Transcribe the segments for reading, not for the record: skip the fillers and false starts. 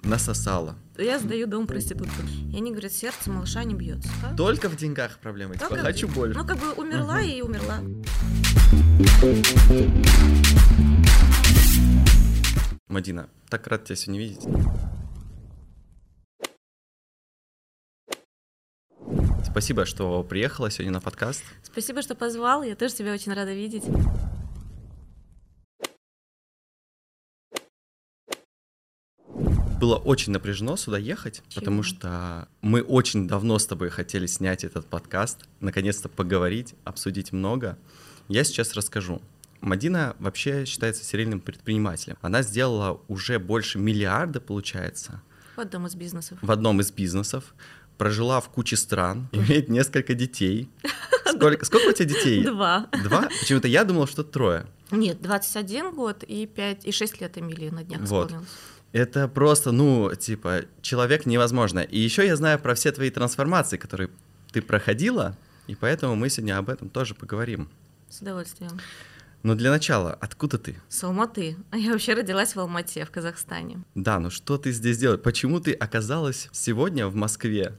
Насосала. Я сдаю дом проституткам. И они говорят, сердце малыша не бьется. А? Только в деньгах проблема. Типа, хочу больше. Ну, как бы умерла и умерла. Мадина, так рад тебя сегодня видеть. Спасибо, что приехала сегодня на подкаст. Спасибо, что позвал. Я тоже тебя очень рада видеть. Было очень напряжено сюда ехать, потому что мы очень давно с тобой хотели снять этот подкаст, наконец-то поговорить, обсудить много. Я сейчас расскажу. Мадина вообще считается серийным предпринимателем. Она сделала уже больше миллиарда, получается. В одном из бизнесов. В одном из бизнесов. Прожила в куче стран, имеет несколько детей. Сколько у тебя детей? 2. 2? Почему-то я думала, что 3. Нет, 21 год и 6 лет Эмилии на днях исполнилось. Это просто, человек невозможно. И еще я знаю про все твои трансформации, которые ты проходила, и поэтому мы сегодня об этом тоже поговорим. С удовольствием. Но для начала, откуда ты? С Алматы. Я вообще родилась в Алмате, в Казахстане. Да, ну что ты здесь делаешь? Почему ты оказалась сегодня в Москве?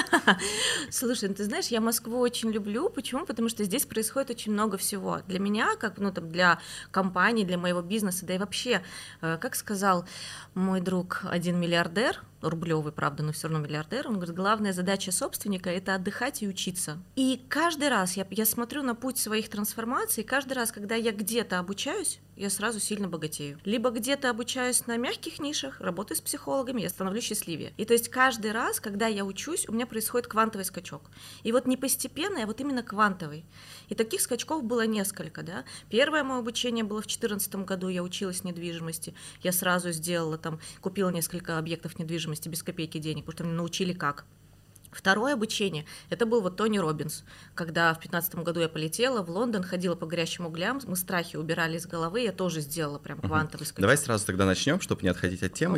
Слушай, ты знаешь, я Москву очень люблю. Почему? Потому что здесь происходит очень много всего. Для меня, для компании, для моего бизнеса, да и вообще, как сказал мой друг, 1 миллиардер, рублевый, правда, но все равно миллиардер, он говорит, главная задача собственника — это отдыхать и учиться. И каждый раз я смотрю на путь своих трансформаций, и каждый раз, когда я где-то обучаюсь, я сразу сильно богатею. Либо где-то обучаюсь на мягких нишах, работаю с психологами, я становлюсь счастливее. И то есть каждый раз, когда я учусь, у меня происходит квантовый скачок. И вот не постепенный, а вот именно квантовый. И таких скачков было несколько, да. Первое мое обучение было в 2014 году, я училась недвижимости. Я сразу купила несколько объектов недвижимости без копейки денег, потому что меня научили как. Второе обучение, это был Тони Роббинс, когда в 2015 году я полетела в Лондон, ходила по горящим углям, мы страхи убирали из головы, я тоже сделала прям квантовый скачок. Давай сразу тогда начнем, чтобы не отходить от темы.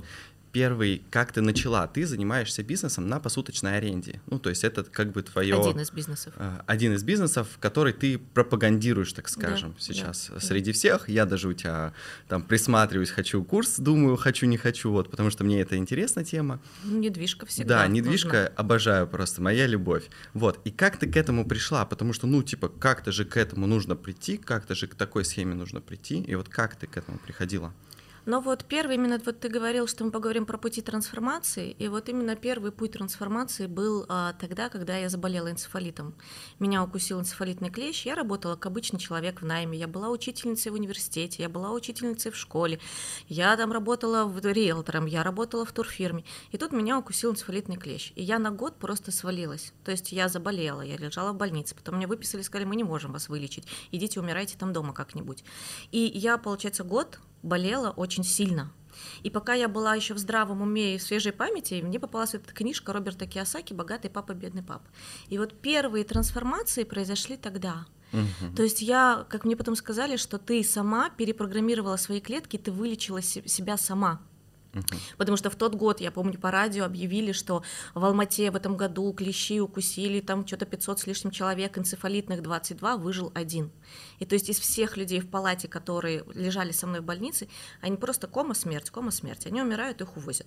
Первый, как ты начала? Ты занимаешься бизнесом на посуточной аренде. То есть это как бы твое... Один из бизнесов. Один из бизнесов, который ты пропагандируешь, так скажем, сейчас среди всех. Я даже у тебя присматриваюсь, хочу курс, думаю, хочу, не хочу, потому что мне это интересна тема. Недвижка всегда. Да, недвижка обожаю просто, моя любовь. И как ты к этому пришла? Потому что, как-то же к этому нужно прийти, как-то же к такой схеме нужно прийти. И как ты к этому приходила? Но первый, именно ты говорил, что мы поговорим про пути трансформации, и именно первый путь трансформации был тогда, когда я заболела энцефалитом. Меня укусил энцефалитный клещ, я работала как обычный человек в найме, я была учительницей в университете, я была учительницей в школе, я работала риэлтором, я работала в турфирме, и тут меня укусил энцефалитный клещ, и я на год просто свалилась, то есть я заболела, я лежала в больнице, потом меня выписали, сказали, мы не можем вас вылечить, идите умирайте там дома как-нибудь. И я, получается, год болела очень сильно. И пока я была еще в здравом уме и в свежей памяти, мне попалась эта книжка Роберта Кийосаки «Богатый папа, бедный папа». И первые трансформации произошли тогда. То есть как мне потом сказали, что ты сама перепрограммировала свои клетки, ты вылечила себя сама. Потому что в тот год, я помню, по радио объявили, что в Алмате в этом году клещи укусили, что-то 500 с лишним человек, энцефалитных 22, выжил 1. И то есть из всех людей в палате, которые лежали со мной в больнице, они просто кома-смерть, они умирают, их увозят.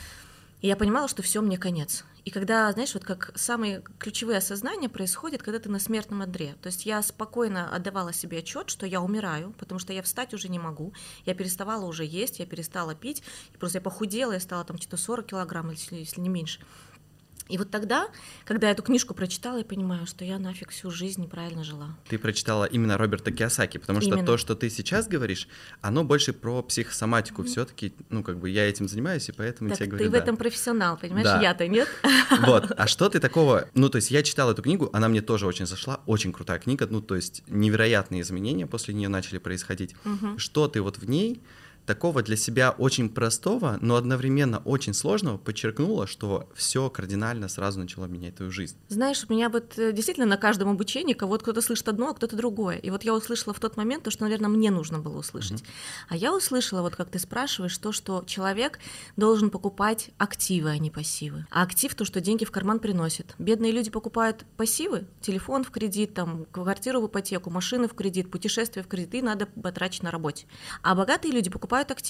И я понимала, что все, мне конец. И когда, знаешь, как самые ключевые осознания происходят, когда ты на смертном одре. То есть я спокойно отдавала себе отчет, что я умираю, потому что я встать уже не могу. Я переставала уже есть, я перестала пить. И просто я похудела, я стала что-то 40 килограмм, если не меньше. И тогда, когда я эту книжку прочитала, я понимаю, что я нафиг всю жизнь неправильно жила. Ты прочитала именно Роберта Кийосаки, потому что то, что ты сейчас говоришь, оно больше про психосоматику. Все-таки, я этим занимаюсь, и поэтому так тебе говорю. Ты в этом профессионал, понимаешь? Да. Я-то нет. А что ты такого... то есть я читал эту книгу, она мне тоже очень зашла, очень крутая книга, то есть невероятные изменения после нее начали происходить. Что ты в ней такого для себя очень простого, но одновременно очень сложного подчеркнула, что все кардинально сразу начало менять твою жизнь? Знаешь, у меня действительно на каждом обучении кто-то слышит одно, а кто-то другое. И я услышала в тот момент то, что, наверное, мне нужно было услышать. А я услышала, как ты спрашиваешь, что человек должен покупать активы, а не пассивы. А актив — то, что деньги в карман приносит. Бедные люди покупают пассивы, телефон в кредит, квартиру в ипотеку, машину в кредит, путешествие в кредит, и надо потрачить на работе. А богатые люди покупают активы.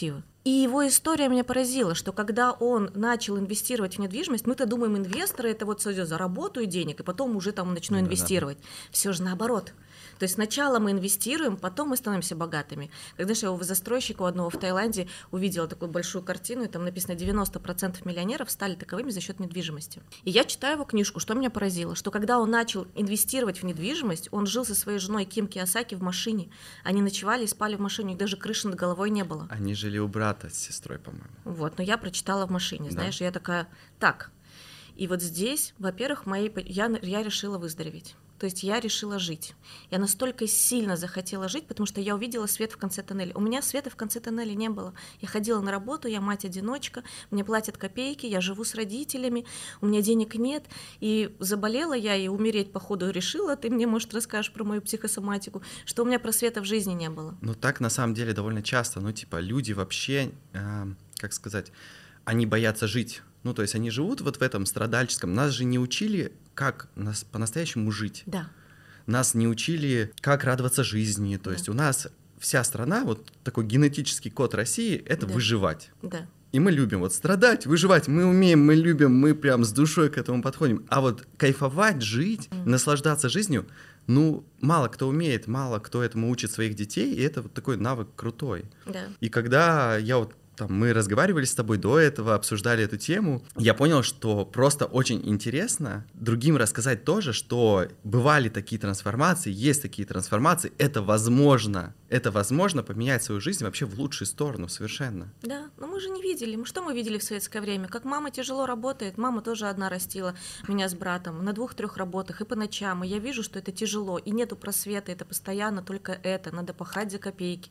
И его история меня поразила, что когда он начал инвестировать в недвижимость, мы-то думаем, инвесторы это вот заработаю денег, и потом уже там начну инвестировать. Все же наоборот. То есть сначала мы инвестируем, потом мы становимся богатыми. Когда же я у застройщика у одного в Таиланде увидела такую большую картину, и там написано 90% миллионеров стали таковыми за счет недвижимости. И я читаю его книжку, что меня поразило, что когда он начал инвестировать в недвижимость, он жил со своей женой Ким Кийосаки в машине. Они ночевали и спали в машине, у них даже крыши над головой не было. Они жили у брата с сестрой, по-моему. Вот, но я прочитала в машине, знаешь, я такая, так. И вот здесь, во-первых, я решила выздороветь. То есть я решила жить. Я настолько сильно захотела жить, потому что я увидела свет в конце тоннеля. У меня света в конце тоннеля не было. Я ходила на работу, я мать-одиночка, мне платят копейки, я живу с родителями, у меня денег нет. И заболела я, и умереть, походу, решила. Ты мне, может, расскажешь про мою психосоматику, что у меня просвета в жизни не было. Ну так на самом деле довольно часто. Ну типа люди вообще, как сказать, они боятся жить. Ну, то есть они живут вот в этом страдальческом. Нас же не учили, как нас по-настоящему жить. Да. Нас не учили, как радоваться жизни. То есть у нас вся страна, вот такой генетический код России — это выживать. Да. И мы любим вот страдать, выживать. Мы умеем, мы любим, мы прям с душой к этому подходим. А вот кайфовать, жить, наслаждаться жизнью, ну, мало кто умеет, мало кто этому учит своих детей, и это вот такой навык крутой. Да. И когда я вот мы разговаривали с тобой до этого, обсуждали эту тему, я понял, что просто очень интересно другим рассказать тоже, что бывали такие трансформации, есть такие трансформации, это возможно поменять свою жизнь вообще в лучшую сторону совершенно. Да, но мы же не видели, что мы видели в советское время, как мама тяжело работает, мама тоже одна растила меня с братом на 2-3 работах и по ночам, и я вижу, что это тяжело, и нету просвета, это постоянно только это, надо пахать за копейки.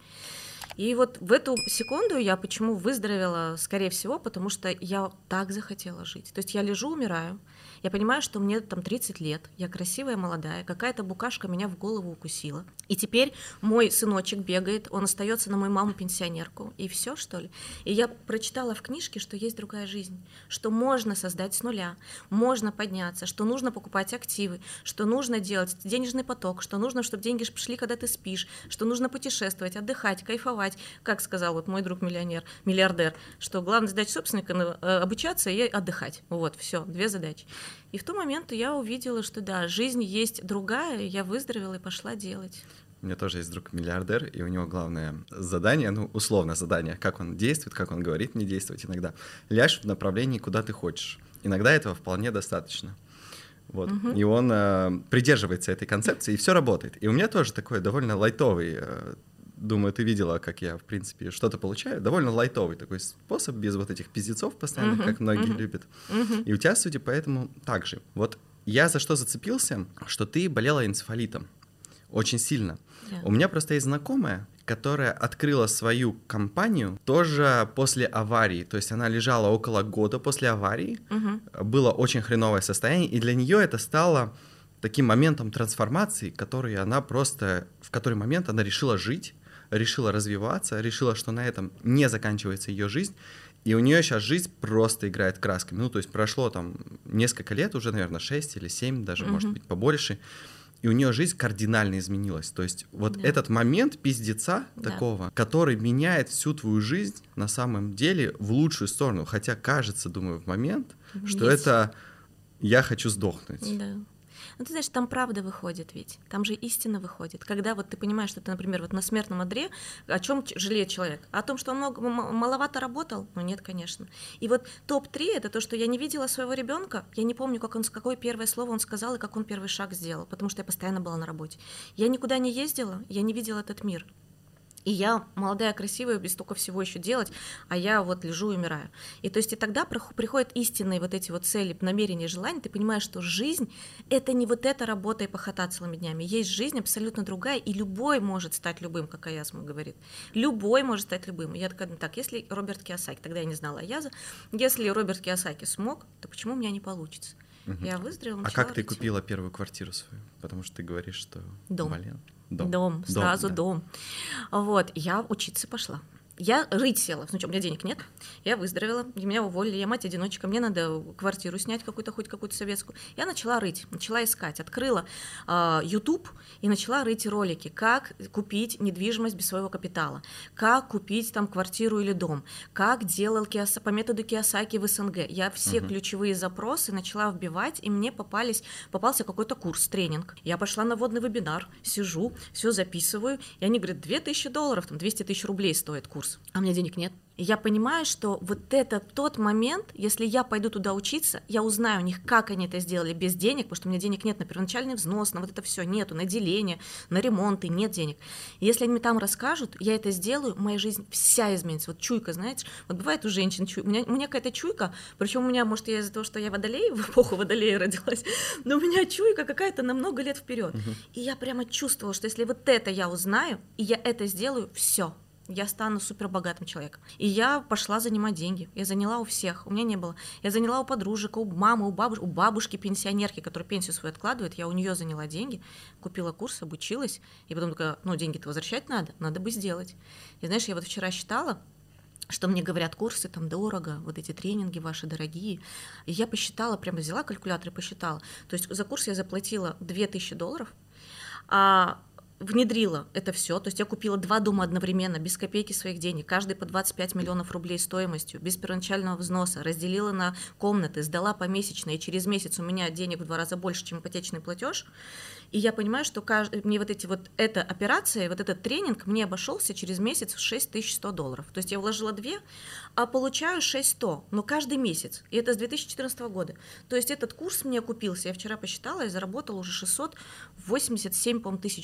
И вот в эту секунду я почему выздоровела, скорее всего, потому что я так захотела жить. То есть я лежу, умираю, я понимаю, что мне там 30 лет, я красивая, молодая, какая-то букашка меня в голову укусила. И теперь мой сыночек бегает, он остается на мою маму-пенсионерку, и все, что ли? И я прочитала в книжке, что есть другая жизнь, что можно создать с нуля, можно подняться, что нужно покупать активы, что нужно делать денежный поток, что нужно, чтобы деньги пришли, когда ты спишь, что нужно путешествовать, отдыхать, кайфовать. Как сказал вот мой друг миллиардер, что главная задача собственника обучаться и отдыхать. Вот, все, 2 задачи. И в тот момент я увидела, что да, жизнь есть другая, я выздоровела и пошла делать. У меня тоже есть друг-миллиардер, и у него главное задание, ну, условно задание, как он действует, как он говорит мне действовать иногда. Ляжь в направлении, куда ты хочешь. Иногда этого вполне достаточно. Вот. И он придерживается этой концепции, и все работает. И у меня тоже такой довольно лайтовый, думаю, ты видела, как я, в принципе, что-то получаю, довольно лайтовый такой способ, без вот этих пиздецов постоянно, как многие любят. И у тебя, судя по этому, так же. Вот я за что зацепился, что ты болела энцефалитом очень сильно. У меня просто есть знакомая, которая открыла свою компанию тоже после аварии. То есть она лежала около года после аварии, было очень хреновое состояние, и для нее это стало таким моментом трансформации, в который момент она решила жить, решила развиваться, решила, что на этом не заканчивается ее жизнь, и у нее сейчас жизнь просто играет красками. Ну, то есть прошло там несколько лет, уже, наверное, 6 или 7, даже, может быть, побольше, и у нее жизнь кардинально изменилась. То есть вот этот момент пиздеца такого, который меняет всю твою жизнь на самом деле в лучшую сторону, хотя кажется, думаю, в момент, что это «я хочу сдохнуть». Да. Ну, ты знаешь, там правда выходит ведь, там же истина выходит. Когда вот ты понимаешь, что ты, например, вот на смертном одре, о чем жалеет человек? О том, что он маловато работал? Ну, нет, конечно. И вот топ-3 — это то, что я не видела своего ребенка, я не помню, какое первое слово он сказал и как он первый шаг сделал, потому что я постоянно была на работе. Я никуда не ездила, я не видела этот мир. И я молодая, красивая, без столько всего еще делать, а я вот лежу и умираю. И то есть и тогда приходят истинные вот эти вот цели, намерения, желания, ты понимаешь, что жизнь — это не вот эта работа и похота целыми днями. Есть жизнь абсолютно другая, и любой может стать любым, как Аяз говорит. Любой может стать любым. И я такая, так, если Роберт Кийосаки, тогда я не знала Аяза, если Роберт Кийосаки смог, то почему у меня не получится? Я выздоровела. А как ты купила первую квартиру свою? Потому что ты говоришь, что болела. Дом, сразу дом. Вот, я учиться пошла. Я рыть села. Ну что, у меня денег нет, я выздоровела, меня уволили, я мать-одиночка, мне надо квартиру снять какую-то, хоть какую-то советскую. Я начала рыть, начала искать, открыла YouTube и начала рыть ролики, как купить недвижимость без своего капитала, как купить там квартиру или дом, как делал по методу Кийосаки в СНГ. Я все ключевые запросы начала вбивать, и мне попался какой-то курс, тренинг. Я пошла на вводный вебинар, сижу, все записываю, и они говорят, $2000, там 200 000 рублей стоит курс, а у меня денег нет. И я понимаю, что вот это тот момент, если я пойду туда учиться, я узнаю у них, как они это сделали без денег, потому что у меня денег нет на первоначальный взнос, на вот это все нету, на деление, на ремонты, нет денег. И если они мне там расскажут, я это сделаю, моя жизнь вся изменится. Вот чуйка, знаете, вот бывает у женщин чуйка, у меня какая-то чуйка, причем у меня, может, я из-за того, что я водолей, в эпоху водолея родилась, но у меня чуйка какая-то на много лет вперед. И я прямо чувствовала, что если вот это я узнаю, и я это сделаю, все. Я стану супербогатым человеком. И я пошла занимать деньги. Я заняла у всех, у меня не было. Я заняла у подружек, у мамы, у бабушки, пенсионерки, которая пенсию свою откладывает. Я у нее заняла деньги, купила курс, обучилась. И потом такая, деньги-то возвращать надо бы сделать. И знаешь, я вот вчера считала, что мне говорят, курсы там дорого, вот эти тренинги ваши дорогие. И я посчитала, прямо взяла калькулятор и посчитала. То есть за курс я заплатила $2000, а внедрила это все, то есть я купила 2 дома одновременно, без копейки своих денег, каждый по 25 миллионов рублей стоимостью, без первоначального взноса, разделила на комнаты, сдала помесячно, и через месяц у меня денег в 2 раза больше, чем ипотечный платеж. И я понимаю, что мне эта операция, вот этот тренинг мне обошелся через месяц в $6100. То есть я вложила 2, а получаю 6100, но каждый месяц. И это с 2014 года. То есть этот курс мне окупился, я вчера посчитала, и заработала уже $687, по-моему, тысяч.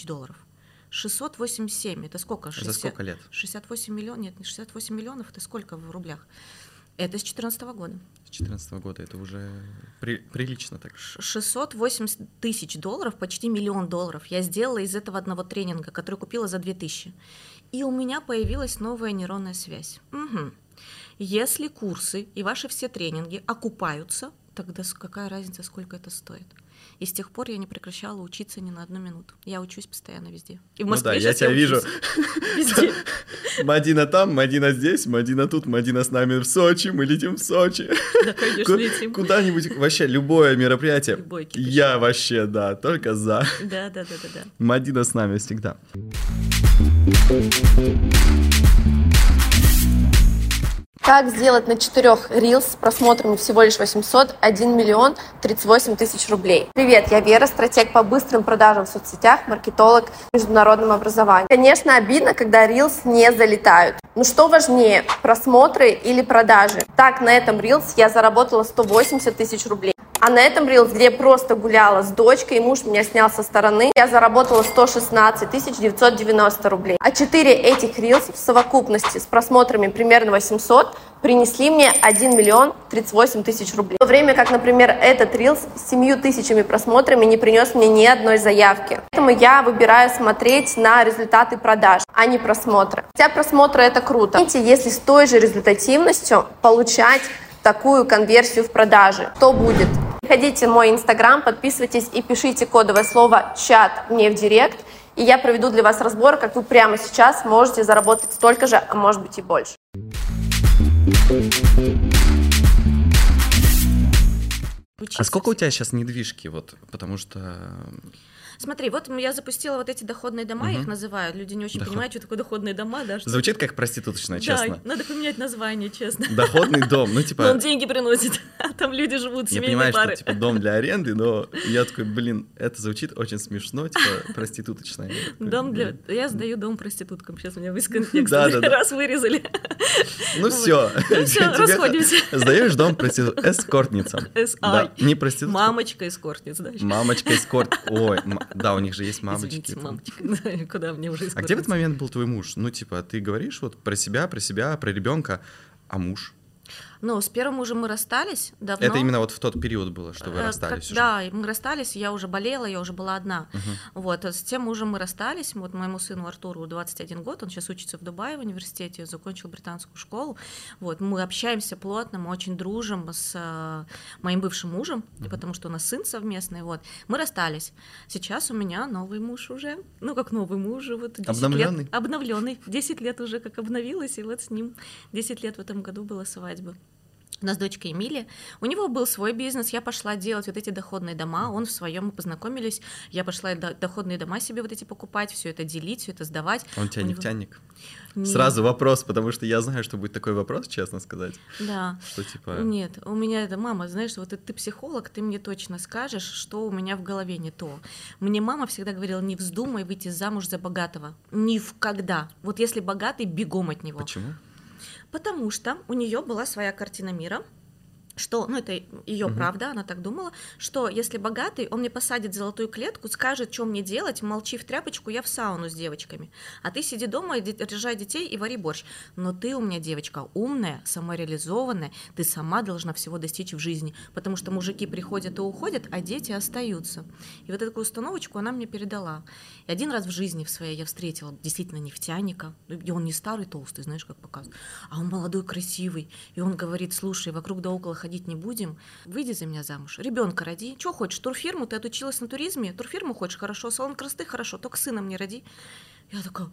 687, это сколько? За сколько лет? 68 миллионов, нет, не 68 миллионов, это сколько в рублях? Это с 2014 года. С 2014 года это уже прилично так. $680 000, почти $1 миллион я сделала из этого одного тренинга, который купила за 2000. И у меня появилась новая нейронная связь. Если курсы и ваши все тренинги окупаются, тогда какая разница, сколько это стоит? И с тех пор я не прекращала учиться ни на 1 минуту. Я учусь постоянно везде. И в Москве я тебя вижу. Везде. Мадина там, Мадина здесь, Мадина тут, Мадина с нами в Сочи, мы летим в Сочи. Да, конечно, летим. Куда-нибудь, вообще, любое мероприятие. Любой я вообще, да, только за. Да. Мадина с нами всегда. Как сделать на 4 Reels с просмотрами всего лишь 800 1 миллион 38 тысяч рублей? Привет, я Вера, стратег по быстрым продажам в соцсетях, маркетолог международным образованием. Конечно, обидно, когда Reels не залетают. Но что важнее, просмотры или продажи? Так, на этом Reels я заработала 180 тысяч рублей. А на этом Reels, где я просто гуляла с дочкой, и муж меня снял со стороны, я заработала 116 990 рублей. А 4 этих Reels в совокупности с просмотрами примерно 800 принесли мне 1 миллион 38 тысяч рублей. В то время как, например, этот Reels с 7 тысячами просмотрами не принес мне ни одной заявки. Поэтому я выбираю смотреть на результаты продаж, а не просмотры. Хотя просмотры это круто. Если с той же результативностью получать такую конверсию в продаже, что будет? Приходите в мой инстаграм, подписывайтесь и пишите кодовое слово «чат» мне в директ, и я проведу для вас разбор, как вы прямо сейчас можете заработать столько же, а может быть и больше. А сколько у тебя сейчас недвижки? Вот, потому что... Смотри, вот я запустила вот эти доходные дома, я их называю. Люди не очень понимают, что такое доходные дома. Да, что... Звучит как проституточная, честно. Да, надо поменять название, честно. Доходный дом, ну типа... Но он деньги приносит, а там люди живут, семейные пары. Я понимаю, что типа дом для аренды, но я такой, это звучит очень смешно, типа проституточная. Дом для... Я сдаю дом проституткам, сейчас у меня весь контекст раз вырезали. Ну все, расходимся. Сдаешь дом эскортницам. Не проституткам. Мамочка-эскортниц, да? Мамочка-эскорт, ой, да, у них же есть мамочки. Извините, мамочка, куда мне уже эскортница. А где в этот момент был твой муж? Ну, типа, ты говоришь вот про себя, про ребенка, а муж? Ну, с первым мужем мы расстались давно. Это именно вот в тот период было, что вы расстались уже? Да, мы расстались, я уже болела, я уже была одна. Вот, с тем мужем мы расстались, вот моему сыну Артуру 21 год, он сейчас учится в Дубае в университете, закончил британскую школу. Вот, мы общаемся плотно, мы очень дружим с моим бывшим мужем, потому что у нас сын совместный, вот. Мы расстались. Сейчас у меня новый муж уже, ну, как новый муж, вот 10 Обновленный? лет. Обновленный. 10 лет уже как обновилась, и вот с ним 10 лет в этом году было свадьба. У нас дочка Эмилия, у него был свой бизнес, я пошла делать вот эти доходные дома, он в своем, мы познакомились, я пошла доходные дома себе вот эти покупать, все это делить, все это сдавать. Он тебя нефтяник? Нет. Сразу вопрос, потому что я знаю, что будет такой вопрос, честно сказать. Да. Что типа... Нет, у меня это мама, знаешь, вот ты психолог, ты мне точно скажешь, что у меня в голове не то. Мне мама всегда говорила, не вздумай выйти замуж за богатого, никогда. Вот если богатый, бегом от него. Почему? Потому что у нее была своя картина мира, что, ну это ее правда, она так думала, что если богатый, он мне посадит в золотую клетку, скажет, что мне делать, молчи в тряпочку, я в сауну с девочками, а ты сиди дома, рожай детей и вари борщ. Но ты у меня девочка умная, самореализованная, ты сама должна всего достичь в жизни, потому что мужики приходят и уходят, а дети остаются. И вот эту такую установочку она мне передала. И один раз в жизни в своей я встретила действительно нефтяника, и он не старый, толстый, знаешь, как показывают, а он молодой, красивый, и он говорит, слушай, вокруг да около ходить не будем, выйди за меня замуж, ребенка роди, что хочешь, турфирму, ты отучилась на туризме, турфирму хочешь, хорошо, салон красоты, хорошо, только сына мне роди. Я такая,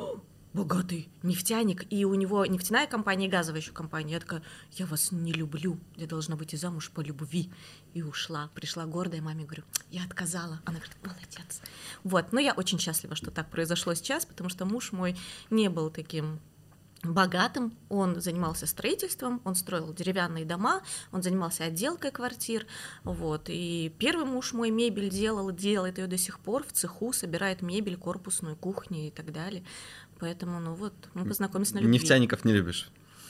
богатый нефтяник, и у него нефтяная компания и газовая еще компания. Я такая, я вас не люблю, я должна выйти замуж по любви. И ушла, пришла гордая, маме говорю, я отказала. Она говорит, молодец. Вот, но я очень счастлива, что так произошло сейчас, потому что муж мой не был таким богатым, он занимался строительством, он строил деревянные дома, он занимался отделкой квартир, вот, и первый муж мой мебель делал, делает ее до сих пор в цеху, собирает мебель, корпусную, кухню и так далее, поэтому, ну вот, мы познакомились на любви. Нефтяников не любишь?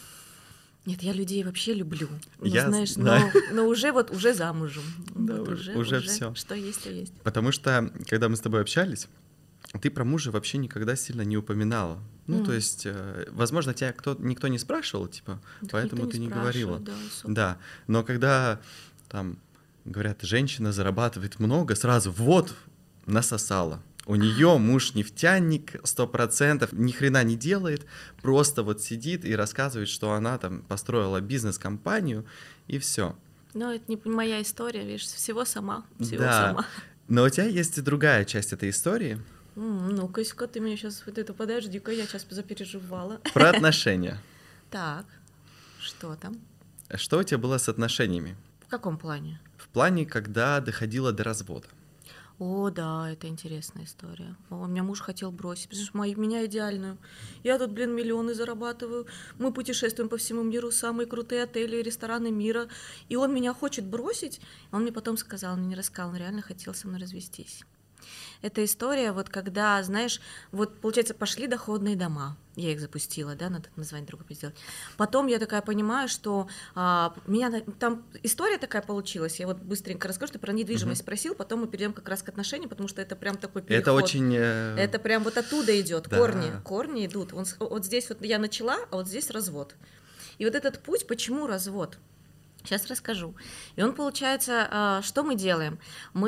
Нет, я людей вообще люблю, Я знаешь, знаю. но уже замужем, Да, вот уже все. Что есть, то есть. Потому что, когда мы с тобой общались, ты про мужа вообще никогда сильно не упоминала. Ну, то есть, возможно, тебя никто не спрашивал, типа, Да, поэтому ты не говорила. Да, Да, но когда там говорят, женщина зарабатывает много, сразу вот насосала. У нее муж нефтяник 100%, ни хрена не делает, просто вот сидит и рассказывает, что она там построила бизнес-компанию и все. Но это не моя история, видишь, всего сама. Да. Но у тебя есть и другая часть этой истории. Ну-ка, ты меня сейчас вот это подожди-ка, я сейчас запереживала. Про отношения. Так, что там? Что у тебя было с отношениями? В каком плане? В плане, когда доходило до развода. О, да, это интересная история. У меня муж хотел бросить, потому что меня идеальную. Я тут, миллионы зарабатываю, мы путешествуем по всему миру, самые крутые отели и рестораны мира, и он меня хочет бросить. Он мне потом сказал, он мне не рассказал, он реально хотел со мной развестись. Это история, вот когда, знаешь, вот, получается, пошли доходные дома, я их запустила, да, надо название другое сделать. Потом я такая понимаю, что меня там история такая получилась, я вот быстренько расскажу, ты про недвижимость спросил, потом мы перейдем как раз к отношениям, потому что это прям такой переход. Это очень... Это прям вот оттуда идет, да. корни идут. Вот здесь вот я начала, а вот здесь развод. И вот этот путь, почему развод? Сейчас расскажу. И он, получается, что мы делаем?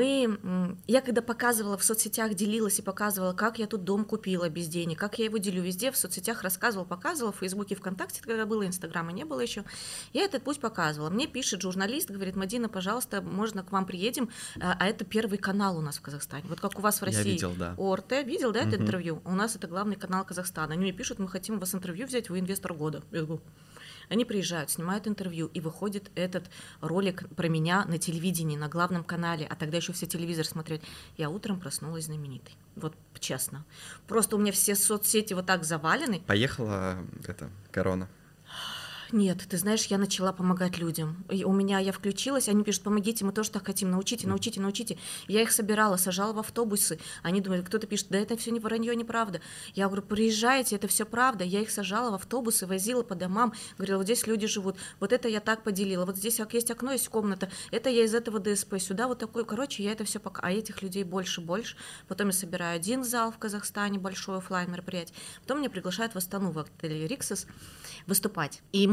Я когда показывала в соцсетях, делилась и показывала, как я тут дом купила без денег, как я его делю везде, в соцсетях рассказывала, показывала, в Фейсбуке, ВКонтакте, когда было, Инстаграма не было еще, я этот путь показывала. Мне пишет журналист, говорит, Мадина, пожалуйста, можно к вам приедем, а это первый канал у нас в Казахстане. Вот как у вас в России. Я видел, да. ОРТ, видел, да, это интервью? У нас это главный канал Казахстана. Они мне пишут, мы хотим у вас интервью взять, вы инвестор года. Я говорю, они приезжают, снимают интервью, и выходит этот ролик про меня на телевидении, на главном канале, а тогда еще все телевизор смотрели. Я утром проснулась знаменитой, вот честно. Просто у меня все соцсети вот так завалены. Поехала корона. Нет, ты знаешь, я начала помогать людям. И я включилась, они пишут, помогите, мы тоже так хотим, научите. Я их собирала, сажала в автобусы. Они думают, кто-то пишет, да это все не вранье, неправда. Я говорю, приезжайте, это все правда. Я их сажала в автобусы, возила по домам, говорила, вот здесь люди живут, вот это я так поделила, вот здесь есть окно, есть комната, это я из этого ДСП, сюда вот такой, короче, я это все пока, а этих людей больше. Потом я собираю один зал в Казахстане, большой офлайн мероприятие. Потом меня приглашают в Астану, в отеле Риксос, выступать. И мы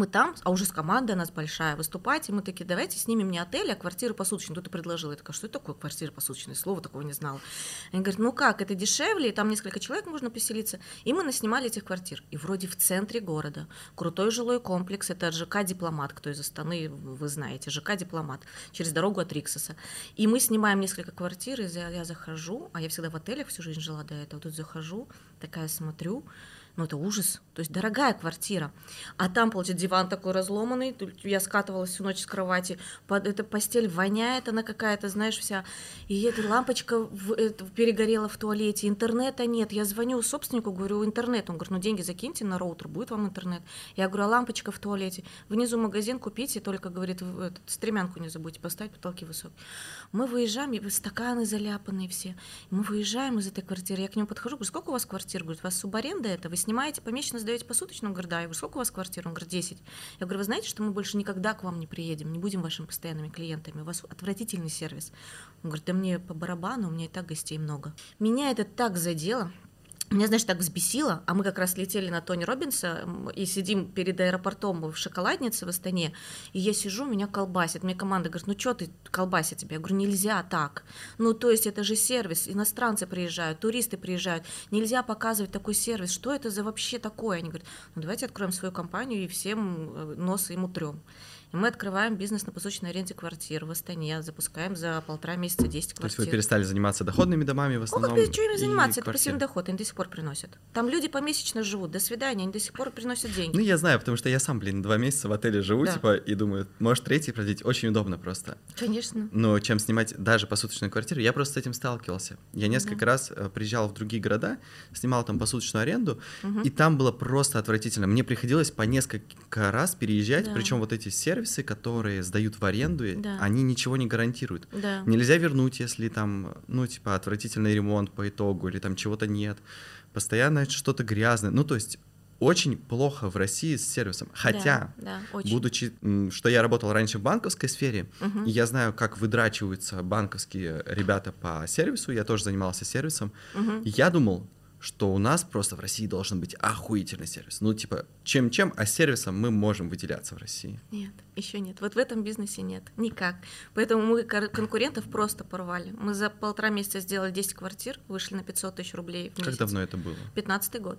мы там, а уже с командой у нас большая, выступать, и мы такие, давайте снимем не отель, а квартиры посуточные. Кто-то предложил, я такая, что это такое квартиры посуточные? Слова такого не знала. Они говорят, ну как, это дешевле, и там несколько человек можно поселиться. И мы наснимали этих квартир. И вроде в центре города. Крутой жилой комплекс, это ЖК «Дипломат», кто из Астаны, вы знаете, ЖК «Дипломат», через дорогу от Риксоса. И мы снимаем несколько квартир, и я захожу, а я всегда в отелях всю жизнь жила до этого, тут захожу, такая смотрю, ну, это ужас. То есть дорогая квартира. А там, получается, диван такой разломанный. Я скатывалась всю ночь с кровати. Эта постель воняет, она какая-то, знаешь, вся. И эта лампочка перегорела в туалете. Интернета нет. Я звоню собственнику, говорю, интернет. Он говорит, ну, деньги закиньте на роутер, будет вам интернет. Я говорю, а лампочка в туалете? Внизу магазин купите, только, говорит, стремянку не забудьте поставить, потолки высокие. Мы выезжаем, и стаканы заляпанные все. Мы выезжаем из этой квартиры. Я к нему подхожу, говорю, сколько у вас квартир? Говорит, у вас субаренда это? Вы снимаете, помесячно сдаете посуточно? Он говорит, да. Я говорю, сколько у вас квартир? Он говорит, 10. Я говорю, вы знаете, что мы больше никогда к вам не приедем, не будем вашими постоянными клиентами, у вас отвратительный сервис. Он говорит, да мне по барабану, у меня и так гостей много. Меня это так задело. Меня, знаешь, так взбесило, а мы как раз летели на Тони Роббинса и сидим перед аэропортом в шоколаднице в Астане, и я сижу, меня колбасит, мне команда говорит, ну что ты колбасит тебя? Я говорю, нельзя так, ну то есть это же сервис, иностранцы приезжают, туристы приезжают, нельзя показывать такой сервис, что это за вообще такое? Они говорят, ну давайте откроем свою компанию и всем носы ему трем. И мы открываем бизнес на посуточной аренде квартир в Астане, запускаем за 1,5 месяца 10 квартир. То есть вы перестали заниматься доходными домами в основном? Ну, как что им заниматься? Это пассивный доход, они до сих пор приносят. Там люди помесячно живут, до свидания, они до сих пор приносят деньги. Ну, я знаю, потому что я сам, 2 месяца в отеле живу, Да. типа, и думаю, может, третий продлить, очень удобно просто. Конечно. Но чем снимать даже посуточную квартиру, я просто с этим сталкивался. Я несколько раз приезжал в другие города, снимал там посуточную аренду, и там было просто отвратительно. Мне приходилось по несколько раз переезжать, причем вот эти сервисы, которые сдают в аренду, они ничего не гарантируют. Да. Нельзя вернуть, если там, ну, типа, отвратительный ремонт по итогу, или там чего-то нет. Постоянно что-то грязное. Ну, то есть очень плохо в России с сервисом. Хотя, будучи, что я работал раньше в банковской сфере, и я знаю, как выдрачиваются банковские ребята по сервису, я тоже занимался сервисом, и я думал, что у нас просто в России должен быть охуительный сервис. Ну, типа, чем-чем, а сервисом мы можем выделяться в России. Нет, еще нет. Вот в этом бизнесе нет. Никак. Поэтому мы конкурентов просто порвали. Мы за 1,5 месяца сделали 10 квартир, вышли на 500 тысяч рублей в месяц. Как давно это было? 15-й год.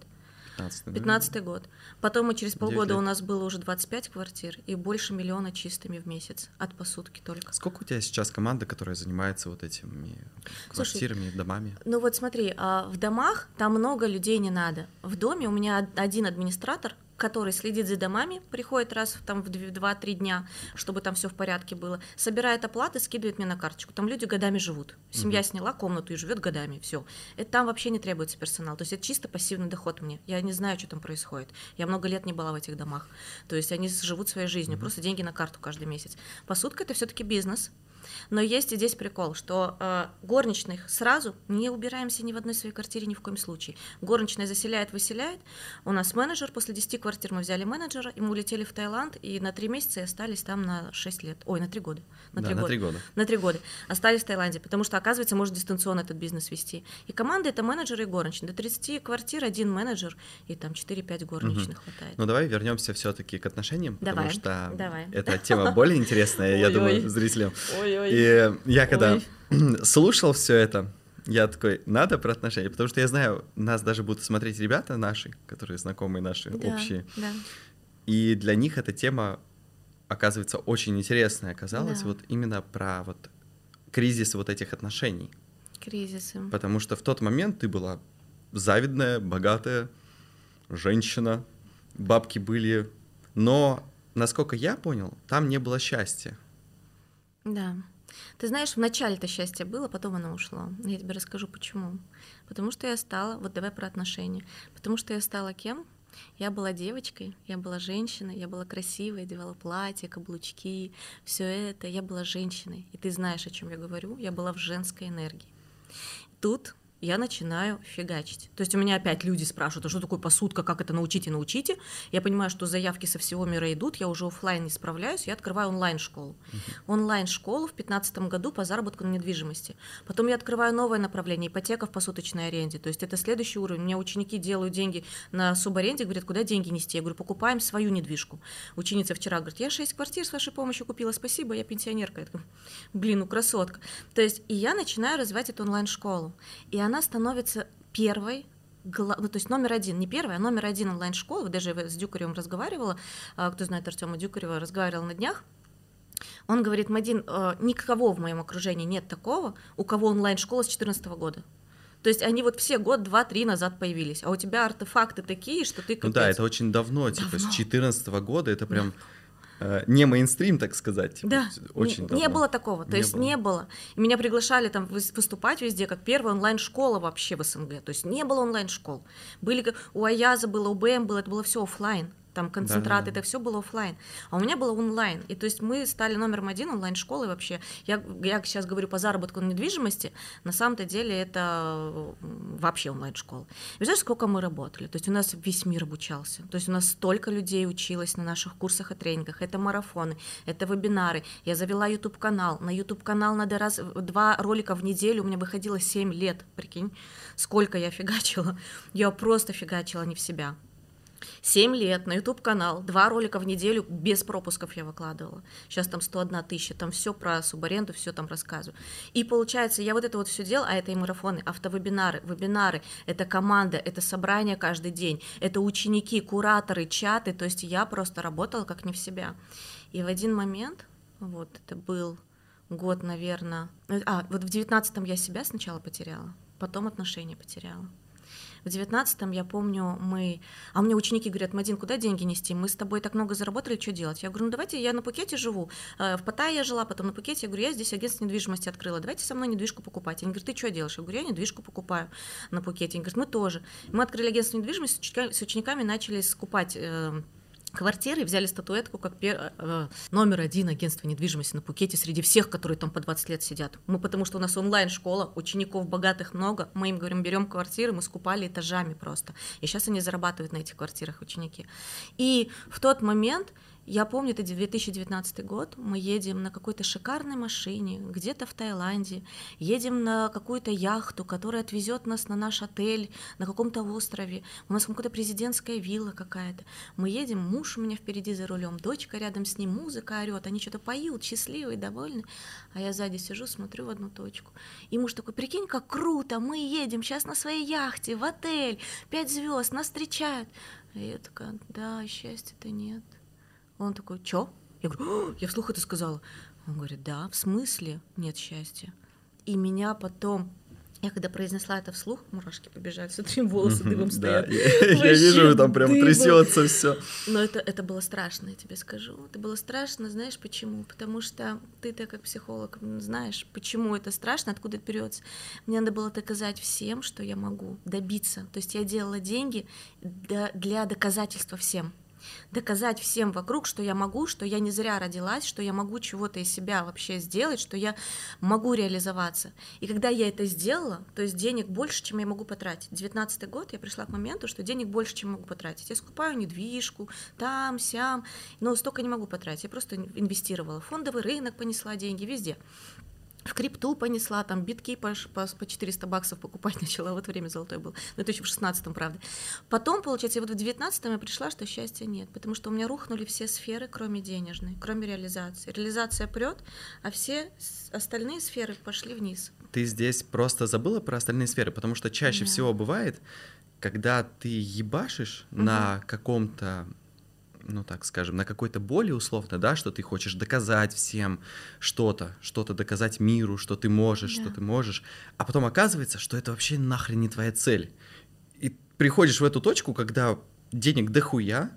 15-й год. Потом мы через полгода у нас было уже 25 квартир и больше 1 миллиона чистыми в месяц от посудки только. Сколько у тебя сейчас команда, которая занимается вот этими квартирами, домами? Ну вот смотри, в домах там много людей не надо. В доме у меня один администратор, который следит за домами, приходит раз там, в 2-3 дня, чтобы там все в порядке было, собирает оплаты, скидывает мне на карточку. Там люди годами живут. Семья сняла комнату и живет годами, все. Это там вообще не требуется персонал. То есть это чисто пассивный доход мне. Я не знаю, что там происходит. Я много лет не была в этих домах. То есть они живут своей жизнью, просто деньги на карту каждый месяц. Посудка — это все-таки бизнес. Но есть и здесь прикол, что горничных сразу не убираемся ни в одной своей квартире ни в коем случае. Горничная заселяет, выселяет. У нас менеджер, после 10 квартир мы взяли менеджера, и мы улетели в Таиланд, и на 3 месяца и остались там на 6 лет. Ой, на 3 года. На 3 года. На 3 года. Остались в Таиланде, потому что, оказывается, можно дистанционно этот бизнес вести. И команда — это менеджеры и горничные. До 30 квартир один менеджер, и там 4-5 горничных хватает. Ну давай вернемся все-таки к отношениям, Давай. потому что эта тема более интересная, я думаю, зрителям. Ой-ой. И я когда слушал все это, я такой, надо про отношения, потому что я знаю, нас даже будут смотреть ребята наши, которые знакомые наши, общие. Да. И для них эта тема, оказывается, очень интересная оказалась, вот именно про вот кризис вот этих отношений. Кризисы. Потому что в тот момент ты была завидная, богатая женщина, бабки были, но, насколько я понял, там не было счастья. Да. Ты знаешь, вначале-то счастье было, потом оно ушло. Я тебе расскажу, почему. Потому что я стала, вот давай про отношения, потому что я стала кем? Я была девочкой, я была женщиной, я была красивой, одевала платья, каблучки, все это. Я была женщиной, и ты знаешь, о чем я говорю. Я была в женской энергии. Тут я начинаю фигачить. То есть у меня опять люди спрашивают, а что такое посудка, как это научите. Я понимаю, что заявки со всего мира идут, я уже офлайн не справляюсь, я открываю онлайн-школу. Онлайн-школу в 2015 году по заработку на недвижимости. Потом я открываю новое направление, ипотека в посуточной аренде. То есть это следующий уровень. У меня ученики делают деньги на субаренде, говорят, куда деньги нести? Я говорю, покупаем свою недвижку. Ученица вчера говорит, я 6 квартир с вашей помощью купила, спасибо, я пенсионерка. Я такая, блин, ну красотка. То есть и я начинаю развивать эту онлайн-школу. И она становится первой, то есть номер один, не первая, а номер один онлайн-школы. Даже я с Дюкаревым разговаривала, кто знает Артема Дюкарева, разговаривала на днях. Он говорит, Мадин, никого в моем окружении нет такого, у кого онлайн-школа с 2014 года. То есть они вот все год, 2-3 назад появились, а у тебя артефакты такие, что ты... Ну да, это очень давно, типа с 2014 года, это прям... Не мейнстрим, так сказать. Типа, да, очень давно. Не было такого, то есть не было. И меня приглашали там выступать везде, как первая онлайн-школа вообще в СНГ. То есть не было онлайн-школ. Были, у Аяза было, у БМ было, это было все офлайн. Там концентрат, это все было офлайн. А у меня было онлайн. И то есть мы стали номером один онлайн-школы вообще. Я сейчас говорю по заработку на недвижимости, на самом-то деле это вообще онлайн-школа. И знаешь, сколько мы работали? То есть у нас весь мир обучался. То есть у нас столько людей училось на наших курсах и тренингах. Это марафоны, это вебинары. Я завела YouTube-канал. На YouTube-канал надо 2 ролика в неделю. У меня выходило 7 лет, прикинь. Сколько я фигачила. Я просто фигачила не в себя. 7 лет на YouTube-канал, 2 ролика в неделю, без пропусков я выкладывала. Сейчас там 101 тысяча, там все про субаренду, все там рассказываю. И получается, я вот это вот все делала, а это и марафоны, автовебинары, вебинары, это команда, это собрание каждый день, это ученики, кураторы, чаты, то есть я просто работала как не в себя. И в один момент, вот это был год, наверное, вот в 19-м я себя сначала потеряла, потом отношения потеряла. В 19-м, я помню, у меня ученики говорят, Мадин, куда деньги нести? Мы с тобой так много заработали, что делать? Я говорю, ну давайте, я на Пхукете живу, в Паттайе я жила, потом на Пхукете, я говорю, я здесь агентство недвижимости открыла, давайте со мной недвижку покупать. Они говорят, ты что делаешь? Я говорю, я недвижку покупаю на Пхукете. Они говорят, мы тоже. Мы открыли агентство недвижимости, с учениками начали скупать квартиры, взяли статуэтку как номер 1 агентства недвижимости на Пхукете среди всех, которые там по 20 лет сидят. Мы, потому что у нас онлайн-школа, учеников богатых много, мы им говорим, берем квартиры, мы скупали этажами просто. И сейчас они зарабатывают на этих квартирах, ученики. И в тот момент, я помню, это 2019 год, мы едем на какой-то шикарной машине, где-то в Таиланде, едем на какую-то яхту, которая отвезет нас на наш отель на каком-то острове, у нас какая-то президентская вилла какая-то. Мы едем, муж у меня впереди за рулем, дочка рядом с ним, музыка орет, они что-то поют, счастливые, довольны, а я сзади сижу, смотрю в одну точку. И муж такой, прикинь, как круто, мы едем сейчас на своей яхте в отель, 5 звезд, нас встречают. И я такая, да, счастья-то нет. Он такой, чё? Я говорю, я вслух это сказала. Он говорит, да, в смысле нет счастья? И меня потом, я когда произнесла это вслух, мурашки побежали, смотри, волосы дыбом стоят. Я вижу, там прям трясется все. Но это было страшно, я тебе скажу. Это было страшно, знаешь почему? Потому что ты-то как психолог знаешь, почему это страшно, откуда это берется. Мне надо было доказать всем, что я могу добиться. То есть я делала деньги для доказательства всем. Доказать всем вокруг, что я могу, что я не зря родилась, что я могу чего-то из себя вообще сделать, что я могу реализоваться. И когда я это сделала, то есть денег больше, чем я могу потратить. 19-й год я пришла к моменту, что денег больше, чем могу потратить. Я скупаю недвижку, там, сям, но столько не могу потратить. Я просто инвестировала. Фондовый рынок понесла деньги везде. В крипту понесла, там битки по $400 покупать начала, вот время золотой был, но это еще в 16-м, правда. Потом, получается, вот в 19-м я пришла, что счастья нет, потому что у меня рухнули все сферы, кроме денежной, кроме реализации. Реализация прет, а все остальные сферы пошли вниз. Ты здесь просто забыла про остальные сферы, потому что чаще всего бывает, когда ты ебашишь на каком-то, ну так скажем, на какой-то боли условно, да, что ты хочешь доказать всем что-то доказать миру, что ты можешь, что ты можешь, а потом оказывается, что это вообще нахрен не твоя цель. И приходишь в эту точку, когда денег дохуя,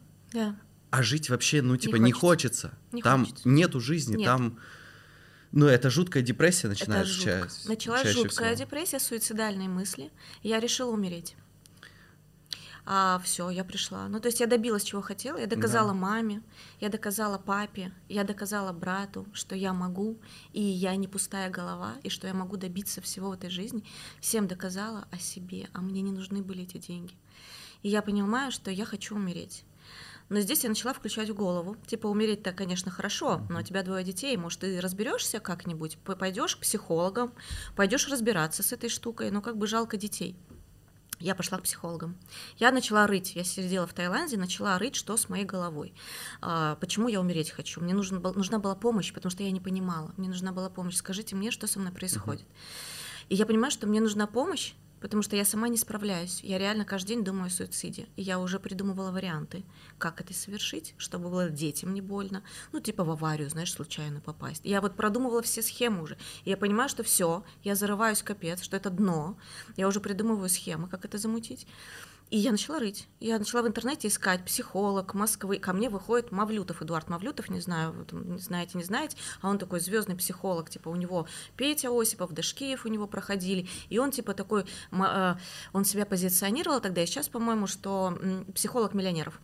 а жить вообще, ну типа не хочется. Там нету жизни, там... Ну, это жуткая депрессия начинается. Началась жуткая депрессия, суицидальные мысли, и я решила умереть. Все, я пришла. Ну, то есть я добилась, чего хотела. Я доказала маме, я доказала папе, я доказала брату, что я могу, и я не пустая голова, и что я могу добиться всего в этой жизни. Всем доказала о себе, а мне не нужны были эти деньги. И я понимаю, что я хочу умереть. Но здесь я начала включать в голову. Типа, умереть-то, конечно, хорошо, но у тебя 2 детей, может, ты разберешься как-нибудь, пойдешь к психологам, пойдешь разбираться с этой штукой, но как бы жалко детей. Я пошла к психологам. Я начала рыть. Я сидела в Таиланде, начала рыть, что с моей головой. Почему я умереть хочу? Мне нужна была помощь, потому что я не понимала. Мне нужна была помощь. Скажите мне, что со мной происходит. И я понимаю, что мне нужна помощь, потому что я сама не справляюсь. Я реально каждый день думаю о суициде. И я уже придумывала варианты, как это совершить, чтобы было детям не больно. Ну, типа в аварию, знаешь, случайно попасть. Я вот продумывала все схемы уже. И я понимаю, что все, я зарываюсь капец, что это дно. Я уже придумываю схемы, как это замутить. И я начала рыть. Я начала в интернете искать психолог Москвы. Ко мне выходит Мавлютов, Эдуард Мавлютов, не знаю, вы знаете, не знаете, а он такой звездный психолог, типа у него Петя Осипов, Дашкиев у него проходили, и он типа такой, он себя позиционировал тогда, и сейчас, по-моему, что психолог миллионеров.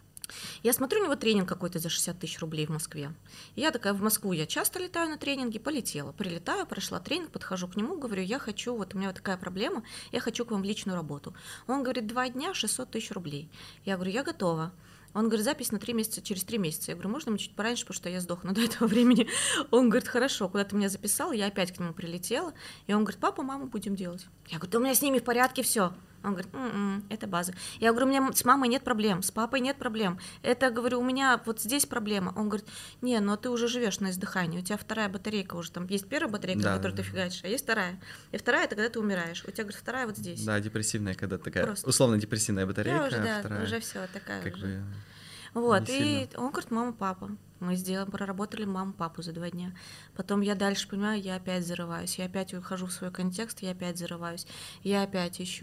Я смотрю, у него тренинг какой-то за 60 тысяч рублей в Москве. И я такая, в Москву я часто летаю на тренинги, полетела. Прилетаю, прошла тренинг, подхожу к нему, говорю, я хочу, вот у меня вот такая проблема, я хочу к вам в личную работу. Он говорит, 2 дня, 600 тысяч рублей. Я говорю, я готова. Он говорит, запись на 3 месяца, через 3 месяца. Я говорю, можно мне чуть пораньше, потому что я сдохну до этого времени. Он говорит, хорошо, куда ты меня записал? Я опять к нему прилетела. И он говорит, папа, маму будем делать. Я говорю, да у меня с ними в порядке все. Он говорит, это база. Я говорю, у меня с мамой нет проблем, с папой нет проблем. Это, говорю, у меня вот здесь проблема. Он говорит, не, ну ты уже живешь на издыхании, у тебя 2-я батарейка уже, там есть 1-я батарейка, на которой ты фигачишь, а есть 2-я. И 2-я — это когда ты умираешь. У тебя, говорит, 2-я вот здесь. Да, депрессивная, когда такая, просто условно-депрессивная батарейка. Я уже, да, 2-я, уже все такая как уже. бы Вот, и он говорит, мама, папа. Мы проработали маму-папу за 2 дня. Потом я дальше понимаю, я опять зарываюсь, я опять ухожу в свой контекст, я опять зарываюсь, я опять ищу.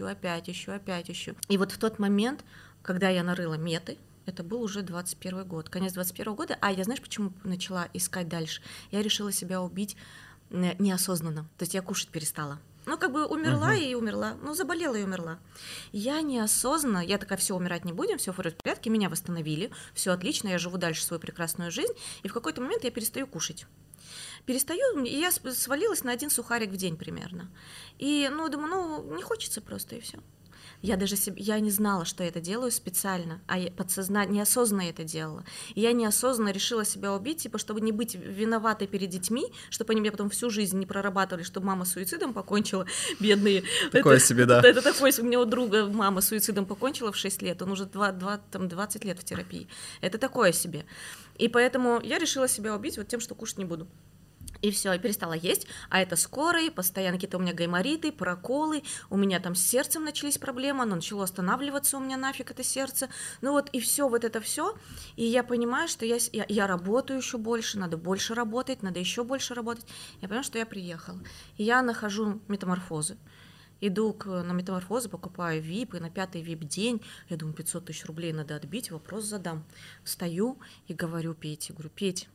И вот в тот момент, когда я нарыла меты, это был уже 21 год, конец 21 года, я знаешь, почему начала искать дальше? Я решила себя убить неосознанно, то есть я кушать перестала. Ну, как бы умерла и умерла. Ну, заболела и умерла. Я неосознанно, я такая, все, умирать не будем, все в порядке, меня восстановили, все отлично, я живу дальше свою прекрасную жизнь, и в какой-то момент я перестаю кушать. И я свалилась на 1 сухарик в день примерно. И, думаю, не хочется просто, и все. Я не знала, что я это делаю специально, а я неосознанно это делала. И я неосознанно решила себя убить, типа, чтобы не быть виноватой перед детьми, чтобы они меня потом всю жизнь не прорабатывали, чтобы мама суицидом покончила, бедные. Такое себе, да. Это такое, у меня у друга мама суицидом покончила в 6 лет, он уже 20 лет в терапии. Это такое себе. И поэтому я решила себя убить вот тем, что кушать не буду. И все, я перестала есть, а это скорые, постоянно какие-то у меня гаймориты, проколы, у меня там с сердцем начались проблемы, оно начало останавливаться у меня нафиг это сердце, и все, вот это все, и я понимаю, что я работаю еще больше, надо больше работать, надо еще больше работать, я понимаю, что я приехала, и я нахожу метаморфозы. Иду на метаморфозы, покупаю VIP, и на 5-й VIP-день, я думаю, 500 тысяч рублей надо отбить, вопрос задам. Встаю и говорю Пете, Петь,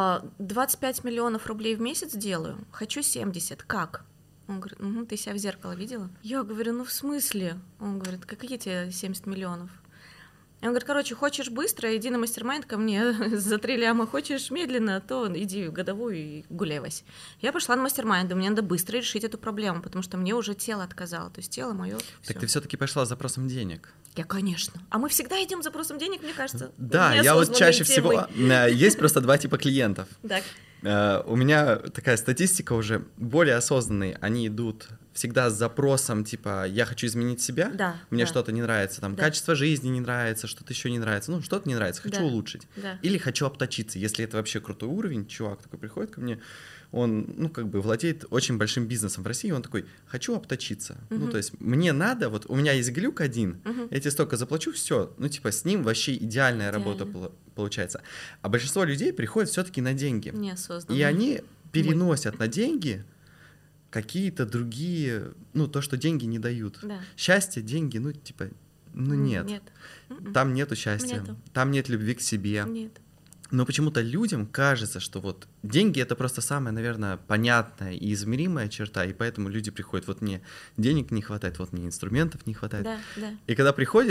25 миллионов рублей в месяц делаю, хочу 70, как? Он говорит, ты себя в зеркало видела? Я говорю, в смысле? Он говорит, какие тебе 70 миллионов? Он говорит, хочешь быстро, иди на мастер-майнд ко мне за 3 ляма, хочешь медленно, то иди в годовую и гуляй, Вась. Я пошла на мастер-майнд, мне надо быстро решить эту проблему, потому что мне уже тело отказало, то есть тело мое. Так ты все-таки пошла с запросом денег. Я, конечно. А мы всегда идем с запросом денег, мне кажется. Да, я вот чаще всего... Есть просто 2 типа клиентов. Так. У меня такая статистика уже, более осознанные, они идут всегда с запросом, типа, я хочу изменить себя, мне что-то не нравится, там, качество жизни не нравится, что-то еще не нравится, что-то не нравится, хочу улучшить. Или хочу обточиться, если это вообще крутой уровень, чувак такой приходит ко мне, он, владеет очень большим бизнесом в России, он такой, хочу обточиться, то есть мне надо, вот у меня есть глюк один, я тебе столько заплачу, все, с ним вообще идеальная работа получается. А большинство людей приходят все-таки на деньги. Неосознанно. И они переносят на деньги какие-то другие, то, что деньги не дают. Да. Счастье, деньги, нет. Нет. Там нету счастья, там нет любви к себе. Нет. Но почему-то людям кажется, что вот деньги — это просто самая, наверное, понятная и измеримая черта, и поэтому люди приходят, вот мне денег не хватает, вот мне инструментов не хватает. Да. И когда приходят,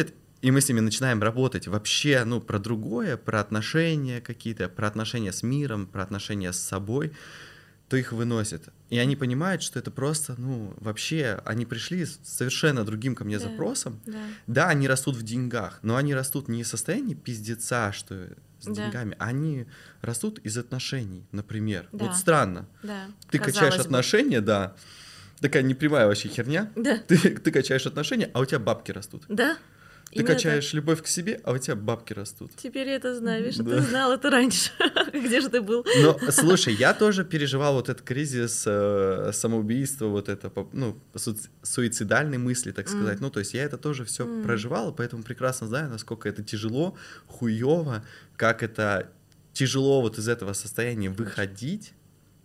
и мы с ними начинаем работать вообще, ну, про другое, про отношения какие-то, про отношения с миром, про отношения с собой, то их выносит. И они понимают, что это просто, ну, вообще, они пришли с совершенно другим ко мне запросом. Да, они растут в деньгах, но они растут не из состояния пиздеца, что с деньгами, они растут из отношений, например. Вот странно. Ты качаешь отношения, да, такая непрямая вообще херня. Ты качаешь отношения, а у тебя бабки растут. Ты качаешь любовь к себе, а у тебя бабки растут. Теперь я это знаю, видишь, ты знал это раньше. Где же ты был? Но, слушай, я тоже переживал вот этот кризис самоубийства, вот это, ну, суицидальные мысли, так сказать. Ну, то есть я это тоже все проживал, поэтому прекрасно знаю, насколько это тяжело, хуёво, как это тяжело вот из этого состояния выходить.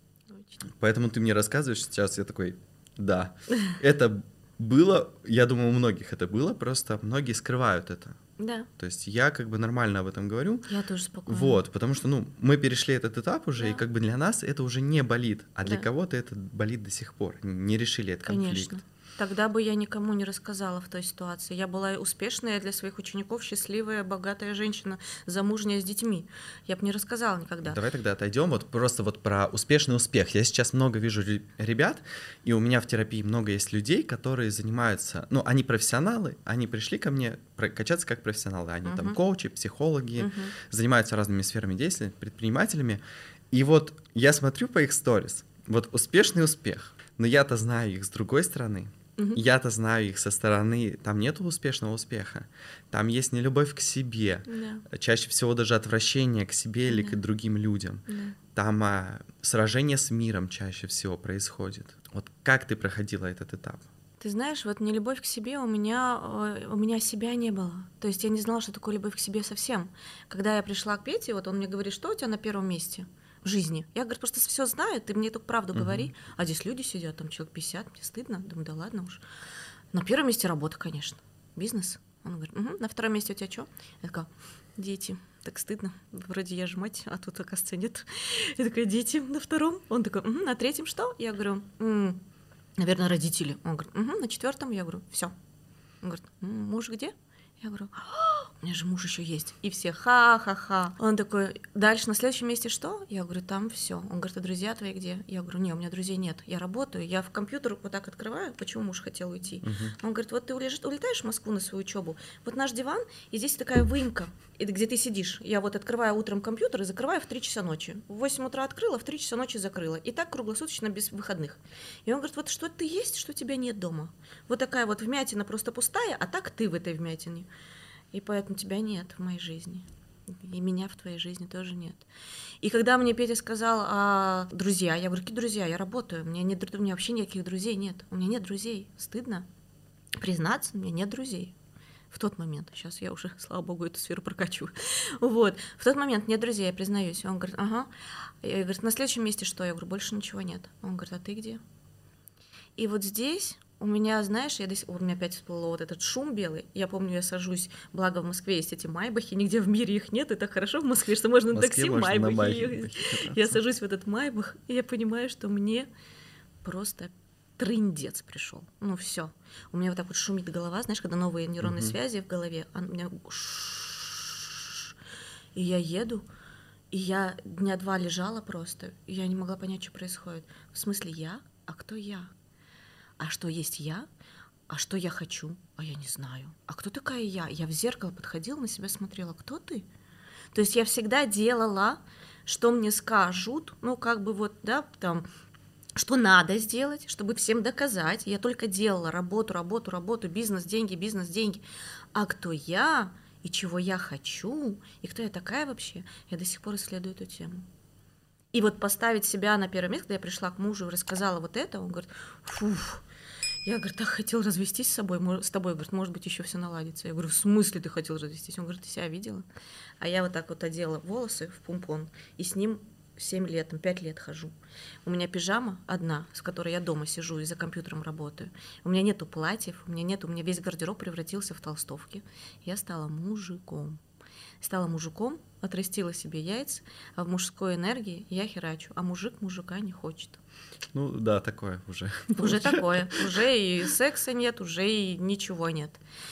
Поэтому ты мне рассказываешь сейчас, я такой, да, это было, я думаю, у многих это было, просто многие скрывают это. То есть я как бы нормально об этом говорю. Я тоже спокойно. Вот, потому что, ну, мы перешли этот этап уже, и как бы для нас это уже не болит, а для кого-то это болит до сих пор. Не решили этот конфликт. Конечно. Тогда бы я никому не рассказала в той ситуации. Я была успешная для своих учеников, счастливая, богатая женщина, замужняя с детьми. Я бы не рассказала никогда. Давай тогда отойдем вот просто вот про успешный успех. Я сейчас много вижу ребят, и у меня в терапии много есть людей, которые занимаются, ну, они профессионалы, они пришли ко мне качаться как профессионалы. Они там коучи, психологи, занимаются разными сферами действия, предпринимателями. И вот я смотрю по их сторис, вот успешный успех, но я-то знаю их с другой стороны. Я-то знаю их со стороны, там нету успешного успеха, там есть нелюбовь к себе, чаще всего даже отвращение к себе или к другим людям, там сражение с миром чаще всего происходит. Вот как ты проходила этот этап? Ты знаешь, вот нелюбовь к себе у меня себя не было. То есть я не знала, что такое любовь к себе совсем. Когда я пришла к Пете, вот он мне говорит, что у тебя на первом месте в жизни? Я, говорю, просто все знаю, ты мне только правду говори. А здесь люди сидят, там человек 50, мне стыдно. Думаю, да ладно уж. На первом месте работа, конечно. Бизнес. Он говорит, на втором месте у тебя что? Я такая, дети. Так стыдно. Вроде я же мать, а тут, оказывается, нет. Я такая, дети на втором. Он такой, на третьем что? Я говорю, наверное, родители. Он говорит, на четвертом. Я говорю, все. Он говорит, муж где? Я говорю, у меня же муж еще есть. И все ха-ха-ха. Он такой, дальше на следующем месте что? Я говорю, там все. Он говорит, а друзья твои где? Я говорю, не, у меня друзей нет. Я работаю, я в компьютер вот так открываю. Почему муж хотел уйти? Он говорит, вот ты улетаешь в Москву на свою учебу, вот наш диван, и здесь такая выемка, где ты сидишь. Я вот открываю утром компьютер и закрываю в 3 часа ночи. В 8 утра открыла, в 3 часа ночи закрыла. И так круглосуточно без выходных. И он говорит, вот что ты есть, что тебя нет дома. Вот такая вот вмятина просто пустая, а так ты в этой вмятине. И поэтому тебя нет в моей жизни. И меня в твоей жизни тоже нет. И когда мне Петя сказал, друзья, я говорю, какие друзья? Я работаю, у меня вообще никаких друзей нет. У меня нет друзей. Стыдно признаться, у меня нет друзей. В тот момент, сейчас я уже, слава богу, эту сферу прокачиваю. Вот. В тот момент нет друзей, я признаюсь. Он говорит, ага. Я говорю, на следующем месте что? Я говорю, больше ничего нет. Он говорит, а ты где? И вот здесь у меня, знаешь, у меня опять всплыл вот этот шум белый. Я помню, я сажусь, благо в Москве есть эти майбахи, нигде в мире их нет, и так хорошо в Москве, что можно на такси майбахи ехать. Я сажусь в этот майбах, и я понимаю, что мне просто трындец пришел. Ну все. У меня вот так вот шумит голова, знаешь, когда новые нейронные связи в голове, у меня и я еду, и я дня 2 лежала просто, и я не могла понять, что происходит. В смысле я? А кто я? А что есть я? А что я хочу? А я не знаю. А кто такая я? Я в зеркало подходила, на себя смотрела. Кто ты? То есть я всегда делала, что мне скажут, ну, как бы вот, да, там, что надо сделать, чтобы всем доказать. Я только делала работу, бизнес, деньги. А кто я? И чего я хочу? И кто я такая вообще? Я до сих пор исследую эту тему. И вот поставить себя на первое место, когда я пришла к мужу и рассказала вот это, он говорит, фуф. Я, говорит, так хотел развестись с тобой, говорит, может быть, еще все наладится. Я говорю, в смысле ты хотел развестись? Он говорит, ты себя видела? А я вот так вот одела волосы в помпон, и с ним 7 лет, 5 лет хожу. У меня пижама одна, с которой я дома сижу и за компьютером работаю. У меня нету платьев, у меня весь гардероб превратился в толстовки. Я стала мужиком. Отрастила себе яйца, а в мужской энергии я херачу, а мужик мужика не хочет. Ну да, такое уже. Уже такое. Уже и секса нет, уже и ничего нет.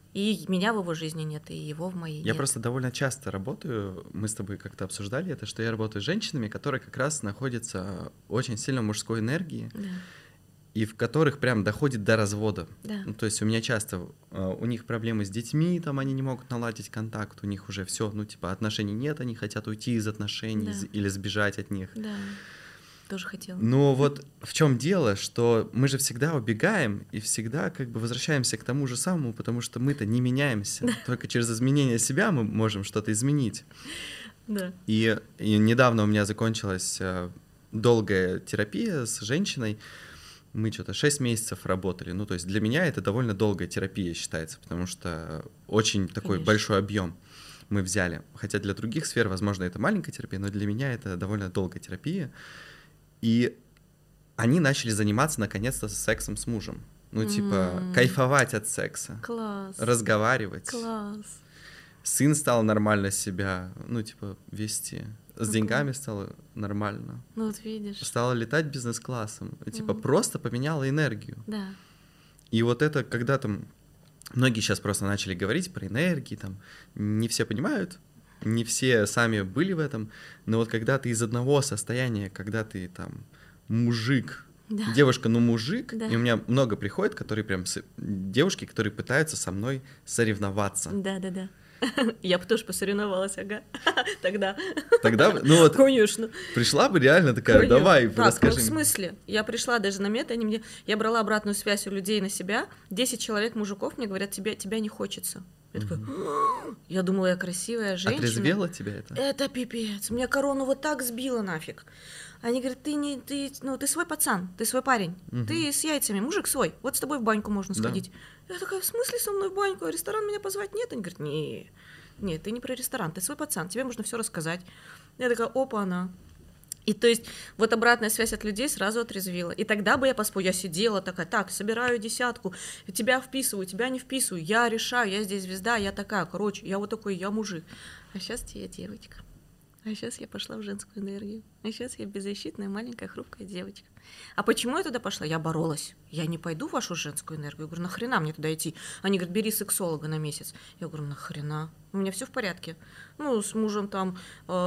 И меня в его жизни нет, и его в моей Я нет. просто довольно часто работаю, мы с тобой как-то обсуждали это, что я работаю с женщинами, которые как раз находятся очень сильно в мужской энергии, Да. и в которых прям доходит до развода. Да. Ну, то есть у меня часто, у них проблемы с детьми, там они не могут наладить контакт, у них уже все, ну типа отношений нет, они хотят уйти из отношений Да. или сбежать от них. Да, тоже хотела. Но вот в чем дело, что мы же всегда убегаем и всегда как бы возвращаемся к тому же самому, потому что мы-то не меняемся. Только через изменение себя мы можем что-то изменить. Да. И недавно у меня закончилась долгая терапия с женщиной. Мы что-то 6 месяцев работали. Ну, то есть для меня это довольно долгая терапия считается, потому что очень такой Конечно. большой объем мы взяли. Хотя для других сфер, возможно, это маленькая терапия, но для меня это довольно долгая терапия. И они начали заниматься наконец-то сексом с мужем. Ну, типа, кайфовать от секса, Класс. разговаривать. Класс. Сын стал нормально себя, ну, типа, вести. С деньгами стало нормально. Ну вот видишь. Стала летать бизнес-классом. Типа, просто поменяла энергию. Да. И вот это, когда там... Многие сейчас просто начали говорить про энергии, там, не все понимают, не все сами были в этом, но вот когда ты из одного состояния, когда ты там мужик, Да. девушка, ну мужик, Да. и у меня много приходит, которые прям девушки, которые пытаются со мной соревноваться. Да. Я бы тоже посоревновалась, ага. Тогда. Ну вот, Конечно. пришла бы реально такая, Конечно. давай, Так, расскажи. ну в смысле? Я пришла даже на мет, я брала обратную связь у людей на себя, 10 человек мужиков мне говорят, тебя не хочется. Я такая, я думала, я красивая женщина. Отрезвело тебя это? Это пипец. Меня корону вот так сбила нафиг. Они говорят, ты свой пацан, ты свой парень, ты с яйцами, мужик свой, вот с тобой в баньку можно Да. сходить. Я такая, в смысле со мной в баньку, а ресторан меня позвать нет? Они говорят, нет, ты не про ресторан, ты свой пацан, тебе можно все рассказать. Я такая, опа, она. И то есть вот обратная связь от людей сразу отрезвила. И тогда бы я сидела такая, так, собираю десятку, тебя вписываю, тебя не вписываю, я решаю, я здесь звезда, я такая, короче, я вот такой, я мужик. А сейчас я девочка. А сейчас я пошла в женскую энергию. А сейчас я беззащитная, маленькая, хрупкая девочка. А почему я туда пошла? Я боролась. Я не пойду в вашу женскую энергию. Я говорю, нахрена мне туда идти? Они говорят, бери сексолога на месяц. Я говорю, нахрена? У меня все в порядке. Ну, с мужем там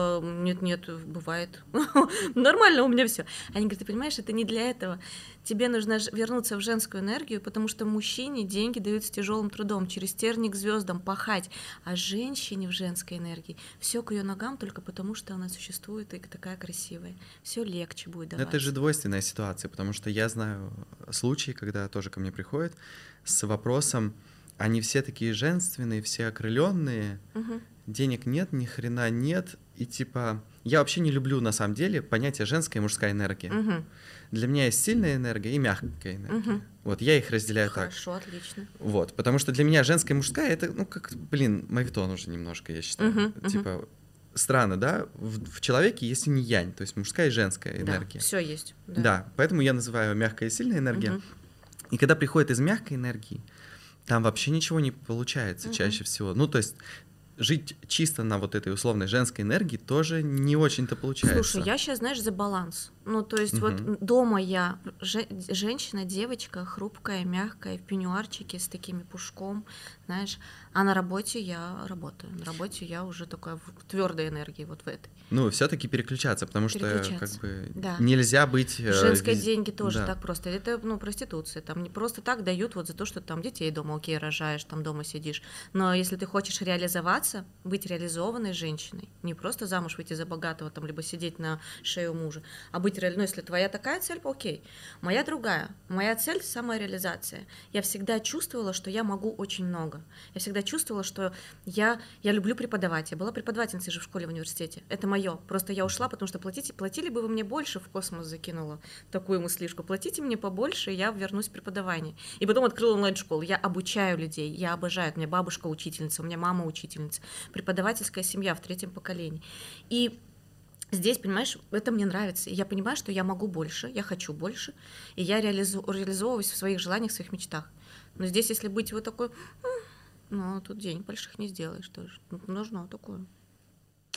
нет, бывает. Нормально у меня все. Они говорят, ты понимаешь, это не для этого. Тебе нужно вернуться в женскую энергию, потому что мужчине деньги даются тяжелым трудом, через тернии к звездам пахать. А женщине в женской энергии все к ее ногам только потому, что она существует и такая красивая. Все легче будет даваться. Это же двойственная ситуация, потому что я знаю случаи, когда тоже ко мне приходят с вопросом, они все такие женственные, все окрыленные, денег нет, ни хрена нет, и типа... Я вообще не люблю, на самом деле, понятие женская и мужская энергия. Для меня есть сильная энергия и мягкая энергия. Вот, я их разделяю так. Хорошо, отлично. Вот, потому что для меня женская и мужская, это, ну, как, моветон уже немножко, я считаю. Типа, странно, да? В человеке есть инь-янь, то есть мужская и женская энергия. Да, все есть. Да, поэтому я называю мягкая и сильная энергия. И когда приходит из мягкой энергии, там вообще ничего не получается чаще всего. Ну, то есть жить чисто на вот этой условной женской энергии тоже не очень-то получается. Слушай, я сейчас, знаешь, за баланс. Ну, то есть вот дома я женщина, девочка, хрупкая, мягкая, в пеньюарчике с такими пушком, знаешь, а на работе я работаю. На работе я уже такая в твердой энергии вот в этой. Ну, все-таки переключаться, потому что как бы да. нельзя быть... Женские деньги тоже да. так просто. Это, ну, проституция. Там не просто так дают вот за то, что там детей дома, окей, рожаешь, там дома сидишь. Но если ты хочешь реализоваться, быть реализованной женщиной, не просто замуж выйти за богатого, там, либо сидеть на шее у мужа, а быть реально, если твоя такая цель, окей. Моя другая. Моя цель — самореализация. Я всегда чувствовала, что я могу очень много. Я всегда чувствовала, что я люблю преподавать. Я была преподавательницей же в школе, в университете. Это мое. Просто я ушла, потому что платили бы вы мне больше, в космос закинула такую мыслишку. Платите мне побольше, и я вернусь в преподавание. И потом открыла онлайн-школу. Я обучаю людей, я обожаю. У меня бабушка учительница, у меня мама учительница. Преподавательская семья в 3-м поколении. И здесь, понимаешь, это мне нравится. И я понимаю, что я могу больше, я хочу больше, и я реализовываюсь в своих желаниях, в своих мечтах. Но здесь, если быть вот такой, ну, тут денег больших не сделаешь тоже. Нужно такое.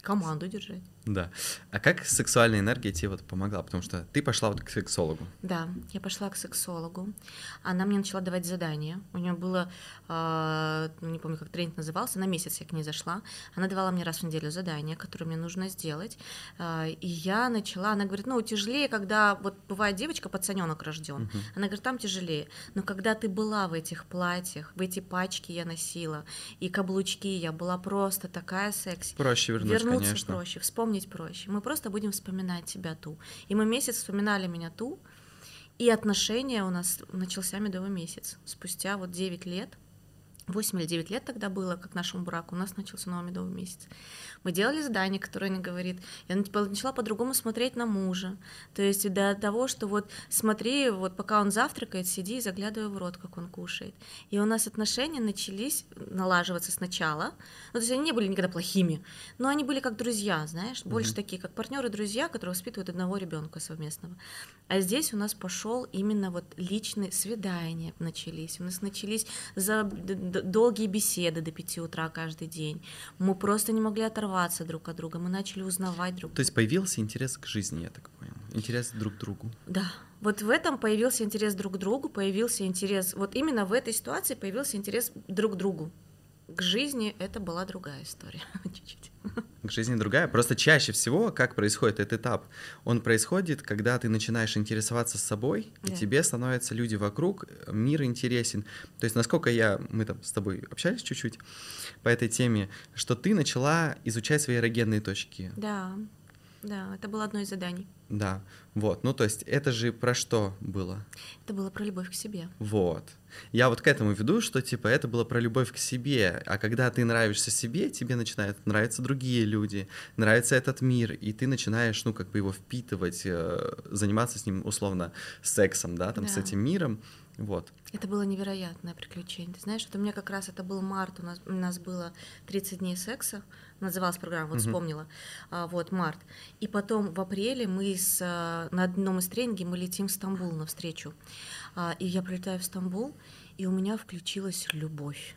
команду держать. Да. А как сексуальная энергия тебе вот помогла? Потому что ты пошла вот к сексологу. Да, я пошла к сексологу. Она мне начала давать задания. У нее было, не помню, как тренинг назывался, на месяц я к ней зашла. Она давала мне раз в неделю задания, которые мне нужно сделать. И я начала, она говорит, тяжелее, когда вот бывает девочка, пацаненок рожден. Она говорит, там тяжелее. Но когда ты была в этих платьях, в эти пачки я носила, и каблучки, я была просто такая секси. Проще вернуться, конечно. Проще, вспомнить проще. Мы просто будем вспоминать тебя ту. И мы месяц вспоминали меня ту, и отношения у нас начался медовый месяц. Спустя вот 9 лет, 8 или 9 лет тогда было, как нашему браку, у нас начался новый медовый месяц. Мы делали задание, которое она говорит, я начала по-другому смотреть на мужа, то есть до того, что вот смотри, вот пока он завтракает, сиди и заглядывай в рот, как он кушает. И у нас отношения начались налаживаться сначала, то есть они не были никогда плохими, но они были как друзья, знаешь, больше такие, как партнеры-друзья, которые воспитывают одного ребенка совместного. А здесь у нас пошел именно вот личные свидания начались, у нас начались долгие беседы до 5 утра каждый день. Мы просто не могли оторваться друг от друга, мы начали узнавать друг друга. То есть появился интерес к жизни, я так понял, интерес друг к другу. Да, вот в этом появился интерес друг к другу, появился интерес, вот именно в этой ситуации появился интерес друг к другу. К жизни это была другая история, чуть-чуть. К жизни другая. Просто чаще всего, как происходит этот этап, он происходит, когда ты начинаешь интересоваться собой, и тебе становятся люди вокруг, мир интересен. То есть, насколько мы там с тобой общались чуть-чуть по этой теме, что ты начала изучать свои эрогенные точки. Да, это было одно из заданий. Да, вот, то есть это же про что было? Это было про любовь к себе. Вот. Я вот к этому веду, что типа это было про любовь к себе, а когда ты нравишься себе, тебе начинают нравиться другие люди, нравится этот мир, и ты начинаешь, его впитывать, заниматься с ним условно сексом, да, с этим миром, вот. Это было невероятное приключение. Ты знаешь, у меня как раз это был март, у нас было 30 дней секса, называлась программа, вспомнила, март. И потом в апреле мы на одном из тренингов мы летим в Стамбул навстречу. И я прилетаю в Стамбул, и у меня включилась любовь.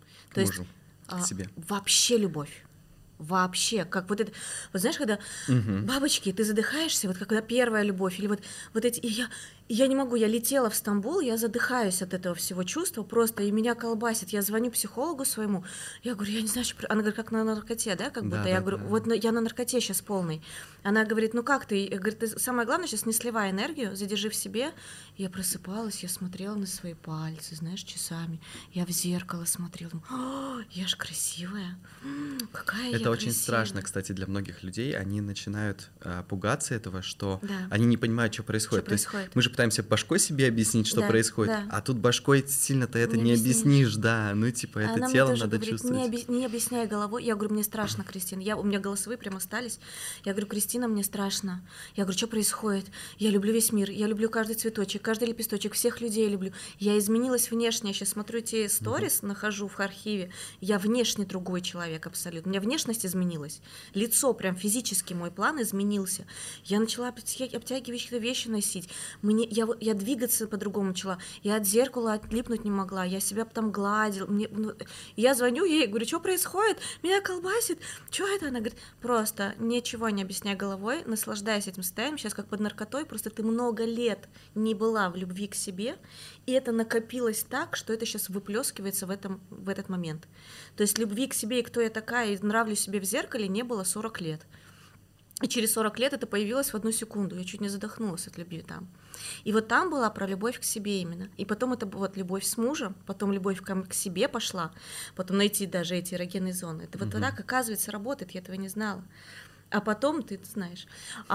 К мужу, к себе. Вообще любовь. Вообще, как вот это, вот знаешь, когда бабочки, ты задыхаешься, вот когда первая любовь, или вот эти, и я не могу, я летела в Стамбул, я задыхаюсь от этого всего чувства просто, и меня колбасит, я звоню психологу своему, я говорю, я не знаю, что, она говорит, как на наркоте, да, как будто, я говорю, вот я на наркоте сейчас полной, она говорит, как ты, говорит, ты, самое главное сейчас не сливай энергию, задержи в себе, я просыпалась, я смотрела на свои пальцы, знаешь, часами, я в зеркало смотрела, я ж красивая, какая я Это очень красивая. страшно, кстати, для многих людей. Они начинают пугаться этого, что они не понимают, что происходит. То есть мы же пытаемся башкой себе объяснить, что происходит, а тут башкой сильно-то это не объяснишь, да. Это телом надо говорит, чувствовать. Не объясняй головой. Я говорю, мне страшно, Кристина. У меня голосовые прям остались. Я говорю, Кристина, мне страшно. Я говорю, что происходит? Я люблю весь мир, я люблю каждый цветочек, каждый лепесточек, всех людей люблю. Я изменилась внешне. Я сейчас смотрю те сторис, нахожу в архиве. Я внешне другой человек абсолютно. У меня внешность изменилась. Лицо, прям физически мой план изменился. Я начала обтягивающие вещи носить. Я двигаться по-другому начала. Я от зеркала отлипнуть не могла. Я себя потом гладила. Я звоню ей, говорю, что происходит? Меня колбасит. Что это? Она говорит, просто ничего не объясняй головой, наслаждайся этим состоянием. Сейчас как под наркотой, просто ты много лет не была в любви к себе, и это накопилось так, что это сейчас выплескивается в этот момент. То есть любви к себе и кто я такая, и нравлюсь себе в зеркале не было 40 лет. И через 40 лет это появилось в одну секунду. Я чуть не задохнулась от любви там. И вот там была про любовь к себе именно. И потом это вот любовь с мужем, потом любовь к себе пошла, потом найти даже эти эрогенные зоны. Это вот так, оказывается, работает, я этого не знала. А потом, ты знаешь,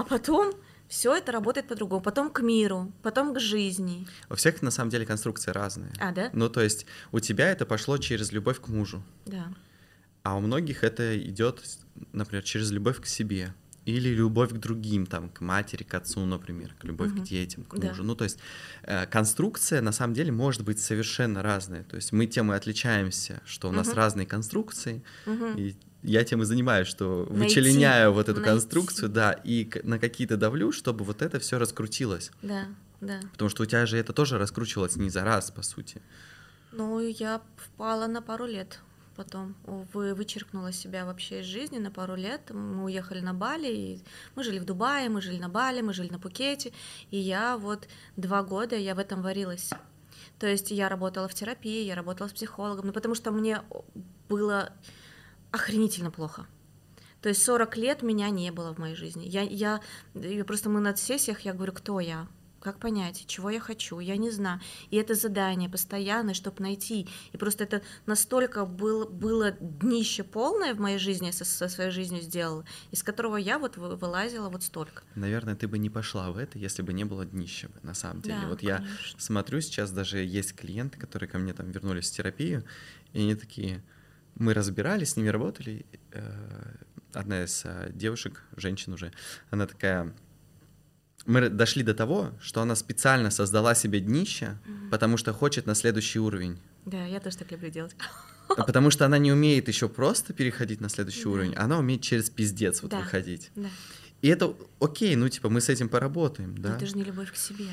все это работает по-другому. Потом к миру, потом к жизни. У всех, на самом деле, конструкции разные. Да? То есть у тебя это пошло через любовь к мужу. Да. А у многих это идет, например, через любовь к себе. Или любовь к другим, к матери, к отцу, например, любовь к детям, к мужу. То есть конструкция, на самом деле, может быть совершенно разная. То есть мы тем и отличаемся, что у нас разные конструкции, и я тем и занимаюсь, что вычленяю вот эту конструкцию, и на какие-то давлю, чтобы вот это все раскрутилось. Да. Потому что у тебя же это тоже раскручивалось не за раз, по сути. Я впала на пару лет. потом вычеркнула себя вообще из жизни на пару лет. Мы уехали на Бали, и мы жили в Дубае, мы жили на Бали, мы жили на Пхукете, и я вот 2 года я в этом варилась. То есть я работала в терапии, я работала с психологом, ну, потому что мне было охренительно плохо. То есть 40 лет меня не было в моей жизни. Я просто мы на сессиях, я говорю, кто я? Как понять, чего я хочу? Я не знаю. И это задание постоянное, чтобы найти. И просто это настолько было днище полное в моей жизни, со своей жизнью сделала, из которого я вот вылазила вот столько. Наверное, ты бы не пошла в это, если бы не было днища, на самом деле. Да, вот конечно. Я смотрю, сейчас даже есть клиенты, которые ко мне там вернулись в терапию, и они такие, мы разбирались, с ними работали. Одна из девушек, женщин уже, она такая... Мы дошли до того, что она специально создала себе днище, потому что хочет на следующий уровень. Да, я тоже так люблю делать. Потому что она не умеет еще просто переходить на следующий уровень, она умеет через пиздец вот выходить. Да. И это окей, ну типа мы с этим поработаем, да? Но это же не любовь к себе.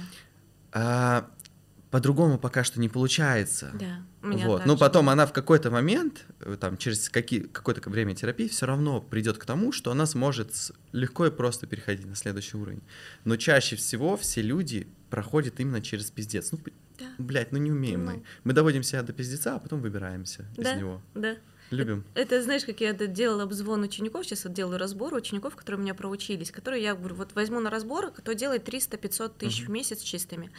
По-другому пока что не получается. Да. Вот. Но потом она в какой-то момент, там, через какое-то время терапии, все равно придет к тому, что она сможет легко и просто переходить на следующий уровень. Но чаще всего все люди проходят именно через пиздец. Ну, блядь, ну не умеем мы. Мы доводим себя до пиздеца, а потом выбираемся из него. Да. Любим. Это, знаешь, как я делала обзвон учеников, сейчас вот делаю разбор учеников, которые у меня проучились, которые я говорю, вот возьму на разбор, кто делает 300-500 тысяч в месяц чистыми,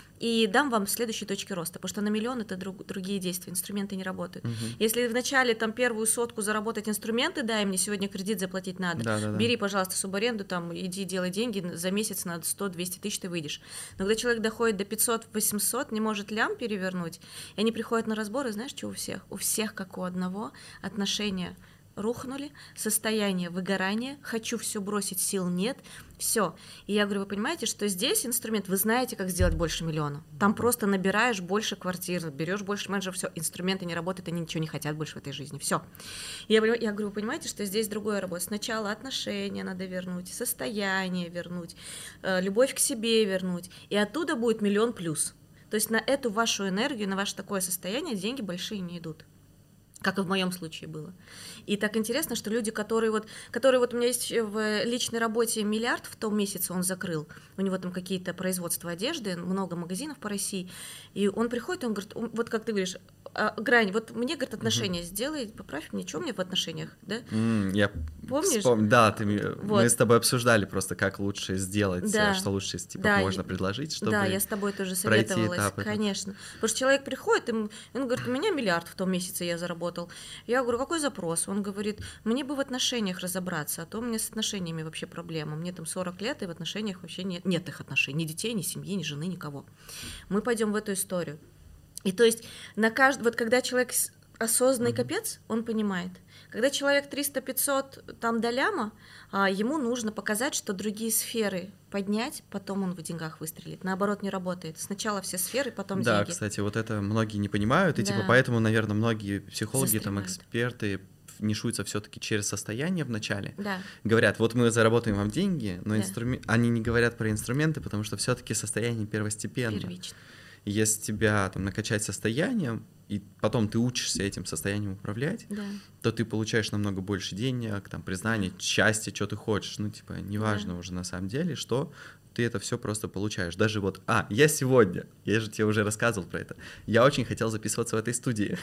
и дам вам следующие точки роста, потому что на миллион это другие действия, инструменты не работают. Если вначале там первую сотку заработать инструменты, дай мне сегодня кредит заплатить надо, бери, пожалуйста, субаренду, там, иди делай деньги, за месяц на 100-200 тысяч ты выйдешь. Но когда человек доходит до 500-800, не может лям перевернуть, и они приходят на разбор, и знаешь, что у всех? У всех, как у одного, отношения рухнули, состояние выгорания, хочу все бросить, сил нет, все. И я говорю, вы понимаете, что здесь инструмент, вы знаете, как сделать больше миллиона. Там просто набираешь больше квартир, берешь больше менеджеров, все, инструменты не работают, они ничего не хотят больше в этой жизни, все. Я говорю, вы понимаете, что здесь другое работа. Сначала отношения надо вернуть, состояние вернуть, любовь к себе вернуть, и оттуда будет миллион плюс. То есть на эту вашу энергию, на ваше такое состояние деньги большие не идут. Как и в моем случае было. И так интересно, что люди, которые вот у меня есть в личной работе миллиард в том месяце он закрыл, у него там какие-то производства одежды, много магазинов по России, и он приходит, и он говорит, вот как ты говоришь, Грань, вот мне, говорит, отношения сделай, поправь мне, что мне в отношениях, да? Я помнишь? Да, мы с тобой обсуждали просто, как лучше сделать, что лучше типа можно предложить, чтобы да, я с тобой тоже советовалась, этапы. Конечно. Потому что человек приходит, и он говорит, у меня миллиард в том месяце я заработал. Я говорю, какой запрос? Он говорит, мне бы в отношениях разобраться, а то у меня с отношениями вообще проблема. Мне там 40 лет, и в отношениях вообще нет их отношений, ни детей, ни семьи, ни жены, никого. Мы пойдем в эту историю. И то есть вот когда человек осознанный капец, он понимает. Когда человек 300-500 там до ляма, ему нужно показать, что другие сферы поднять, потом он в деньгах выстрелит. Наоборот, не работает. Сначала все сферы, потом деньги. Да, кстати, вот это многие не понимают, и типа поэтому, наверное, многие психологи, там, эксперты нишуются все-таки через состояние вначале. Да. Говорят, вот мы заработаем вам деньги, но они не говорят про инструменты, потому что все-таки состояние первостепенно. Первично. Если тебя там накачать состоянием, и потом ты учишься этим состоянием управлять, то ты получаешь намного больше денег, там, признания, счастья, что ты хочешь. Ну, типа, неважно уже на самом деле, что ты это все просто получаешь. Даже вот, я сегодня, я же тебе уже рассказывал про это, я очень хотел записываться в этой студии,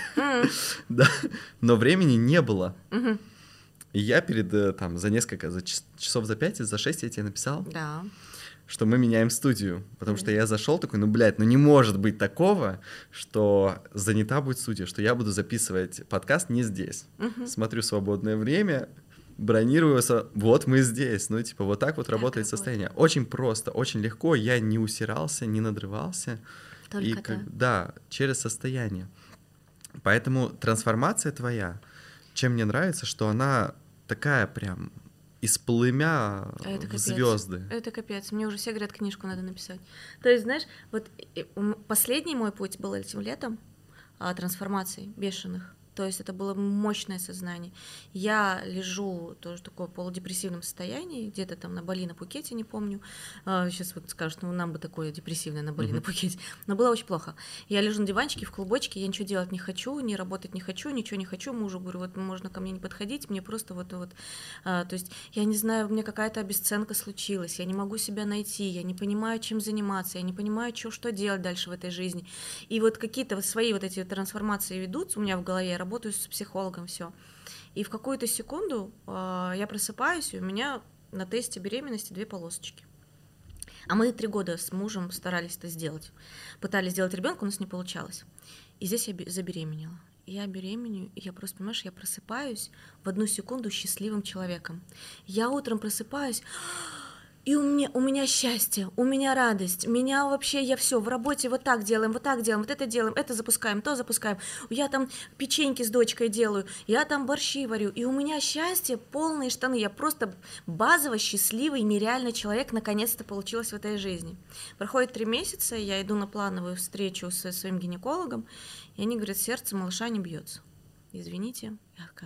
да, но времени не было. И я за часов за 5, за 6 я тебе написал, что мы меняем студию, потому что я зашел такой, не может быть такого, что занята будет студия, что я буду записывать подкаст не здесь. Смотрю свободное время, бронируется, вот мы здесь. Вот так вот работает состояние. Очень просто, очень легко, я не усирался, не надрывался. Только через состояние. Поэтому трансформация твоя, чем мне нравится, что она такая прям из плымя в звезды. Это капец. Мне уже все говорят, книжку надо написать. То есть, знаешь, вот последний мой путь был этим летом трансформаций бешеных. То есть это было мощное сознание. Я лежу тоже в таком полудепрессивном состоянии, где-то там на Бали, на Пхукете, не помню. Сейчас вот скажут, ну нам бы такое депрессивное на Бали, на Пхукете. Но было очень плохо. Я лежу на диванчике, в клубочке, я ничего делать не хочу, не работать не хочу, ничего не хочу. Мужу говорю, вот можно ко мне не подходить, мне просто вот. То есть я не знаю, у меня какая-то обесценка случилась, я не могу себя найти, я не понимаю, чем заниматься, я не понимаю, что делать дальше в этой жизни. И вот какие-то свои вот эти трансформации ведутся у меня в голове, я работаю с психологом, все. И в какую-то секунду я просыпаюсь, и у меня на тесте беременности 2 полосочки. А мы 3 года с мужем старались это сделать. Пытались сделать ребенка, у нас не получалось. И здесь я забеременела. Я беременею, и я просто, понимаешь, я просыпаюсь в одну секунду счастливым человеком. Я утром просыпаюсь, и у меня счастье, у меня радость, меня вообще, я все в работе вот так делаем, вот это делаем, это запускаем, то запускаем. Я там печеньки с дочкой делаю, я там борщи варю, и у меня счастье, полные штаны. Я просто базово счастливый, нереальный человек, наконец-то получилось в этой жизни. Проходит 3 месяца, я иду на плановую встречу со своим гинекологом, и они говорят, сердце малыша не бьется. Извините, я такая,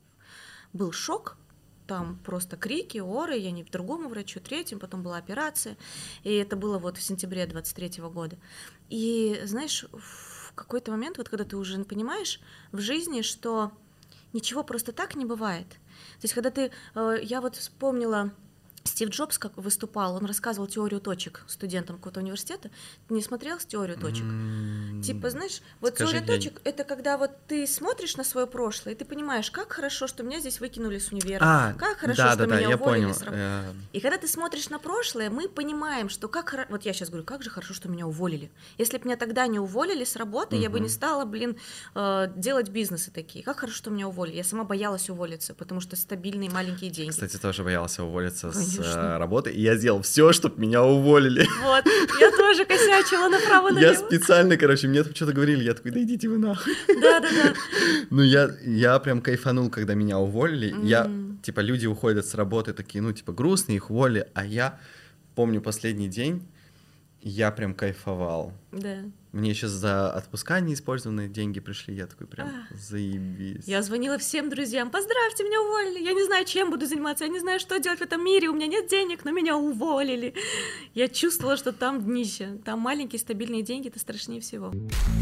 был шок. Там просто крики, оры, я не к другому врачу, 3-м, потом была операция, и это было вот в сентябре 23-го года. И знаешь, в какой-то момент, вот когда ты уже понимаешь в жизни, что ничего просто так не бывает. То есть когда я вот вспомнила, Стив Джобс как выступал, он рассказывал теорию точек студентам какого-то университета. Ты не смотрел теорию точек? Типа, знаешь, вот теория точек — это когда вот ты смотришь на свое прошлое, и ты понимаешь, как хорошо, что меня здесь выкинули с универа, как хорошо, что меня уволили с работы. И когда ты смотришь на прошлое, мы понимаем, что вот я сейчас говорю, как же хорошо, что меня уволили. Если бы меня тогда не уволили с работы, я бы не стала, делать бизнесы такие. Как хорошо, что меня уволили. Я сама боялась уволиться, потому что стабильные маленькие деньги. Кстати, тоже боялась уволиться с работы, и я сделал все, чтобы меня уволили. Вот, я тоже косячила направо-налево. Я специально, мне там что-то говорили, я такой, да идите вы нахуй. Да. Ну, я прям кайфанул, когда меня уволили. Люди уходят с работы такие, грустные, их уволили, а я помню последний день, я прям кайфовал. Да. Мне еще за отпуска неиспользованные деньги пришли, я такой прям заебись. Я звонила всем друзьям, поздравьте, меня уволили, я не знаю, чем буду заниматься, я не знаю, что делать в этом мире, у меня нет денег, но меня уволили. Я чувствовала, что там днище, там маленькие стабильные деньги, это страшнее всего.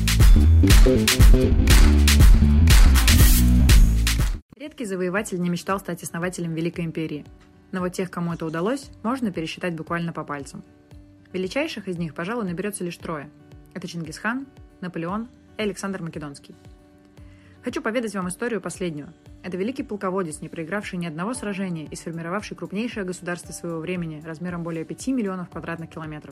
Редкий завоеватель не мечтал стать основателем Великой империи, но вот тех, кому это удалось, можно пересчитать буквально по пальцам. Величайших из них, пожалуй, наберется лишь 3. Это Чингисхан, Наполеон и Александр Македонский. Хочу поведать вам историю последнего. Это великий полководец, не проигравший ни одного сражения и сформировавший крупнейшее государство своего времени размером более 5 миллионов квадратных километров.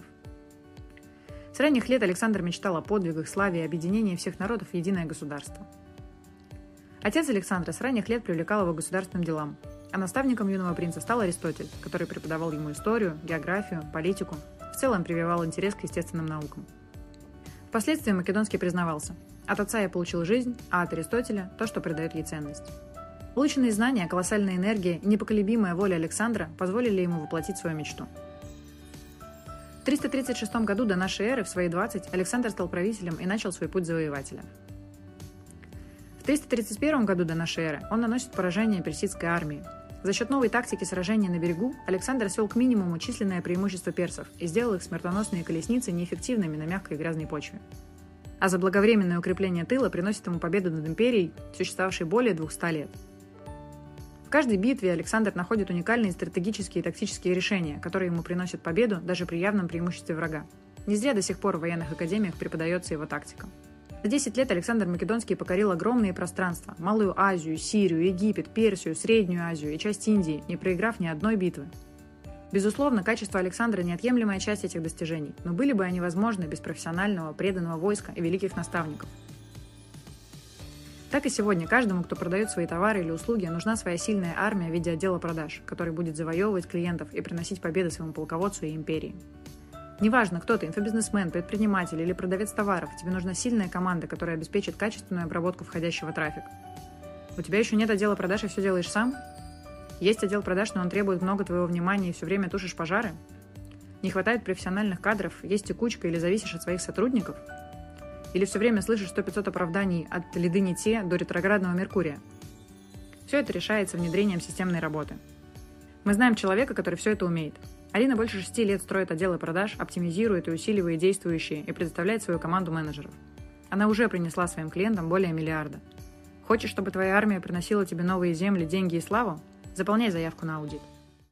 С ранних лет Александр мечтал о подвигах, славе и объединении всех народов в единое государство. Отец Александра с ранних лет привлекал его к государственным делам, а наставником юного принца стал Аристотель, который преподавал ему историю, географию, политику, в целом прививал интерес к естественным наукам. Впоследствии Македонский признавался: от отца я получил жизнь, а от Аристотеля – то, что придает ей ценность. Полученные знания, колоссальная энергия и непоколебимая воля Александра позволили ему воплотить свою мечту. В 336 году до нашей эры, в свои 20, Александр стал правителем и начал свой путь завоевателя. В 331 году до нашей эры он наносит поражение персидской армии. За счет новой тактики сражения на берегу Александр свел к минимуму численное преимущество персов и сделал их смертоносные колесницы неэффективными на мягкой и грязной почве. А заблаговременное укрепление тыла приносит ему победу над империей, существовавшей более 200 лет. В каждой битве Александр находит уникальные стратегические и тактические решения, которые ему приносят победу даже при явном преимуществе врага. Не зря до сих пор в военных академиях преподается его тактика. За 10 лет Александр Македонский покорил огромные пространства – Малую Азию, Сирию, Египет, Персию, Среднюю Азию и часть Индии, не проиграв ни одной битвы. Безусловно, качество Александра – неотъемлемая часть этих достижений, но были бы они возможны без профессионального, преданного войска и великих наставников. Так и сегодня каждому, кто продает свои товары или услуги, нужна своя сильная армия в виде отдела продаж, который будет завоевывать клиентов и приносить победы своему полководцу и империи. Неважно, кто ты – инфобизнесмен, предприниматель или продавец товаров, тебе нужна сильная команда, которая обеспечит качественную обработку входящего трафика. У тебя еще нет отдела продаж и все делаешь сам? Есть отдел продаж, но он требует много твоего внимания и все время тушишь пожары? Не хватает профессиональных кадров, есть текучка или зависишь от своих сотрудников? Или все время слышишь 100-500 оправданий от лиды не те до ретроградного Меркурия? Все это решается внедрением системной работы. Мы знаем человека, который все это умеет. Алина больше 6 лет строит отделы продаж, оптимизирует и усиливает действующие и предоставляет свою команду менеджеров. Она уже принесла своим клиентам более миллиарда. Хочешь, чтобы твоя армия приносила тебе новые земли, деньги и славу? Заполняй заявку на аудит.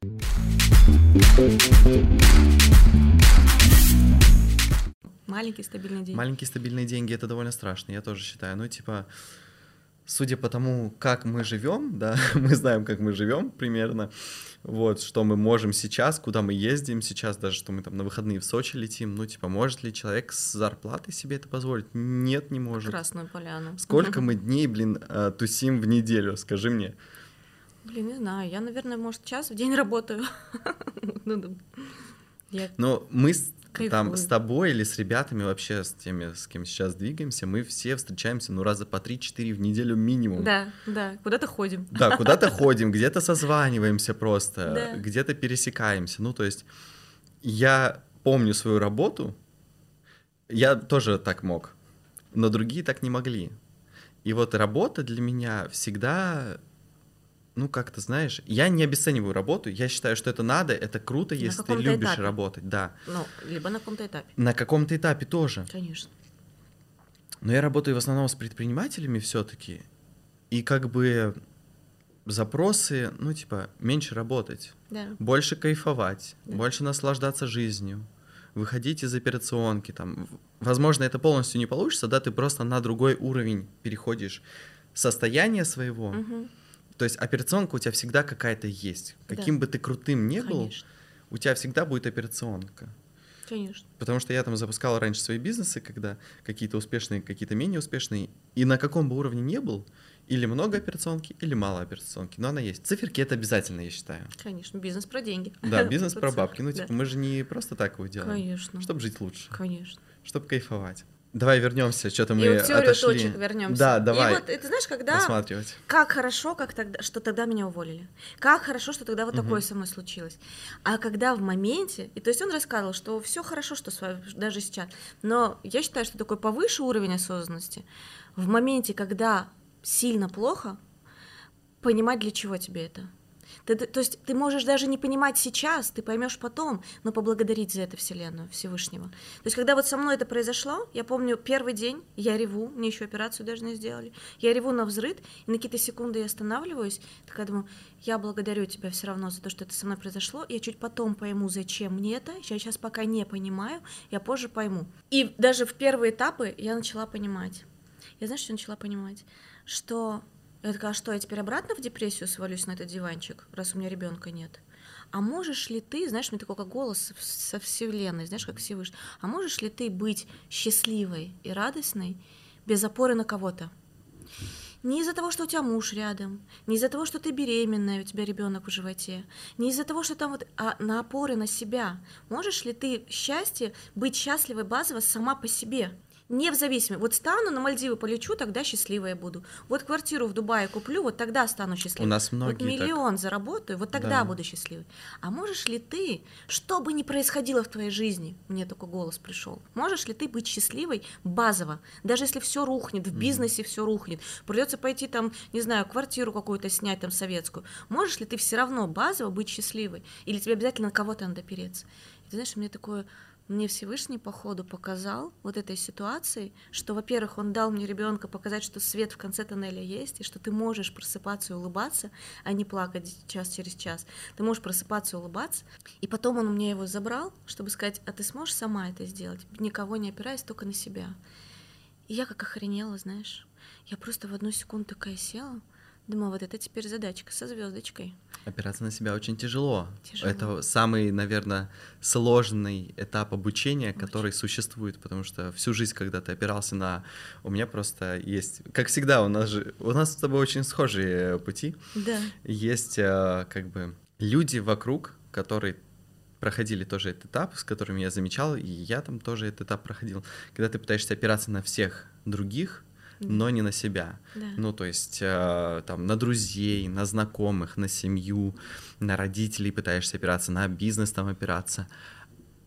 Маленькие стабильные деньги. Маленькие стабильные деньги — это довольно страшно, я тоже считаю. Ну, типа, судя по тому, как мы живем, да, мы знаем, как мы живем примерно, вот, что мы можем сейчас, куда мы ездим сейчас, даже что мы там на выходные в Сочи летим, ну, типа, может ли человек с зарплатой себе это позволить? Нет, не может. Красную поляну. Сколько мы дней, тусим в неделю, скажи мне? Блин, не знаю, я, наверное, может, час в день работаю. Но мы там кайфую. с тобой или с ребятами вообще, с теми, с кем сейчас двигаемся, мы все встречаемся, раза по 3-4 в неделю минимум. Да, куда-то ходим. Да, куда-то ходим, где-то созваниваемся просто, Да. где-то пересекаемся. Ну, то есть я помню свою работу, я тоже так мог, но другие так не могли. И вот работа для меня всегда... Ну, как-то, знаешь, я не обесцениваю работу, я считаю, что это надо, это круто, если ты каком-то любишь этапе. работать, да. Ну, либо на каком-то этапе. На каком-то этапе тоже. Конечно. Но я работаю в основном с предпринимателями все-таки, и как бы запросы, ну, типа, меньше работать, Да. больше кайфовать, Да. больше наслаждаться жизнью, выходить из операционки, там, возможно, это полностью не получится, да, ты просто на другой уровень переходишь состояния своего. Мгм. То есть операционка у тебя всегда какая-то есть. Да. Каким бы ты крутым ни был, Конечно. у тебя всегда будет операционка. Конечно. Потому что я там запускал раньше свои бизнесы, когда какие-то успешные, какие-то менее успешные. И на каком бы уровне ни был, или много операционки, или мало операционки. Но она есть. Циферки — это обязательно, я считаю. Конечно. Бизнес про деньги. Да, бизнес про бабки. Ну, Да. типа, мы же не просто так его делаем. Конечно. Чтобы жить лучше, Конечно. чтобы кайфовать. Давай вернемся, что-то мы И вот в теорию отошли. точек вернемся. Да, давай. И вот, ты знаешь, когда... Рассматривать. Как хорошо, что тогда меня уволили. Как хорошо, что тогда вот такое со мной случилось. А когда в моменте, и то есть он рассказывал, что все хорошо, что с вами даже сейчас, но я считаю, что такой повыше уровень осознанности, в моменте, когда сильно плохо, понимать, для чего тебе это. То есть ты можешь даже не понимать сейчас, ты поймешь потом, но поблагодарить за это Вселенную, Всевышнего. То есть когда вот со мной это произошло, я помню первый день, я реву, мне еще операцию даже не сделали, я реву навзрыд, и на какие-то секунды я останавливаюсь, такая думаю, я благодарю тебя все равно за то, что это со мной произошло, я чуть потом пойму, зачем мне это, я сейчас пока не понимаю, я позже пойму. И даже в первые этапы я начала понимать. Я знаешь, что начала понимать? Что... Я такая, а что, я теперь обратно в депрессию свалюсь на этот диванчик, раз у меня ребенка нет? А можешь ли ты, знаешь, мне такой как голос со вселенной, знаешь, как Всевышний, а можешь ли ты быть счастливой и радостной без опоры на кого-то? Не из-за того, что у тебя муж рядом, не из-за того, что ты беременная, у тебя ребенок в животе, не из-за того, что там вот, а на опоре на себя. Можешь ли ты счастье быть счастливой базово сама по себе? Не в зависимости. Вот стану на Мальдивы полечу, тогда счастливая буду. Вот квартиру в Дубае куплю, вот тогда стану счастливой. У нас многие вот миллион заработаю, вот тогда Да. буду счастливой. А можешь ли ты, что бы ни происходило в твоей жизни, мне такой голос пришел, можешь ли ты быть счастливой базово, даже если все рухнет, в бизнесе все рухнет, придется пойти там, не знаю, квартиру какую-то снять там советскую, можешь ли ты все равно базово быть счастливой? Или тебе обязательно на кого-то надо опереться? И ты знаешь, мне Всевышний по ходу показал вот этой ситуации, что, во-первых, он дал мне ребенка показать, что свет в конце тоннеля есть, и что ты можешь просыпаться и улыбаться, а не плакать час через час. Ты можешь просыпаться и улыбаться. И потом он у меня его забрал, чтобы сказать, а ты сможешь сама это сделать, никого не опираясь, только на себя. И я как охренела, знаешь. Я просто в одну секунду такая села, думаю, вот это теперь задачка со звездочкой. Опираться на себя очень тяжело. Тяжело. Это самый, наверное, сложный этап обучения, который существует, потому что всю жизнь, когда ты опирался на... У меня просто есть... Как всегда, у нас с тобой очень схожие пути. Да. Есть как бы люди вокруг, которые проходили тоже этот этап, с которыми я замечал, и я там тоже этот этап проходил. Когда ты пытаешься опираться на всех других, но не на себя. Да. Ну, то есть там на друзей, на знакомых, на семью, на родителей пытаешься опираться, на бизнес там опираться.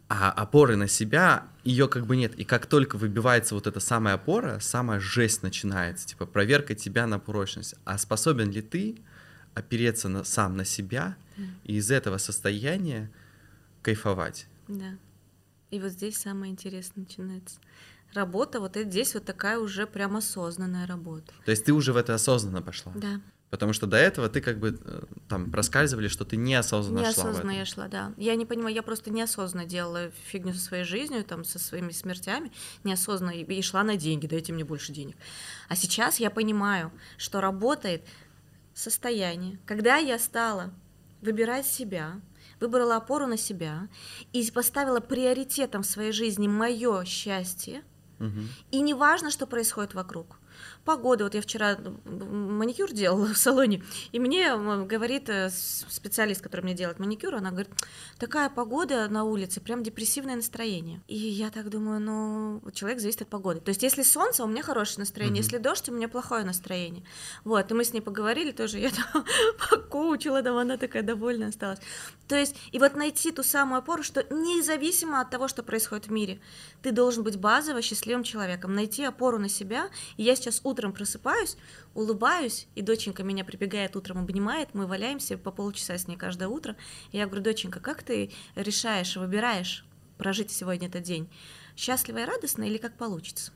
А опоры на себя, ее как бы нет. И как только выбивается вот эта самая опора, самая жесть начинается, типа проверка тебя на прочность. А способен ли ты опереться сам на себя и из этого состояния кайфовать? Да. И вот здесь самое интересное начинается. Работа, вот здесь вот такая уже прям осознанная работа. То есть ты уже в это осознанно пошла? Да. Потому что до этого ты как бы там проскальзывали, что ты неосознанно шла в это. Неосознанно я шла, да. Я не понимаю, я просто неосознанно делала фигню со своей жизнью, там, со своими смертями, неосознанно и шла на деньги, дайте мне больше денег. А сейчас я понимаю, что работает состояние, когда я стала выбирать себя, выбрала опору на себя и поставила приоритетом в своей жизни мое счастье, и не важно, что происходит вокруг. Погода, вот я вчера маникюр делала в салоне, и мне говорит специалист, который мне делает маникюр, она говорит, такая погода на улице, прям депрессивное настроение. И я так думаю, ну, человек зависит от погоды. То есть если солнце, у меня хорошее настроение, если дождь, у меня плохое настроение. Вот, и мы с ней поговорили тоже, я там покоучила, там она такая довольная осталась. То есть, и вот найти ту самую опору, что независимо от того, что происходит в мире, ты должен быть базово счастливым человеком, найти опору на себя. И я сейчас утром просыпаюсь, улыбаюсь, и доченька меня прибегает утром, обнимает, мы валяемся по полчаса с ней каждое утро. И я говорю, доченька, как ты решаешь, выбираешь прожить сегодня этот день? Счастливо и радостно или как получится?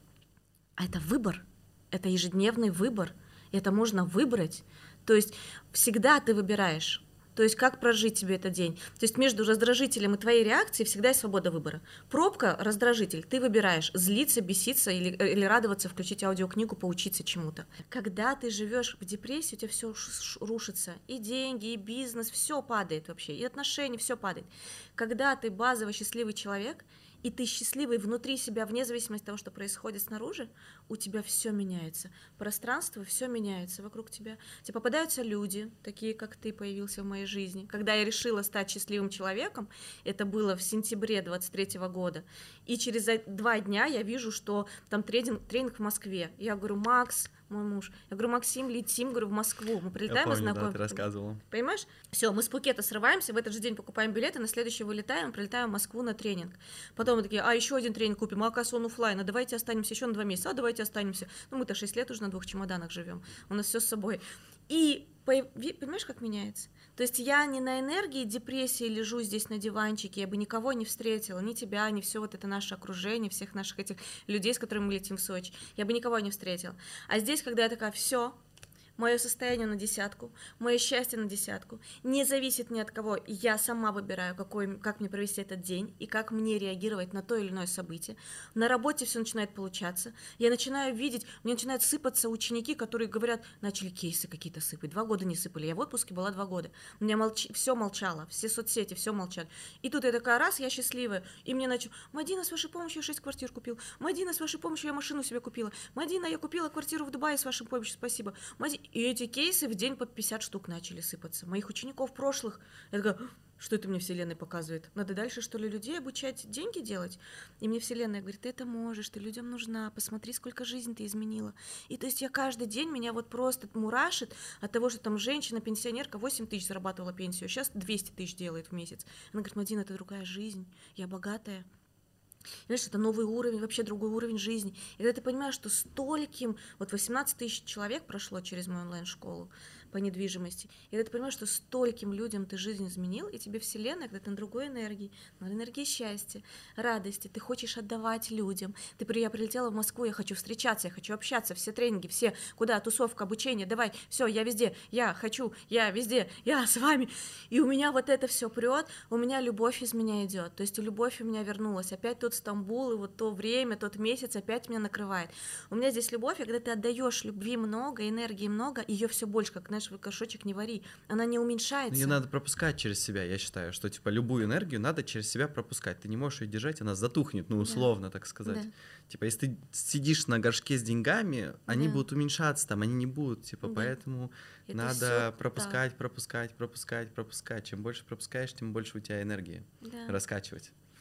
А это выбор, это ежедневный выбор, и это можно выбрать. То есть всегда ты выбираешь. То есть как прожить тебе этот день. То есть между раздражителем и твоей реакцией всегда есть свобода выбора. Пробка, раздражитель, ты выбираешь злиться, беситься или радоваться, включить аудиокнигу, поучиться чему-то. Когда ты живешь в депрессии, у тебя все рушится. И деньги, и бизнес, все падает вообще. И отношения, все падает. Когда ты базово счастливый человек, и ты счастливый внутри себя, вне зависимости от того, что происходит снаружи, у тебя все меняется. Пространство, все меняется вокруг тебя. Тебе попадаются люди, такие, как ты, появился в моей жизни. Когда я решила стать счастливым человеком, это было в сентябре 23 года, и через 2 дня я вижу, что там тренинг в Москве. Я говорю, Макс, мой муж, я говорю, Максим, летим, говорю, в Москву. Мы прилетаем, я помню, да, ты рассказывала. Понимаешь? Все, мы с Пхукета срываемся, в этот же день покупаем билеты, на следующий вылетаем, прилетаем в Москву на тренинг. Потом мы такие, еще один тренинг купим, оказывается, он оффлайн, а давайте останемся еще на 2 месяца, давайте останемся. Ну, мы-то 6 лет уже на 2 чемоданах живем, у нас все с собой. И понимаешь, как меняется? То есть я не на энергии депрессии лежу здесь на диванчике, я бы никого не встретила, ни тебя, ни все вот это наше окружение, всех наших этих людей, с которыми мы летим в Сочи, я бы никого не встретила. А здесь, когда я такая, все, мое состояние на 10, мое счастье на 10, не зависит ни от кого, я сама выбираю, как мне провести этот день и как мне реагировать на то или иное событие. На работе все начинает получаться, я начинаю видеть, мне начинают сыпаться ученики, которые говорят, начали кейсы какие-то сыпать, 2 года не сыпали, я в отпуске была 2 года, у меня все молчало, все соцсети, все молчат. И тут я такая, раз, я счастливая, и мне начал, Мадина, с вашей помощью я 6 квартир купил, Мадина, с вашей помощью я машину себе купила, Мадина, я купила квартиру в Дубае с вашей помощью, спасибо, и эти кейсы в день по 50 штук начали сыпаться. Моих учеников прошлых. Я такая, что это мне Вселенная показывает? Надо дальше, что ли, людей обучать, деньги делать? И мне Вселенная говорит, ты это можешь, ты людям нужна, посмотри, сколько жизнь ты изменила. И то есть я каждый день, меня вот просто мурашит от того, что там женщина-пенсионерка 8 тысяч зарабатывала пенсию, а сейчас 200 тысяч делает в месяц. Она говорит, Мадина, это другая жизнь, я богатая. Знаешь, это новый уровень, вообще другой уровень жизни. И когда ты понимаешь, что стольким, вот 18 тысяч человек прошло через мою онлайн-школу по недвижимости, и когда ты понимаешь, что стольким людям ты жизнь изменил, и тебе Вселенная, когда ты на другой энергии, на энергии счастья, радости, ты хочешь отдавать людям. Я прилетела в Москву, я хочу встречаться, я хочу общаться, все тренинги, все, куда, тусовка, обучение, давай, все, я везде, я хочу, я везде, я с вами. И у меня вот это все прет, у меня любовь из меня идет, то есть любовь у меня вернулась, опять тот Стамбул, и вот то время, тот месяц опять меня накрывает. У меня здесь любовь, и когда ты отдаешь любви много, энергии много, ее все больше, как, знаешь, горшочек не вари, она не уменьшается. Ее надо пропускать через себя, я считаю, что типа любую энергию надо через себя пропускать. Ты не можешь ее держать, она затухнет, ну условно, так сказать. Да. Типа если ты сидишь на горшке с деньгами, они будут уменьшаться там, они не будут, типа, поэтому это надо пропускать, пропускать. Чем больше пропускаешь, тем больше у тебя энергии раскачивать.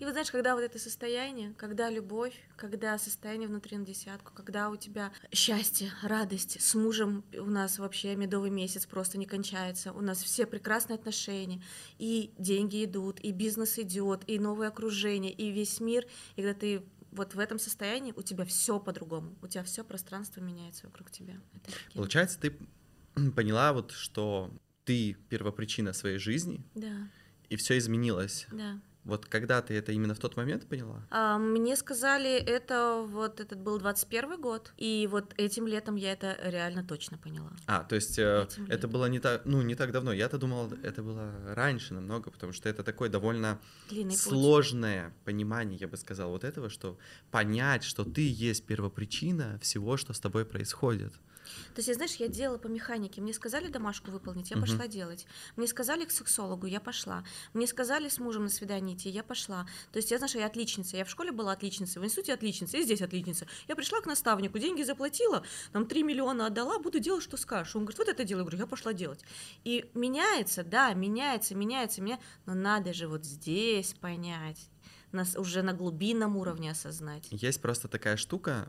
И вот знаешь, когда вот это состояние, когда любовь, когда состояние внутри на десятку, когда у тебя счастье, радость, с мужем у нас вообще медовый месяц просто не кончается, у нас все прекрасные отношения, и деньги идут, и бизнес идет, и новое окружение, и весь мир, и когда ты вот в этом состоянии, у тебя все по-другому, у тебя все пространство меняется вокруг тебя. Это офигенно. Получается, ты поняла вот, что ты первопричина своей жизни, Да, и все изменилось. да. Вот когда ты это именно в тот момент поняла? Мне сказали, этот был 21 год, и вот этим летом я это реально точно поняла. То есть Этим это летом. было не так давно. Я-то думал, это было раньше намного, потому что это такое довольно Длинный путь. сложное понимание, я бы сказал, вот этого, что понять, что ты есть первопричина всего, что с тобой происходит. То есть, знаешь, я делала по механике. Мне сказали домашку выполнить, я пошла делать. Мне сказали к сексологу, я пошла. Мне сказали с мужем на свидание идти, я пошла. То есть я, знаешь, я отличница. Я в школе была отличницей, в институте отличница, и здесь отличница. Я пришла к наставнику, деньги заплатила, там 3 миллиона отдала, буду делать, что скажешь. Он говорит, вот это делаю. Я говорю, я пошла делать. И меняется, да, меняется. Но надо же вот здесь понять, нас уже на глубинном уровне осознать. Есть просто такая штука,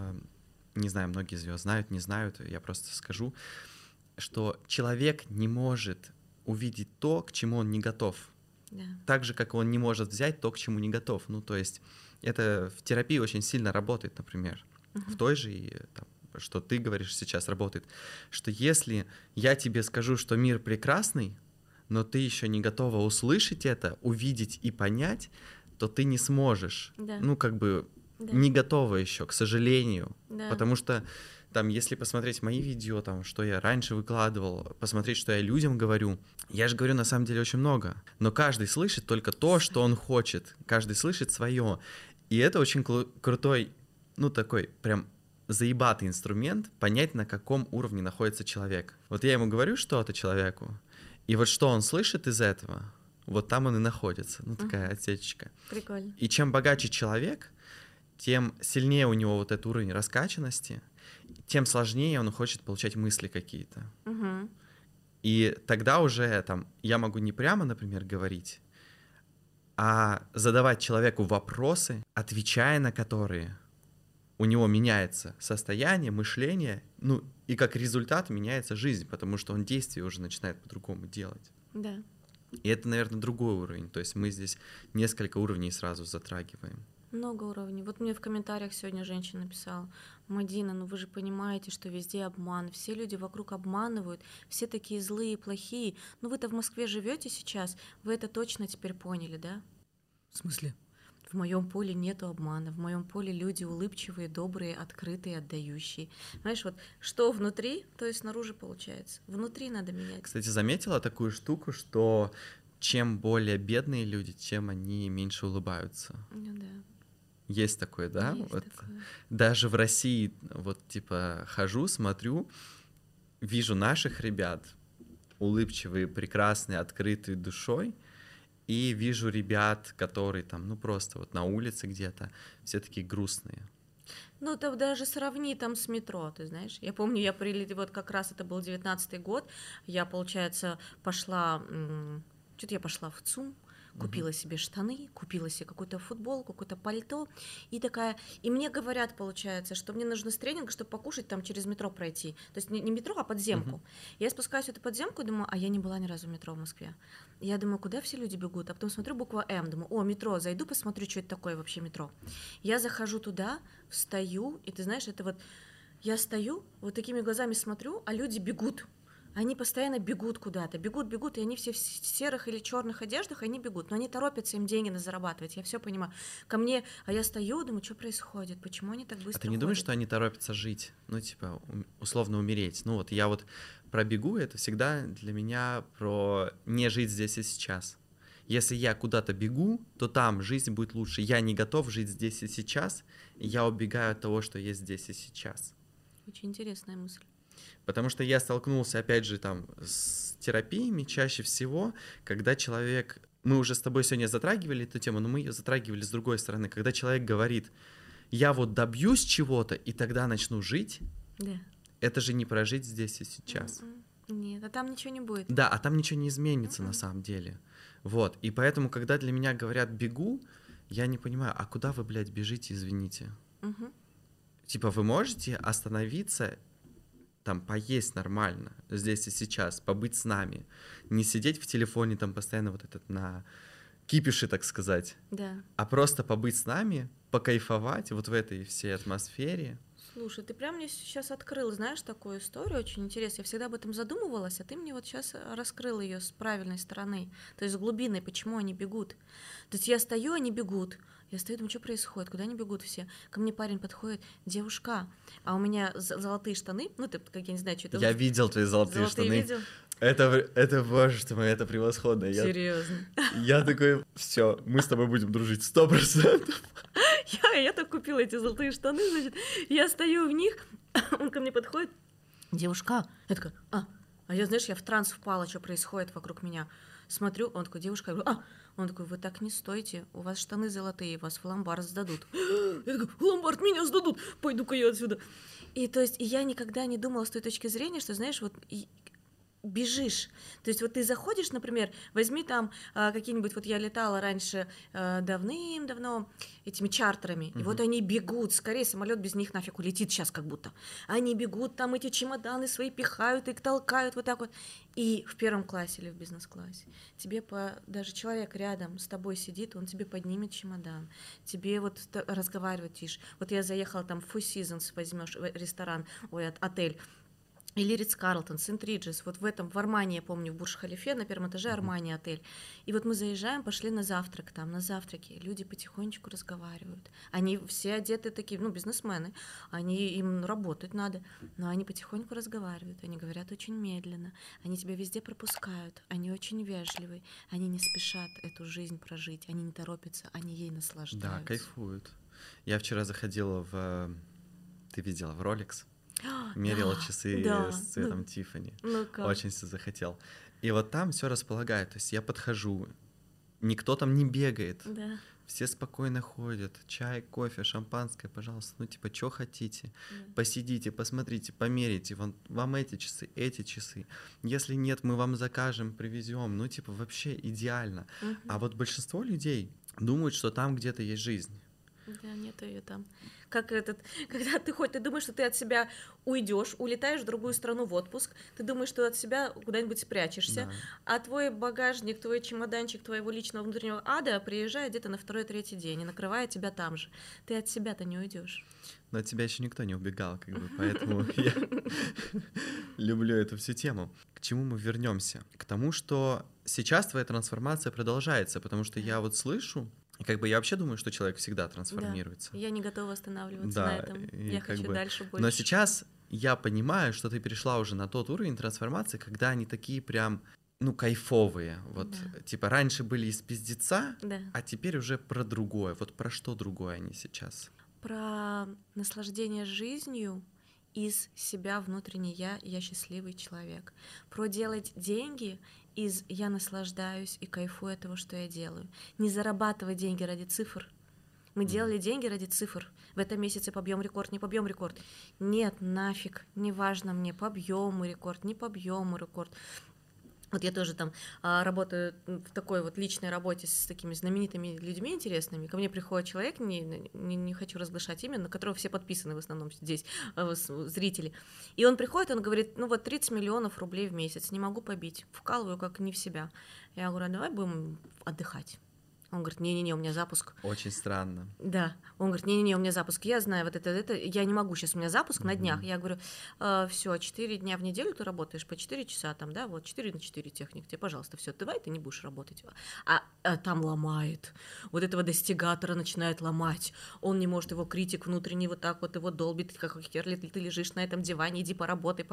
не знаю, многие из вас знают, не знают, я просто скажу, что человек не может увидеть то, к чему он не готов. Да. Так же, как он не может взять то, к чему не готов. Ну, то есть это в терапии очень сильно работает, например. В той же, там, что ты говоришь сейчас, работает. Что если я тебе скажу, что мир прекрасный, но ты еще не готова услышать это, увидеть и понять, то ты не сможешь. Да. Ну, как бы Да. не готова еще, к сожалению. Да. Потому что там, если посмотреть мои видео, там, что я раньше выкладывал, посмотреть, что я людям говорю, я же говорю на самом деле очень много, но каждый слышит только то, что он хочет, каждый слышит свое, и это очень крутой, ну такой прям заебатый инструмент понять, на каком уровне находится человек. Вот я ему говорю что-то человеку, и вот что он слышит из этого, вот там он и находится, ну такая отсечечка. Прикольно. И чем богаче человек, тем сильнее у него вот этот уровень раскачанности, тем сложнее он хочет получать мысли какие-то. Угу. И тогда уже там я могу не прямо, например, говорить, а задавать человеку вопросы, отвечая на которые у него меняется состояние, мышление, ну и как результат меняется жизнь, потому что он действия уже начинает по-другому делать. Да. И это, наверное, другой уровень. То есть мы здесь несколько уровней сразу затрагиваем. Много уровней. Вот мне в комментариях сегодня женщина написала: Мадина, ну вы же понимаете, что везде обман, все люди вокруг обманывают, все такие злые, плохие. Ну вы-то в Москве живете сейчас, вы это точно теперь поняли, да? В смысле? В моем поле нету обмана, в моем поле люди улыбчивые, добрые, открытые, отдающие. Знаешь, вот что внутри, то и снаружи получается. Внутри надо менять. Кстати, заметила такую штуку, что чем более бедные люди, тем они меньше улыбаются. Ну да. Есть такое, да? Есть Вот такое. даже в России, вот типа хожу, смотрю, вижу наших ребят, улыбчивые, прекрасные, открытые душой, и вижу ребят, которые там, ну просто вот на улице где-то, все такие грустные. Ну, ты даже сравни там с метро, ты знаешь. Я помню, я прилетела, вот как раз это был 19-й год, я, получается, пошла, что-то я пошла в ЦУМ, купила себе штаны, купила себе какую-то футболку, какое-то пальто, и такая, и мне говорят, получается, что мне нужно с тренинга, чтобы покушать там через метро пройти, то есть не метро, а подземку. Я спускаюсь в эту подземку и думаю, а я не была ни разу в метро в Москве. Я думаю, куда все люди бегут, а потом смотрю буква М, думаю, о, метро, зайду, посмотрю, что это такое вообще метро. Я захожу туда, встаю, и ты знаешь, это вот, я стою, вот такими глазами смотрю, а люди бегут. Они постоянно бегут куда-то, бегут, и они все в серых или черных одеждах, они бегут, но они торопятся, им деньги надо зарабатывать, я все понимаю. Ко мне, а я стою, думаю, что происходит, почему они так быстро А ты не ходят? думаешь, что они торопятся жить, ну типа условно умереть? Ну вот я вот про бегу, это всегда для меня про не жить здесь и сейчас. Если я куда-то бегу, то там жизнь будет лучше. Я не готов жить здесь и сейчас, и я убегаю от того, что есть здесь и сейчас. Очень интересная мысль. Потому что я столкнулся, опять же, там, с терапиями чаще всего, когда человек... Мы уже с тобой сегодня затрагивали эту тему, но мы ее затрагивали с другой стороны. Когда человек говорит, я вот добьюсь чего-то, и тогда начну жить, Да. это же не прожить здесь и сейчас. Нет, а там ничего не будет. Да, а там ничего не изменится на самом деле. Вот, и поэтому, когда для меня говорят «бегу», Я не понимаю, а куда вы, блядь, бежите, извините? Мгм. Типа вы можете остановиться, там, поесть нормально, здесь и сейчас, побыть с нами, не сидеть в телефоне, там, постоянно вот этот на кипише, так сказать, Да. а просто побыть с нами, покайфовать вот в этой всей атмосфере. Слушай, ты прям мне сейчас открыл, знаешь, такую историю очень интересную. Я всегда об этом задумывалась, а ты мне вот сейчас раскрыл ее с правильной стороны, то есть с глубиной, почему они бегут. То есть я стою, они бегут. Я стою, думаю, что происходит, куда они бегут все? Ко мне парень подходит, девушка, а у меня золотые штаны, ну ты, как я не знаю, что это. Я видел твои золотые штаны. Видел? Это, боже ты мой, это превосходно. Серьезно. Я такой, все, мы с тобой будем дружить 100%. Я так купила эти золотые штаны, значит, я стою в них, он ко мне подходит, девушка, я такая, а я, знаешь, я в транс впала, что происходит вокруг меня. Смотрю, он такой, девушка, я говорю, он такой, вы так не стойте, у вас штаны золотые, вас в ломбард сдадут. Я такой, в ломбард меня сдадут, пойду-ка я отсюда. И то есть, и я никогда не думала с той точки зрения, что, знаешь, вот бежишь. То есть вот ты заходишь, например, возьми там какие-нибудь, вот я летала раньше давным-давно этими чартерами, и вот они бегут, скорее самолет без них нафиг улетит сейчас как будто. Они бегут, там эти чемоданы свои пихают, их толкают вот так вот. И в первом классе или в бизнес-классе тебе даже человек рядом с тобой сидит, он тебе поднимет чемодан, тебе вот разговаривать тише. Вот я заехала там в Four Seasons, возьмешь ресторан, отель, или Ридс-Карлтон, Сент-Риджес, вот в этом, в Армании, я помню, в Бурдж-Халифе, на первом этаже Армани отель. И вот мы заезжаем, пошли на завтрак там, на завтраке, люди потихонечку разговаривают. Они все одеты такие, бизнесмены, им работать надо, но они потихоньку разговаривают, они говорят очень медленно, они тебя везде пропускают, они очень вежливые, они не спешат эту жизнь прожить, они не торопятся, они ей наслаждаются. Да, кайфуют. Я вчера заходила ты видела, в Rolex. Мерила часы с цветом Тиффани. Очень все захотел. И вот там все располагает. То есть я подхожу, никто там не бегает. Да. Все спокойно ходят. Чай, кофе, шампанское, пожалуйста. Что хотите. Посидите, посмотрите, померите. Вам эти часы. Если нет, мы вам закажем, привезем. Вообще идеально. А вот большинство людей думают, что там где-то есть жизнь. Да, нету ее там. Когда ты думаешь, что ты от себя уйдешь, улетаешь в другую страну в отпуск, ты думаешь, что от себя куда-нибудь спрячешься, да. А твой багажник, твой чемоданчик твоего личного внутреннего ада приезжает где-то на 2-3 день и накрывает тебя там же. Ты от себя-то не уйдешь. Но от тебя еще никто не убегал, поэтому я люблю эту всю тему. К чему мы вернемся? К тому, что сейчас твоя трансформация продолжается, потому что я вот слышу, и я вообще думаю, что человек всегда трансформируется. Да, я не готова останавливаться на этом. Я хочу дальше больше. Но сейчас я понимаю, что ты перешла уже на тот уровень трансформации, когда они такие прям, кайфовые. Вот, да. Раньше были из пиздеца, да. А теперь уже про другое. Вот про что другое они сейчас? Про наслаждение жизнью, из себя внутренне я счастливый человек. Про делать деньги из я наслаждаюсь и кайфую от того, что я делаю. Не зарабатывать деньги ради цифр. Мы делали деньги ради цифр. В этом месяце побьем рекорд, не побьем рекорд. Нет, нафиг, не важно мне, побьем мы рекорд, не побьем мы рекорд. Вот я тоже там работаю в такой вот личной работе с такими знаменитыми людьми интересными. Ко мне приходит человек, не хочу разглашать имя, на которого все подписаны в основном здесь, зрители. И он приходит, он говорит, 30 миллионов рублей в месяц, не могу побить, вкалываю как не в себя. Я говорю, давай будем отдыхать. Он говорит, не-не-не, у меня запуск. Очень странно. Да, он говорит, не-не-не, у меня запуск, я знаю, вот это, я не могу сейчас, у меня запуск на днях. Я говорю, все, 4 дня в неделю ты работаешь по 4 часа, там, да, вот 4 на 4 техник, тебе, пожалуйста, все, давай ты не будешь работать. А там ломает, вот этого достигатора начинает ломать, он не может, его критик внутренний вот так вот его долбит, как хер ли ты лежишь на этом диване, иди поработай.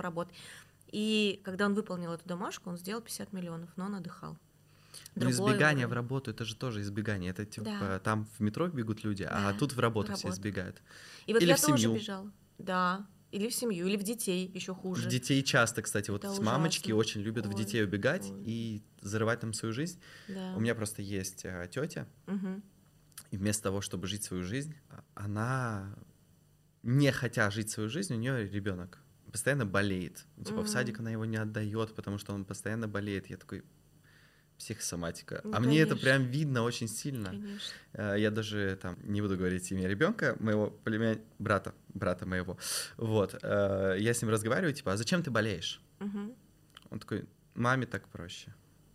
И когда он выполнил эту домашку, он сделал 50 миллионов, но он отдыхал. Избегание в работу, это же тоже избегание. Это там в метро бегут люди, а тут в работу все избегают. И вот или я в семью. Тоже бежала. Да, или в семью, или в детей, еще хуже. В детей часто, кстати, вот с мамочки очень любят в детей убегать и зарывать там свою жизнь. Да. У меня просто есть тетя, и вместо того, чтобы жить свою жизнь, она, не хотя жить свою жизнь, у нее ребенок постоянно болеет. В садик она его не отдает, потому что он постоянно болеет. Я такой... психосоматика. Ну, А мне это конечно. прям видно очень сильно. Конечно. Я даже там не буду говорить имя ребенка, моего брата моего. Вот. Я с ним разговариваю, типа, а зачем ты болеешь? Мгм. Он такой, маме так проще.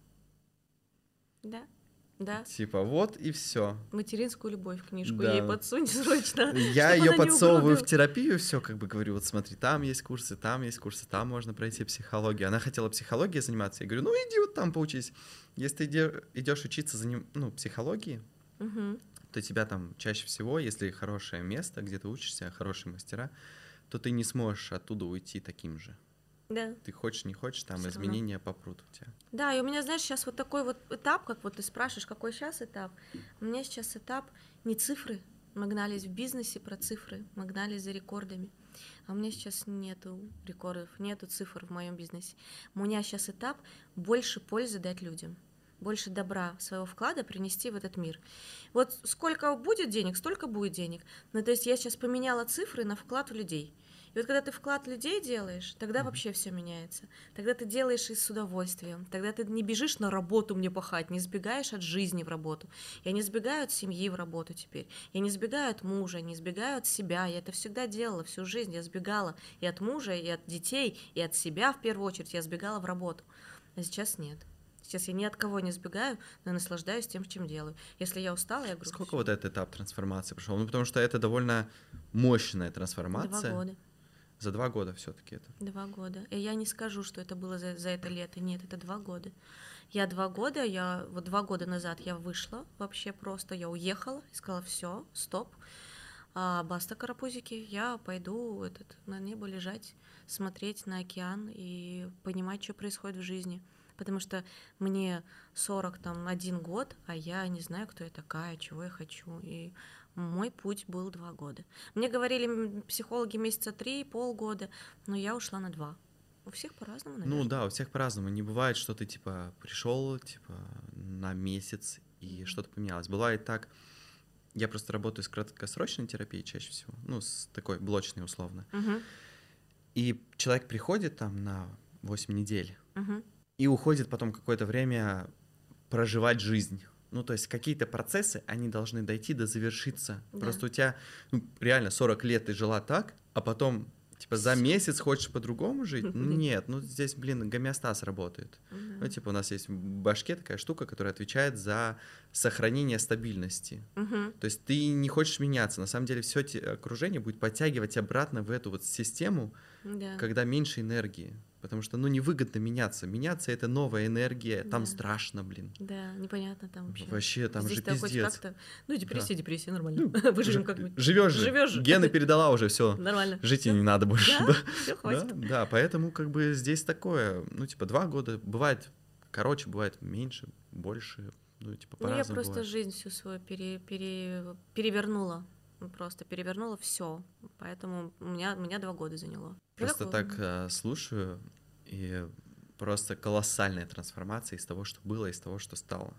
Да, да. Типа, вот и все. Материнскую любовь, книжку Да. ей подсунь срочно. Я чтоб ее она не подсовываю в угробила. терапию, все как бы говорю, вот смотри, там есть курсы, там можно пройти психологию. Она хотела психологией заниматься, я говорю, ну иди вот там поучись. Если ты идешь учиться психологии, Мгм. то тебя там чаще всего, если хорошее место, где ты учишься, хорошие мастера, то ты не сможешь оттуда уйти таким же. Да. Ты хочешь, не хочешь, там Всё равно. изменения попрут у тебя. Да, и у меня, знаешь, сейчас вот такой вот этап, как вот ты спрашиваешь, какой сейчас этап. У меня сейчас этап не цифры. Мы гнались в бизнесе про цифры, мы гнались за рекордами. А у меня сейчас нету рекордов, нету цифр в моем бизнесе. У меня сейчас этап больше пользы дать людям, больше добра, своего вклада принести в этот мир. Вот сколько будет денег, столько будет денег. Ну, то есть я сейчас поменяла цифры на вклад в людей. И вот когда ты вклад в людей делаешь, тогда вообще все меняется. Тогда ты делаешь и с удовольствием. Тогда ты не бежишь на работу мне пахать, не сбегаешь от жизни в работу. Я не сбегаю от семьи в работу теперь. Я не сбегаю от мужа, не сбегаю от себя. Я это всегда делала всю жизнь. Я сбегала и от мужа, и от детей, и от себя в первую очередь. Я сбегала в работу. А сейчас нет. Сейчас я ни от кого не сбегаю, но я наслаждаюсь тем, чем делаю. Если я устала, я говорю... Сколько «Всё». вот этот этап трансформации прошел? Ну, потому что это довольно мощная трансформация. 2 года. За 2 года все-таки это. 2 года. И я не скажу, что это было за это лето. Нет, это 2 года. Я 2 года, вот 2 года назад я вышла вообще просто, я уехала и сказала, все, стоп, баста, карапузики, я пойду на небо лежать, смотреть на океан и понимать, что происходит в жизни. Потому что мне 41 год, а я не знаю, кто я такая, чего я хочу. И мой путь был 2 года. Мне говорили психологи месяца 3, полгода, но я ушла на 2. У всех по-разному, наверное. Ну да, у всех по-разному. Не бывает, что ты типа пришел на месяц и что-то поменялось. Бывает так. Я просто работаю с краткосрочной терапией чаще всего, с такой блочной условно. Мгм. И человек приходит там на 8 недель Мгм. и уходит потом какое-то время проживать жизнь. То есть какие-то процессы, они должны дойти до завершиться. Да. Просто у тебя реально 40 лет ты жила так, а потом типа за месяц хочешь по-другому жить? Нет, здесь, гомеостаз работает. У нас есть в башке такая штука, которая отвечает за сохранение стабильности. Мгм. То есть ты не хочешь меняться. На самом деле все окружение будет подтягивать обратно в эту вот систему, Да. когда меньше энергии. Потому что, невыгодно меняться. Меняться — это новая энергия, там Да. страшно, Да, непонятно там вообще. Вообще, там же Здесь-то хоть пиздец. как-то... депрессия, Да. депрессия, нормально. Выживем как-нибудь. Живешь же. Живёшь же. Гены передала уже, все. Нормально. Жить и не надо больше. Да, все, хватит. Да, поэтому поэтому здесь такое, 2 года. Бывает короче, бывает меньше, больше, Я по-разному просто бывает. жизнь всю свою перевернула. Просто перевернула все. Поэтому меня 2 года заняло. Просто так слушаю, и просто колоссальная трансформация из того, что было, из того, что стало.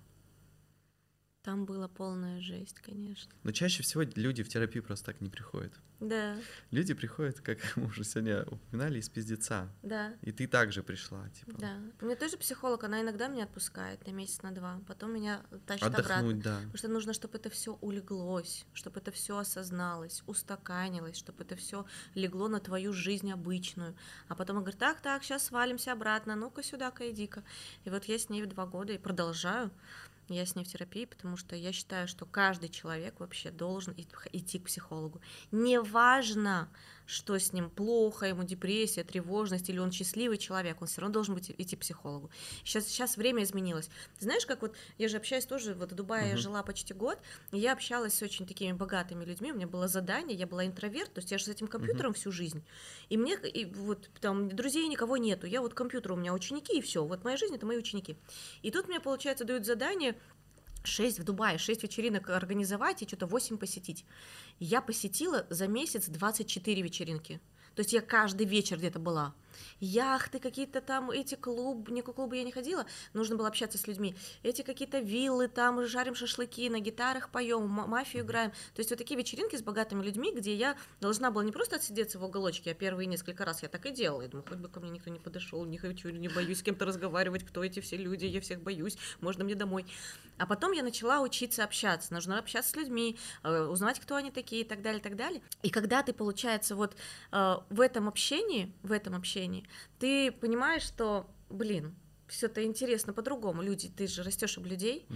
Там была полная жесть, конечно. Но чаще всего люди в терапию просто так не приходят. Да, Люди приходят, как мы уже сегодня упоминали, из пиздеца. да. И ты также пришла, типа. Да. У меня тоже психолог, она иногда меня отпускает на месяц, на 2, потом меня тащит Отдохнуть, обратно. да. Потому что нужно, чтобы это все улеглось, чтобы это все осозналось, устаканилось, чтобы это все легло на твою жизнь обычную. А потом он говорит, так, сейчас свалимся обратно, ну-ка сюда-ка, иди-ка. И вот я с ней 2 года и продолжаю. Я с ней в терапии, потому что я считаю, что каждый человек вообще должен идти к психологу. Неважно, что с ним плохо, ему депрессия, тревожность, или он счастливый человек, он все равно должен идти к психологу. Сейчас время изменилось. Ты знаешь, как я же общаюсь тоже, в Дубае я жила почти год, и я общалась с очень такими богатыми людьми, у меня было задание, я была интроверт, то есть я же с этим компьютером всю жизнь, и мне, там друзей никого нету, я компьютер, у меня ученики, и все, моя жизнь — это мои ученики. И тут мне, получается, дают задание 6 в Дубае, 6 вечеринок организовать и что-то 8 посетить. Я посетила за месяц 24 вечеринки. То есть я каждый вечер где-то была. яхты, какие-то там эти клубы, никакие клубы я не ходила, нужно было общаться с людьми, эти какие-то виллы, там жарим шашлыки, на гитарах поем, мафию играем, то есть вот такие вечеринки с богатыми людьми, где я должна была не просто отсидеться в уголочке, а первые несколько раз я так и делала, я думаю, хоть бы ко мне никто не подошел, не хочу, не боюсь с кем-то разговаривать, кто эти все люди, я всех боюсь, можно мне домой. А потом я начала учиться общаться, нужно общаться с людьми, узнавать, кто они такие и так далее, и так далее. И когда ты, получается, вот в этом общении, ты понимаешь, что, блин, все это интересно по-другому. Люди, ты же растешь об людей,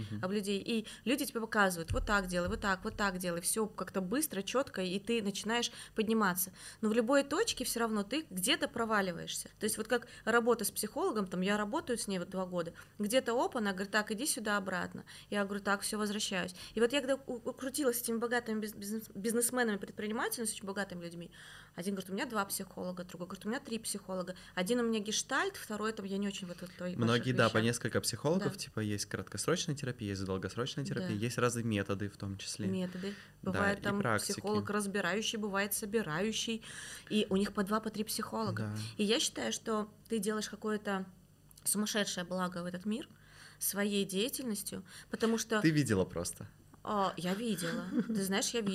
и люди тебе показывают, вот так делай, вот так делай, все как-то быстро, четко, и ты начинаешь подниматься. Но в любой точке все равно ты где-то проваливаешься. То есть вот как работа с психологом, там я работаю с ней вот 2 года, где-то она говорит, так, иди сюда обратно. Я говорю, так, все, возвращаюсь. И вот я когда укрутилась с этими богатыми бизнесменами, предпринимателями, с очень богатыми людьми, один говорит, у меня 2 психолога, другой говорит, у меня 3 психолога, один у меня гештальт, второй там я не очень вот твои. Многие, да, по несколько психологов, типа есть краткосрочная терапия, есть долгосрочная терапия, есть разные методы в том числе. Методы. Бывает там психолог разбирающий, бывает собирающий, и у них по 2, по 3 психолога. Да. И я считаю, что ты делаешь какое-то сумасшедшее благо в этот мир своей деятельностью, потому что... Ты видела просто. Я видела, ты знаешь, я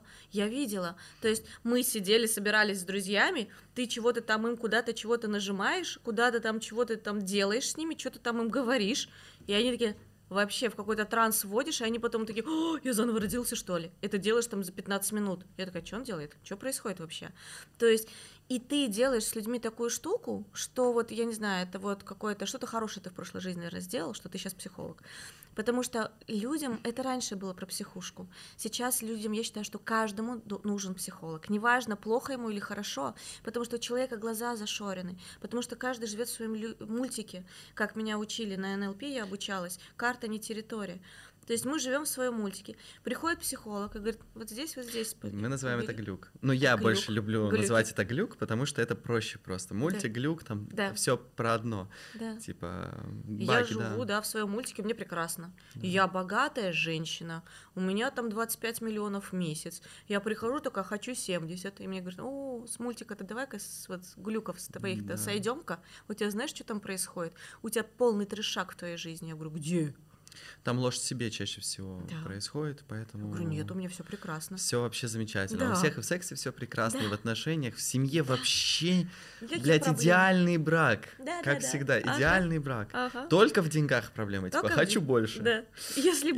видела, то есть мы сидели, собирались с друзьями, ты чего-то там им куда-то чего-то нажимаешь, куда-то там чего-то там делаешь с ними, что-то там им говоришь, и они такие... Вообще в какой-то транс вводишь, и они потом такие, я заново родился, что ли? Это делаешь там за 15 минут. Я такая, что он делает? Что происходит вообще? То есть, и ты делаешь с людьми такую штуку, что вот, я не знаю, это вот какое-то, что-то хорошее ты в прошлой жизни, наверное, сделал, что ты сейчас психолог. Потому что людям, это раньше было про психушку, сейчас людям, я считаю, что каждому нужен психолог. Неважно, плохо ему или хорошо, потому что у человека глаза зашорены, потому что каждый живет в своем мультике, как меня учили на НЛП, я обучалась, карта не территория. То есть мы живем в своем мультике. Приходит психолог и говорит, вот здесь. Мы называем это глюк. Но я глюк. Больше люблю называть это глюк, потому что это проще просто. Мультик, глюк, там все про одно. Да. Типа баги, я живу, в своем мультике, мне прекрасно. Да. Я богатая женщина, у меня там 25 миллионов в месяц. Я прихожу, только хочу 70. И мне говорят, с мультика-то давай-ка с глюков с твоих-то сойдем-ка. У тебя знаешь, что там происходит? У тебя полный трешак в твоей жизни. Я говорю, где? Там ложь в себе чаще всего происходит, поэтому... Я говорю, нет, у меня все прекрасно. Все вообще замечательно. Да. У всех и в сексе все прекрасно, и в отношениях, в семье вообще, блядь, идеальный брак. Как всегда, идеальный брак. Только в деньгах проблема, типа, хочу больше. Да. Если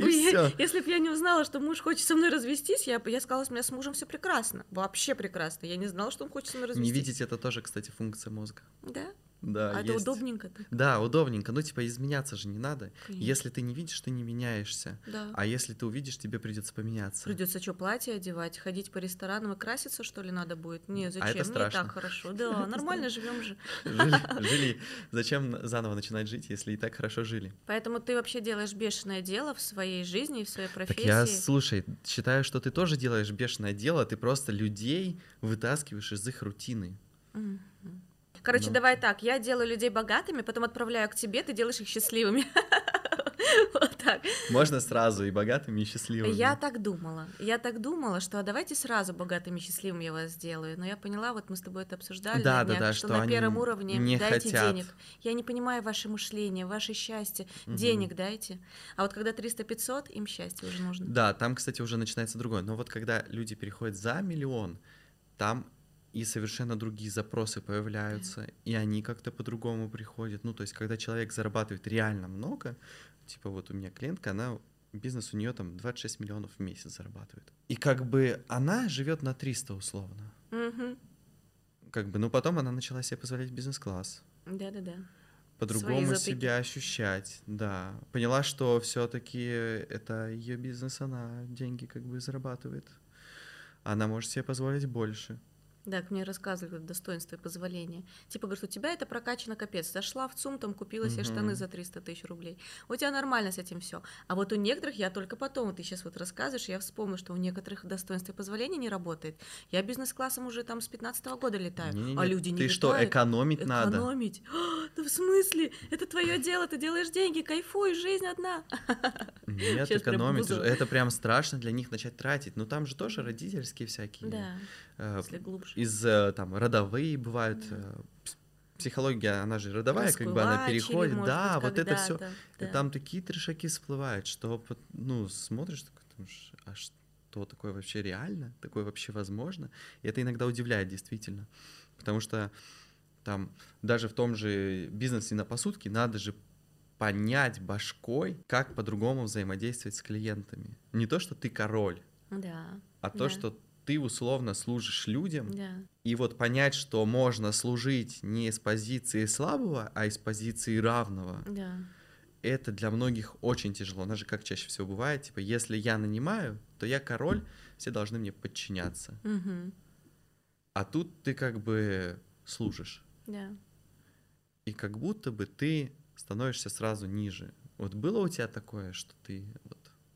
бы я не узнала, что муж хочет со мной развестись, я сказала, что у меня с мужем все прекрасно, вообще прекрасно. Я не знала, что он хочет со мной развестись. Не видеть — это тоже, кстати, функция мозга. Да. Да, это удобненько-то. Да, удобненько. Ну, типа, изменяться же не надо. Конечно. Если ты не видишь, ты не меняешься. Да. А если ты увидишь, тебе придется поменяться. Придется что, платье одевать, ходить по ресторанам и краситься, что ли, надо будет? Не, зачем? А это страшно. Мне так хорошо. Да, нормально живем же. Жили. Зачем заново начинать жить, если и так хорошо жили? Поэтому ты вообще делаешь бешеное дело в своей жизни и в своей профессии. Так я, слушай, считаю, что ты тоже делаешь бешеное дело, ты просто людей вытаскиваешь из их рутины. Короче, давай так, я делаю людей богатыми, потом отправляю к тебе, ты делаешь их счастливыми. Вот так. Можно сразу и богатыми, и счастливыми. Я так думала, что давайте сразу богатыми и счастливыми я вас сделаю, но я поняла, вот мы с тобой это обсуждали, что на первом уровне дайте денег. Я не понимаю ваше мышление, ваше счастье, денег дайте. А вот когда 300-500, им счастье уже нужно. Да, там, кстати, уже начинается другое. Но вот когда люди переходят за 1 миллион, там и совершенно другие запросы появляются, и они как-то по-другому приходят. Ну, то есть, когда человек зарабатывает реально много, типа вот у меня клиентка, бизнес у нее там 26 миллионов в месяц зарабатывает. И как бы она живет на 300 условно. Как бы, но потом она начала себе позволять бизнес-класс. Да-да-да. По-другому себя ощущать, да. Поняла, что все-таки это ее бизнес, она деньги как бы зарабатывает. Она может себе позволить больше. Да, мне рассказывали достоинство и позволение. Типа, говорят, у тебя это прокачано капец. Зашла в ЦУМ, там купила себе штаны за 300 тысяч рублей. У тебя нормально с этим все. А вот у некоторых, я только потом, ты сейчас вот рассказываешь, я вспомню, что у некоторых достоинство и позволение не работает. Я бизнес-классом уже там с 15-го года летаю, а люди не летают. Ты что, экономить надо? Экономить? Да в смысле? Это твое дело, ты делаешь деньги, кайфуй, жизнь одна. Нет, сейчас экономить, это прям страшно для них начать тратить. Но там же тоже родительские всякие. Да, если глубже. Из там родовые бывают Психология, она же родовая, как бы она переходит, может да, быть, вот это все, да. и там такие трешаки всплывают, что, ну, смотришь, такой, думаешь, а что такое вообще реально, такое вообще возможно, и это иногда удивляет действительно, потому что там даже в том же бизнесе на посудке надо же понять башкой, как по-другому взаимодействовать с клиентами. Не то, что ты король, а то, что ты условно служишь людям, и вот понять, что можно служить не с позиции слабого, а из позиции равного, это для многих очень тяжело. Даже как чаще всего бывает, типа, если я нанимаю, то я король, все должны мне подчиняться. А тут ты как бы служишь. И как будто бы ты становишься сразу ниже. Вот было у тебя такое, что ты вот...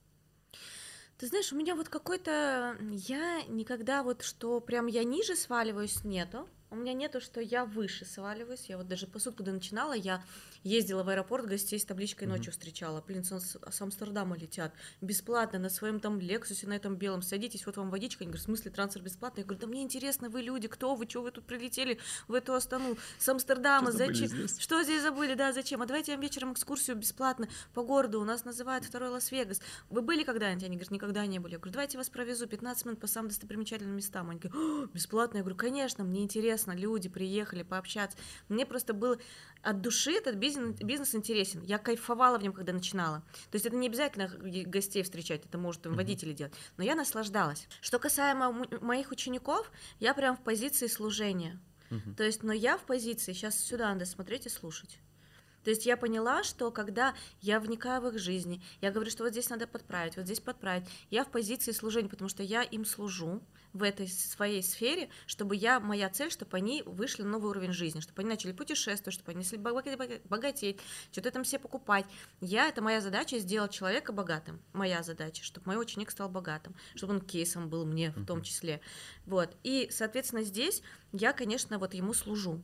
Ты знаешь, у меня вот какой-то... Я никогда вот, что прям я ниже сваливаюсь, нету. У меня нету, что я выше сваливаюсь. Я вот даже посуд, когда начинала, я ездила в аэропорт, гостей с табличкой ночью встречала. Блин, с Амстердама летят. Бесплатно на своем там Лексусе, на этом белом. Садитесь, вот вам водичка. Они говорят, в смысле трансфер бесплатный? Я говорю, да мне интересно, вы люди, кто вы, что вы тут прилетели в эту Астану с Амстердама? Зачем? Что здесь забыли? Да, зачем? А давайте я вам вечером экскурсию бесплатно по городу. У нас называют второй Лас-Вегас. Вы были когда-нибудь? Они говорят, никогда не были. Я говорю, давайте я вас провезу 15 минут по самым достопримечательным местам. Они говорят, бесплатно? Я говорю, конечно, мне интересно. Люди приехали пообщаться. Мне просто был от души этот бизнес интересен. Я кайфовала в нем, когда начинала. То есть это не обязательно гостей встречать, это может водители делать. Но я наслаждалась. Что касаемо моих учеников, я прям в позиции служения. То есть, но я в позиции, сейчас сюда надо смотреть и слушать. То есть я поняла, что когда я вникаю в их жизни, я говорю, что вот здесь надо подправить, вот здесь подправить, я в позиции служения, потому что я им служу в этой своей сфере, чтобы моя цель, чтобы они вышли на новый уровень жизни, чтобы они начали путешествовать, чтобы они начали богатеть, что-то там себе покупать. Это моя задача сделать человека богатым, моя задача, чтобы мой ученик стал богатым, чтобы он кейсом был мне в том числе. Вот. И, соответственно, здесь я, конечно, вот ему служу.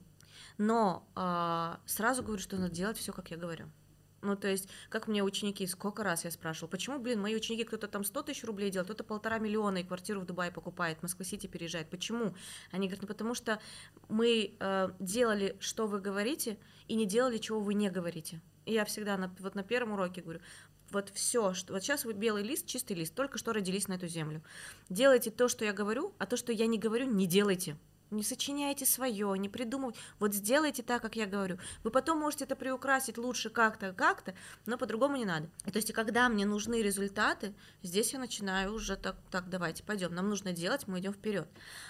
Но сразу говорю, что надо делать все, как я говорю. Ну, то есть, как мне ученики, сколько раз я спрашивала, почему, мои ученики, кто-то там 100 тысяч рублей делает, кто-то 1,5 миллиона и квартиру в Дубае покупает, в Москва-Сити переезжает. Почему? Они говорят, потому что мы делали, что вы говорите, и не делали, чего вы не говорите. И я всегда на первом уроке говорю, вот все, что вот сейчас вы белый лист, чистый лист, только что родились на эту землю. Делайте то, что я говорю, а то, что я не говорю, не делайте. Не сочиняйте свое, не придумывайте. Вот сделайте так, как я говорю. Вы потом можете это приукрасить лучше как-то, но по-другому не надо. И то есть, когда мне нужны результаты, здесь я начинаю уже так, давайте, пойдем, нам нужно делать, мы идем вперед.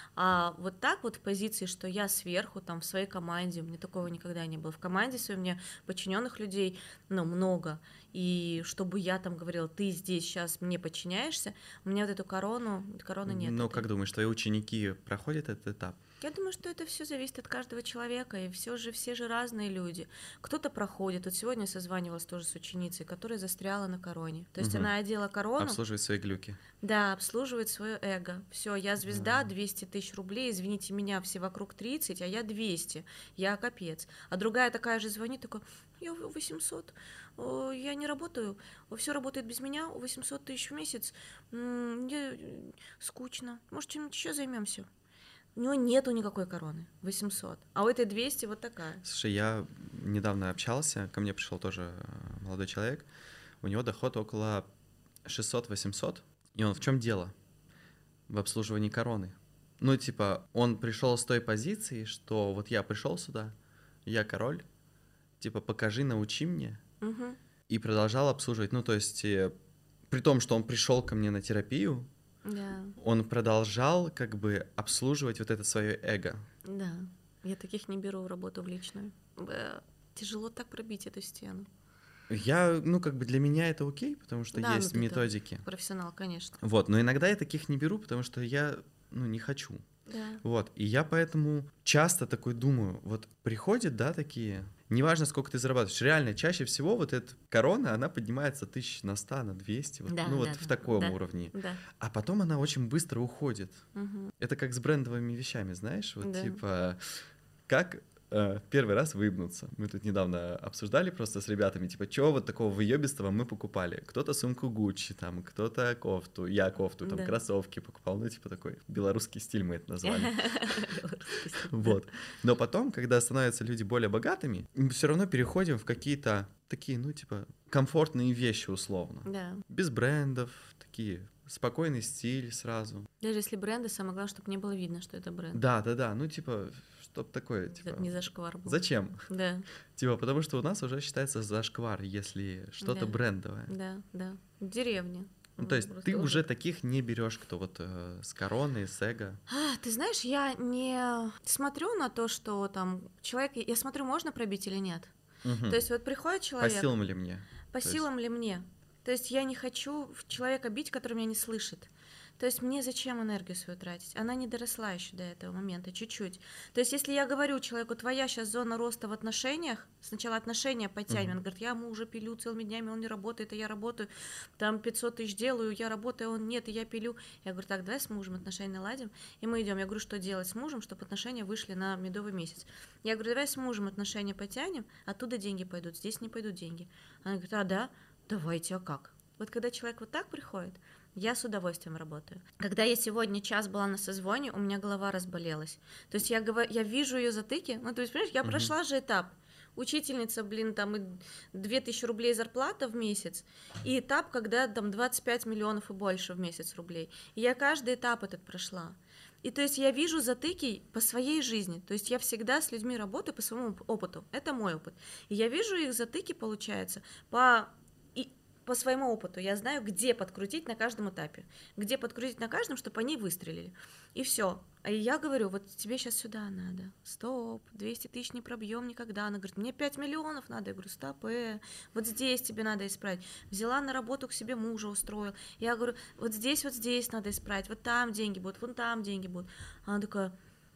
А вот так вот в позиции, что я сверху, там, в своей команде, у меня такого никогда не было. В команде своей у меня подчиненных людей, много. И чтобы я там говорила, ты здесь сейчас мне подчиняешься, у меня вот короны нет. Ну, как думаешь, твои ученики проходят этот этап? Я думаю, что это все зависит от каждого человека, и все же разные люди. Кто-то проходит. Вот сегодня я созванивалась тоже с ученицей, которая застряла на короне. То есть она одела корону. Обслуживает свои глюки. Да, обслуживает свое эго. Все, я звезда, 200 тысяч рублей, извините меня, все вокруг 30, а я 200, я капец. А другая такая же звонит, такая, я 800, я не работаю, все работает без меня, 800 тысяч в месяц, мне скучно, может, чем-нибудь еще займемся? У него нету никакой короны, 800, а у этой 200 вот такая. Слушай, я недавно общался, ко мне пришел тоже молодой человек, у него доход около 600-800, и он в чем дело? В обслуживании короны. Ну, типа, он пришел с той позиции, что вот я пришел сюда, я король, типа, покажи, научи мне, и продолжал обслуживать, ну, то есть, при том, что он пришел ко мне на терапию, да. Он продолжал как бы обслуживать вот это свое эго. Да, я таких не беру в работу в личную. Тяжело так пробить эту стену. Для меня это окей, потому что да, есть методики. Профессионал, конечно. Вот, но иногда я таких не беру, потому что я, не хочу. Да. Вот, и я поэтому часто такой думаю, вот приходят, да, такие, неважно, сколько ты зарабатываешь, реально, чаще всего вот эта корона, она поднимается 1000 на 100, на 200, вот, в таком уровне. Да. А потом она очень быстро уходит. Это как с брендовыми вещами, знаешь, вот типа, как первый раз выебнуться. Мы тут недавно обсуждали просто с ребятами, типа, чего вот такого выебистого мы покупали. Кто-то сумку Гуччи, там, кто-то кофту, я кофту, там, кроссовки покупал, ну, типа такой белорусский стиль мы это назвали. Вот. Но потом, когда становятся люди более богатыми, мы все равно переходим в какие-то такие, ну, типа, комфортные вещи условно. Да. Без брендов, такие, спокойный стиль сразу. Даже если бренды, самое главное, чтобы не было видно, что это бренд. Да, ну, типа, чтоб такое, типа... Это не зашквар был. Зачем? Да. Типа, потому что у нас уже считается зашквар, если что-то брендовое. Да. В деревне. Ну, то есть ты уже таких не берешь, кто вот с короны, с эго. Ты знаешь, я не смотрю на то, что там человек... Я смотрю, можно пробить или нет. То есть вот приходит человек... По силам ли мне? По силам ли мне? То есть я не хочу человека бить, который меня не слышит. То есть мне зачем энергию свою тратить? Она не доросла еще до этого момента, чуть-чуть. То есть если я говорю человеку, твоя сейчас зона роста в отношениях, сначала отношения подтянем, он говорит, я ему уже пилю целыми днями, он не работает, а я работаю, там 500 тысяч делаю, я работаю, он нет, и я пилю. Я говорю, так, давай с мужем отношения наладим, и мы идем. Я говорю, что делать с мужем, чтобы отношения вышли на медовый месяц. Я говорю, давай с мужем отношения подтянем, оттуда деньги пойдут, здесь не пойдут деньги. Она говорит, да, давайте, а как? Вот когда человек вот так приходит, я с удовольствием работаю. Когда я сегодня час была на созвоне, у меня голова разболелась. То есть я вижу ее затыки, ну, то есть, понимаешь, я прошла же этап. Учительница, там и 2000 рублей зарплата в месяц, и этап, когда там 25 миллионов и больше в месяц рублей. И я каждый этап этот прошла. И то есть я вижу затыки по своей жизни, то есть я всегда с людьми работаю по своему опыту, это мой опыт. И я вижу их затыки, получается, по своему опыту, я знаю, где подкрутить на каждом этапе, где подкрутить на каждом, чтобы они выстрелили. И все. И я говорю, вот тебе сейчас сюда надо. Стоп, 200 тысяч не пробьем никогда. Она говорит, мне 5 миллионов надо. Я говорю, стоп, вот здесь тебе надо исправить. Взяла на работу к себе мужа, устроил. Я говорю, вот здесь надо исправить, вот там деньги будут, вон там деньги будут. Она такая...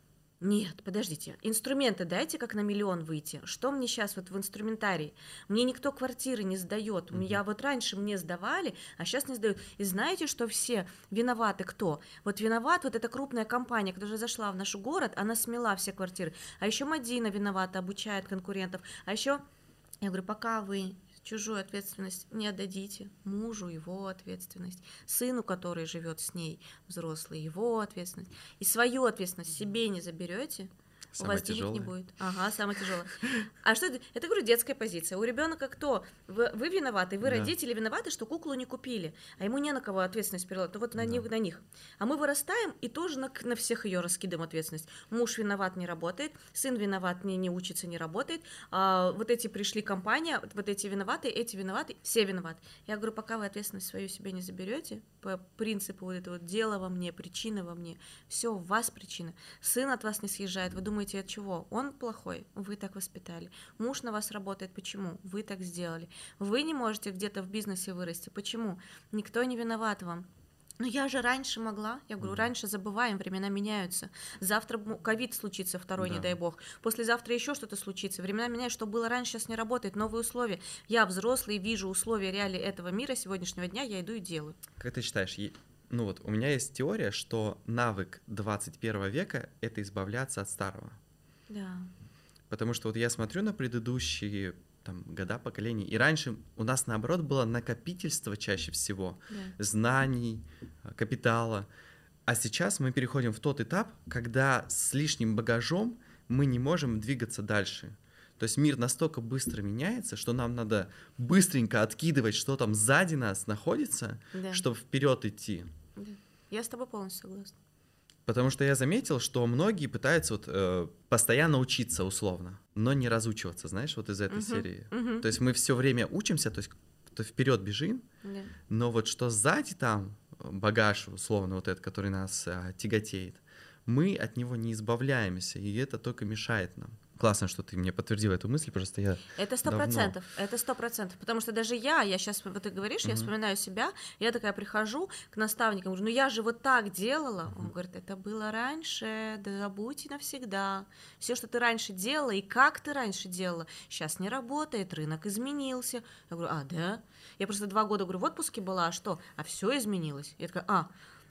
Нет, подождите, инструменты дайте, как на миллион выйти. Что мне сейчас вот в инструментарии? Мне никто квартиры не сдает. Я вот раньше мне сдавали, а сейчас не сдают. И знаете, что все виноваты кто? Вот виноват вот эта крупная компания, которая зашла в наш город, она смела все квартиры. А еще Мадина виновата, обучает конкурентов. А еще, я говорю, пока вы чужую ответственность не отдадите, мужу его ответственность, сыну, который живет с ней, взрослый, его ответственность, и свою ответственность себе не заберете, у вас денег не будет. Ага, самое тяжелое. А что это? Это, говорю, детская позиция. У ребенка кто? Вы виноваты, вы родители виноваты, что куклу не купили, а ему не на кого ответственность переложить. Ну вот на них. А мы вырастаем и тоже на всех ее раскидываем ответственность. Муж виноват, не работает, сын виноват, не учится, не работает. Вот эти пришли компания, вот эти виноваты, все виноваты. Я говорю, пока вы ответственность свою себе не заберете, по принципу вот этого дело во мне, причина во мне, все у вас причина. Сын от вас не съезжает, вы думаете, от чего? Он плохой, вы так воспитали. Муж на вас работает, почему? Вы так сделали. Вы не можете где-то в бизнесе вырасти, почему? Никто не виноват вам. Но я же раньше могла, я говорю, раньше забываем, времена меняются. Завтра ковид случится второй, не дай бог. Послезавтра еще что-то случится. Времена меняются, что было раньше, сейчас не работает, новые условия. Я взрослый, вижу условия реалии этого мира, сегодняшнего дня, я иду и делаю. Как ты считаешь, ну вот у меня есть теория, что навык 21 века — это избавляться от старого. Да. Потому что вот я смотрю на предыдущие года, поколения, и раньше у нас, наоборот, было накопительство чаще всего, знаний, капитала. А сейчас мы переходим в тот этап, когда с лишним багажом мы не можем двигаться дальше. То есть мир настолько быстро меняется, что нам надо быстренько откидывать, что там сзади нас находится, чтобы вперед идти. Да. Я с тобой полностью согласна. Потому что я заметил, что многие пытаются постоянно учиться условно, но не разучиваться, знаешь, вот из этой серии. То есть мы все время учимся, то есть вперед бежим, но вот что сзади там, багаж условно вот этот, который нас тяготеет, мы от него не избавляемся, и это только мешает нам. Классно, что ты мне подтвердила эту мысль, просто я Это 100%, это 100%, потому что даже я сейчас, вот ты говоришь, я вспоминаю себя, я такая прихожу к наставникам, говорю, ну я же вот так делала, он говорит, это было раньше, да забудьте навсегда, все, что ты раньше делала и как ты раньше делала, сейчас не работает, рынок изменился. Я говорю, да? Я просто 2 года, говорю, в отпуске была, а что? А все изменилось. Я такая,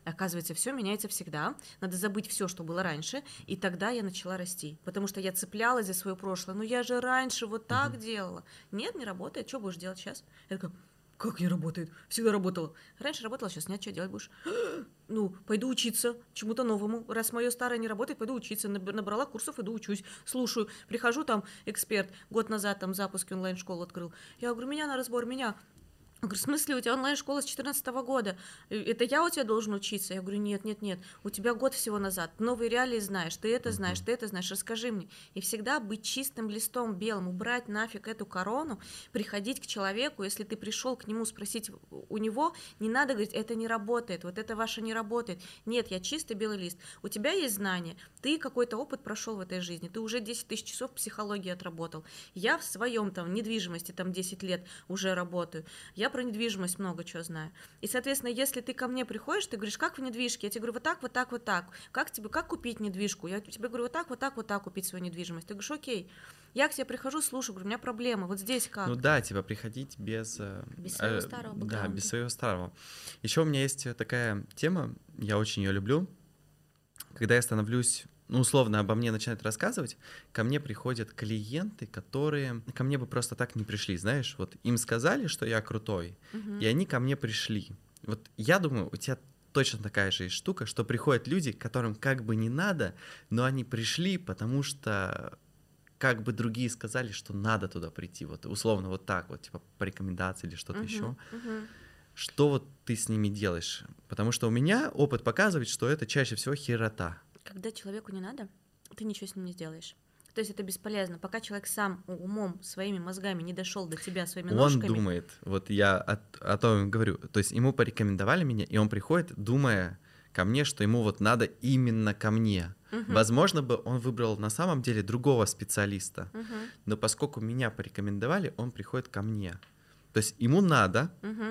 Оказывается, все меняется всегда. Надо забыть все, что было раньше. И тогда я начала расти. Потому что я цеплялась за свое прошлое. Ну я же раньше вот так делала. Нет, не работает. Что будешь делать сейчас? Я такая, как не работает? Всегда работала. Раньше работала, сейчас нет, что делать будешь? Ну, пойду учиться чему-то новому. Раз мое старое не работает, пойду учиться. Набрала курсов, иду учусь. Слушаю. Прихожу, там эксперт. Год назад там запуски онлайн-школы открыл. Я говорю, меня на разбор, меня. Я говорю, в смысле, у тебя онлайн-школа с 2014 года? Это я у тебя должен учиться? Я говорю, нет, у тебя год всего назад, новые реалии знаешь, ты это знаешь, расскажи мне. И всегда быть чистым листом белым, убрать нафиг эту корону, приходить к человеку, если ты пришел к нему спросить у него, не надо говорить, это не работает, вот это ваше не работает. Нет, я чистый белый лист. У тебя есть знания, ты какой-то опыт прошел в этой жизни, ты уже 10 тысяч часов психологии отработал. Я в своем там недвижимости там 10 лет уже работаю. Я про недвижимость много чего знаю. И, соответственно, если ты ко мне приходишь, ты говоришь, как в недвижке? Я тебе говорю, вот так. Как купить недвижку? Я тебе говорю, вот так купить свою недвижимость. Ты говоришь, окей. Я к тебе прихожу, слушаю, говорю, у меня проблема, вот здесь как? Ну да, типа приходить без своего старого бэкграунда. Да, без своего старого. Еще у меня есть такая тема, я очень ее люблю. Когда я становлюсь, ну, условно, обо мне начинают рассказывать, ко мне приходят клиенты, которые ко мне бы просто так не пришли, знаешь, вот им сказали, что я крутой, и они ко мне пришли. Вот я думаю, у тебя точно такая же есть штука, что приходят люди, которым как бы не надо, но они пришли, потому что как бы другие сказали, что надо туда прийти, вот условно вот так вот, типа по рекомендации или что-то еще. Что вот ты с ними делаешь? Потому что у меня опыт показывает, что это чаще всего херота. Когда человеку не надо, ты ничего с ним не сделаешь. То есть это бесполезно. Пока человек сам умом, своими мозгами не дошел до тебя своими ножками. Он думает, вот я о том говорю, то есть ему порекомендовали меня, и он приходит, думая ко мне, что ему вот надо именно ко мне. Возможно бы он выбрал на самом деле другого специалиста, но поскольку меня порекомендовали, он приходит ко мне. То есть ему надо,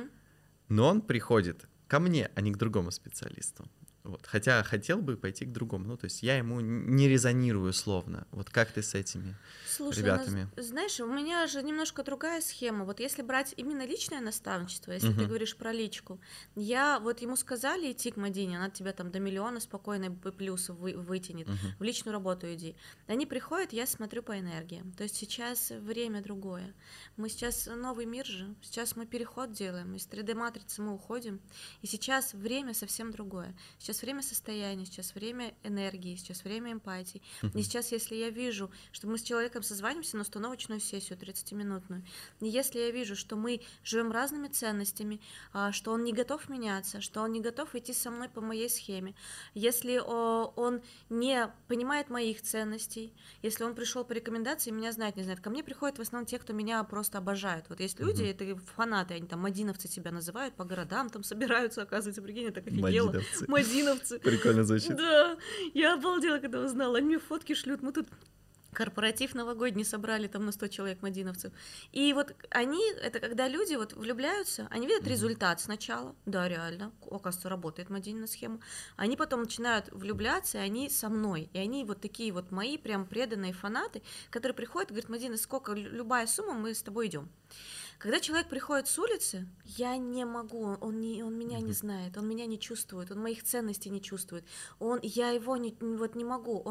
но он приходит ко мне, а не к другому специалисту. Вот. Хотя хотел бы пойти к другому. Ну, то есть я ему не резонирую словно. Вот как ты с этими ребятами? Знаешь, у меня же немножко другая схема. Вот если брать именно личное наставничество, если ты говоришь про личку, вот ему сказали идти к Мадине, она тебя там до миллиона спокойно плюсов вытянет, в личную работу иди. Они приходят, я смотрю по энергиям. То есть сейчас время другое. Мы сейчас новый мир же, сейчас мы переход делаем, из 3D-матрицы мы уходим, и сейчас время совсем другое. Сейчас время состояния, сейчас время энергии, сейчас время эмпатии. И сейчас, если я вижу, что мы с человеком созванимся на установочную сессию 30-минутную, и если я вижу, что мы живем разными ценностями, что он не готов меняться, что он не готов идти со мной по моей схеме, если он не понимает моих ценностей, если он пришел по рекомендации, меня знает, не знает, ко мне приходят в основном те, кто меня просто обожают. Вот есть люди, это фанаты, они там мадиновцы себя называют, по городам там собираются, оказывается, прикинь, я так офигела. Мадиновцы. Прикольно звучит. Да, я обалдела, когда узнала. Они мне фотки шлют. Мы тут корпоратив новогодний собрали там на 100 человек мадиновцев. И вот они, это когда люди вот влюбляются, они видят результат сначала. Да, реально, оказывается, работает Мадинина схема. Они потом начинают влюбляться, и они со мной. И они вот такие вот мои прям преданные фанаты, которые приходят и говорят, Мадина, сколько, любая сумма, мы с тобой идем. Когда человек приходит с улицы, я не могу, он меня не знает, он меня не чувствует, он моих ценностей не чувствует, я его не могу,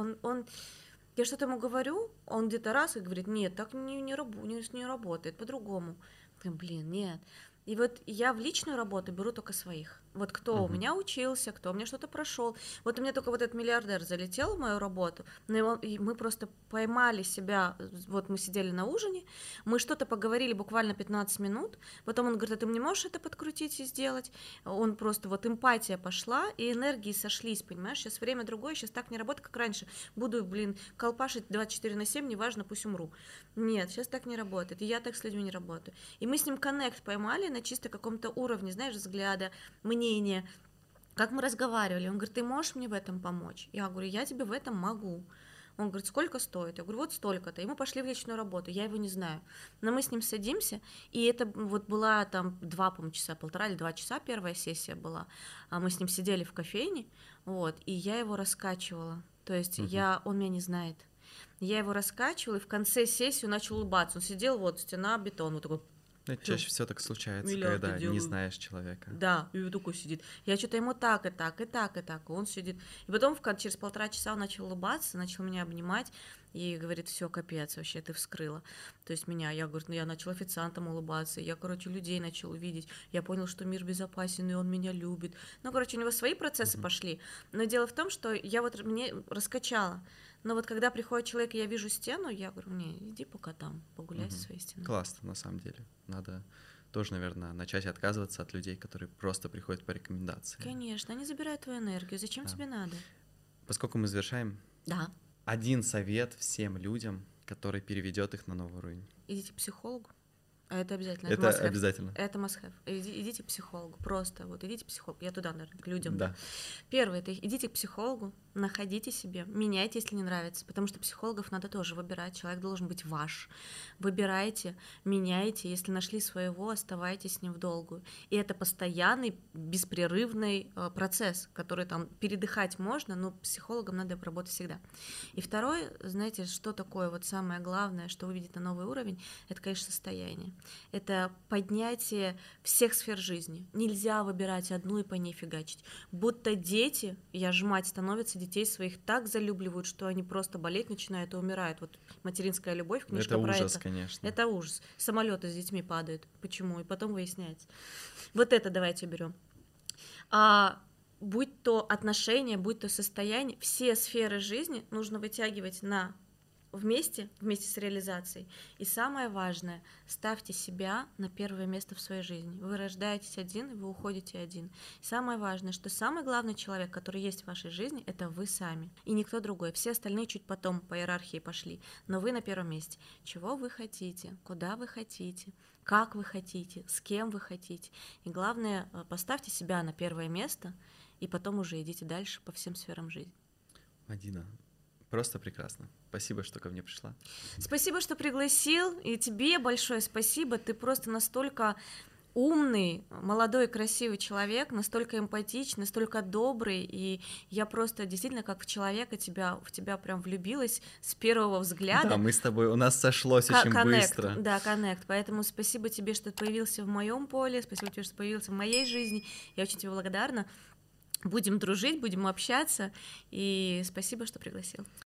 я что-то ему говорю, он где-то раз и говорит, нет, так не работает, по-другому. Блин, нет. И вот я в личную работу беру только своих. Вот кто у меня учился, кто у меня что-то прошел. Вот у меня только вот этот миллиардер залетел в мою работу, и мы просто поймали себя, вот мы сидели на ужине, мы что-то поговорили буквально 15 минут, потом он говорит, а ты мне можешь это подкрутить и сделать? Он просто, вот эмпатия пошла, и энергии сошлись, понимаешь? Сейчас время другое, сейчас так не работает, как раньше. Буду, колпашить 24/7, неважно, пусть умру. Нет, сейчас так не работает, и я так с людьми не работаю. И мы с ним коннект поймали на чисто каком-то уровне, знаешь, взгляда, мнения, как мы разговаривали. Он говорит, ты можешь мне в этом помочь? Я говорю, я тебе в этом могу. Он говорит, сколько стоит? Я говорю, вот столько-то. И мы пошли в личную работу, я его не знаю. Но мы с ним садимся, и это вот была там 2 часа, 1,5 или 2 часа первая сессия была. Мы с ним сидели в кофейне, вот, и я его раскачивала. То есть он меня не знает. Я его раскачивала, и в конце сессии он начал улыбаться. Он сидел, вот, стена, бетон, вот такой. Это чаще всего так случается, миллиарды когда делаю. не знаешь человека. Да, и вот такой сидит. Я что-то ему так, и так, и так, и так. И он сидит. И потом через 1,5 часа он начал улыбаться, начал меня обнимать и говорит: все, капец, вообще ты вскрыла. То есть меня, я говорю, я начал официантом улыбаться, я, людей начал увидеть, я понял, что мир безопасен, и он меня любит. У него свои процессы пошли. Но дело в том, что я мне раскачала. Но вот когда приходит человек, и я вижу стену, я говорю: не, иди пока там, погуляй со своей стеной. Классно, на самом деле. Надо тоже, наверное, начать отказываться от людей, которые просто приходят по рекомендации. Конечно, они забирают твою энергию. Зачем тебе надо? Поскольку мы завершаем, Да. один совет всем людям, который переведет их на новый уровень. Идите к психологу. Это обязательно. Это must have. обязательно. Это must have. Идите к психологу. Просто идите к психологу. Я туда, наверное, к людям. Да. Первое, это идите к психологу, находите себе, меняйте, если не нравится, потому что психологов надо тоже выбирать, человек должен быть ваш. Выбирайте, меняйте, если нашли своего, оставайтесь с ним в долгую. И это постоянный, беспрерывный процесс, который там передыхать можно, но психологом надо работать всегда. И второе, знаете, что такое самое главное, что выведет на новый уровень, это, конечно, состояние. Это поднятие всех сфер жизни. Нельзя выбирать одну и по ней фигачить. Будто дети, я же мать, становятся, детей своих так залюбливают, что они просто болеть начинают и умирают. Вот материнская любовь, книжка это про ужас, это. конечно. Это ужас. Самолеты с детьми падают. Почему? И потом выясняется. Вот это давайте берем. Будь то отношения, будь то состояние, все сферы жизни нужно вытягивать вместе с реализацией. И самое важное, ставьте себя на первое место в своей жизни. Вы рождаетесь один, и вы уходите один. И самое важное, что самый главный человек, который есть в вашей жизни, это вы сами. И никто другой. Все остальные чуть потом по иерархии пошли. Но вы на первом месте. Чего вы хотите? Куда вы хотите? Как вы хотите? С кем вы хотите? И главное, поставьте себя на первое место, и потом уже идите дальше по всем сферам жизни. Мадина, просто прекрасно. Спасибо, что ко мне пришла. Спасибо, что пригласил, и тебе большое спасибо. Ты просто настолько умный, молодой, красивый человек, настолько эмпатичный, настолько добрый, и я просто действительно как в человека в тебя прям влюбилась с первого взгляда. Да, мы с тобой, у нас сошлось очень быстро. Да, коннект. Поэтому спасибо тебе, что ты появился в моем поле, спасибо тебе, что появился в моей жизни. Я очень тебе благодарна. Будем дружить, будем общаться, и спасибо, что пригласил.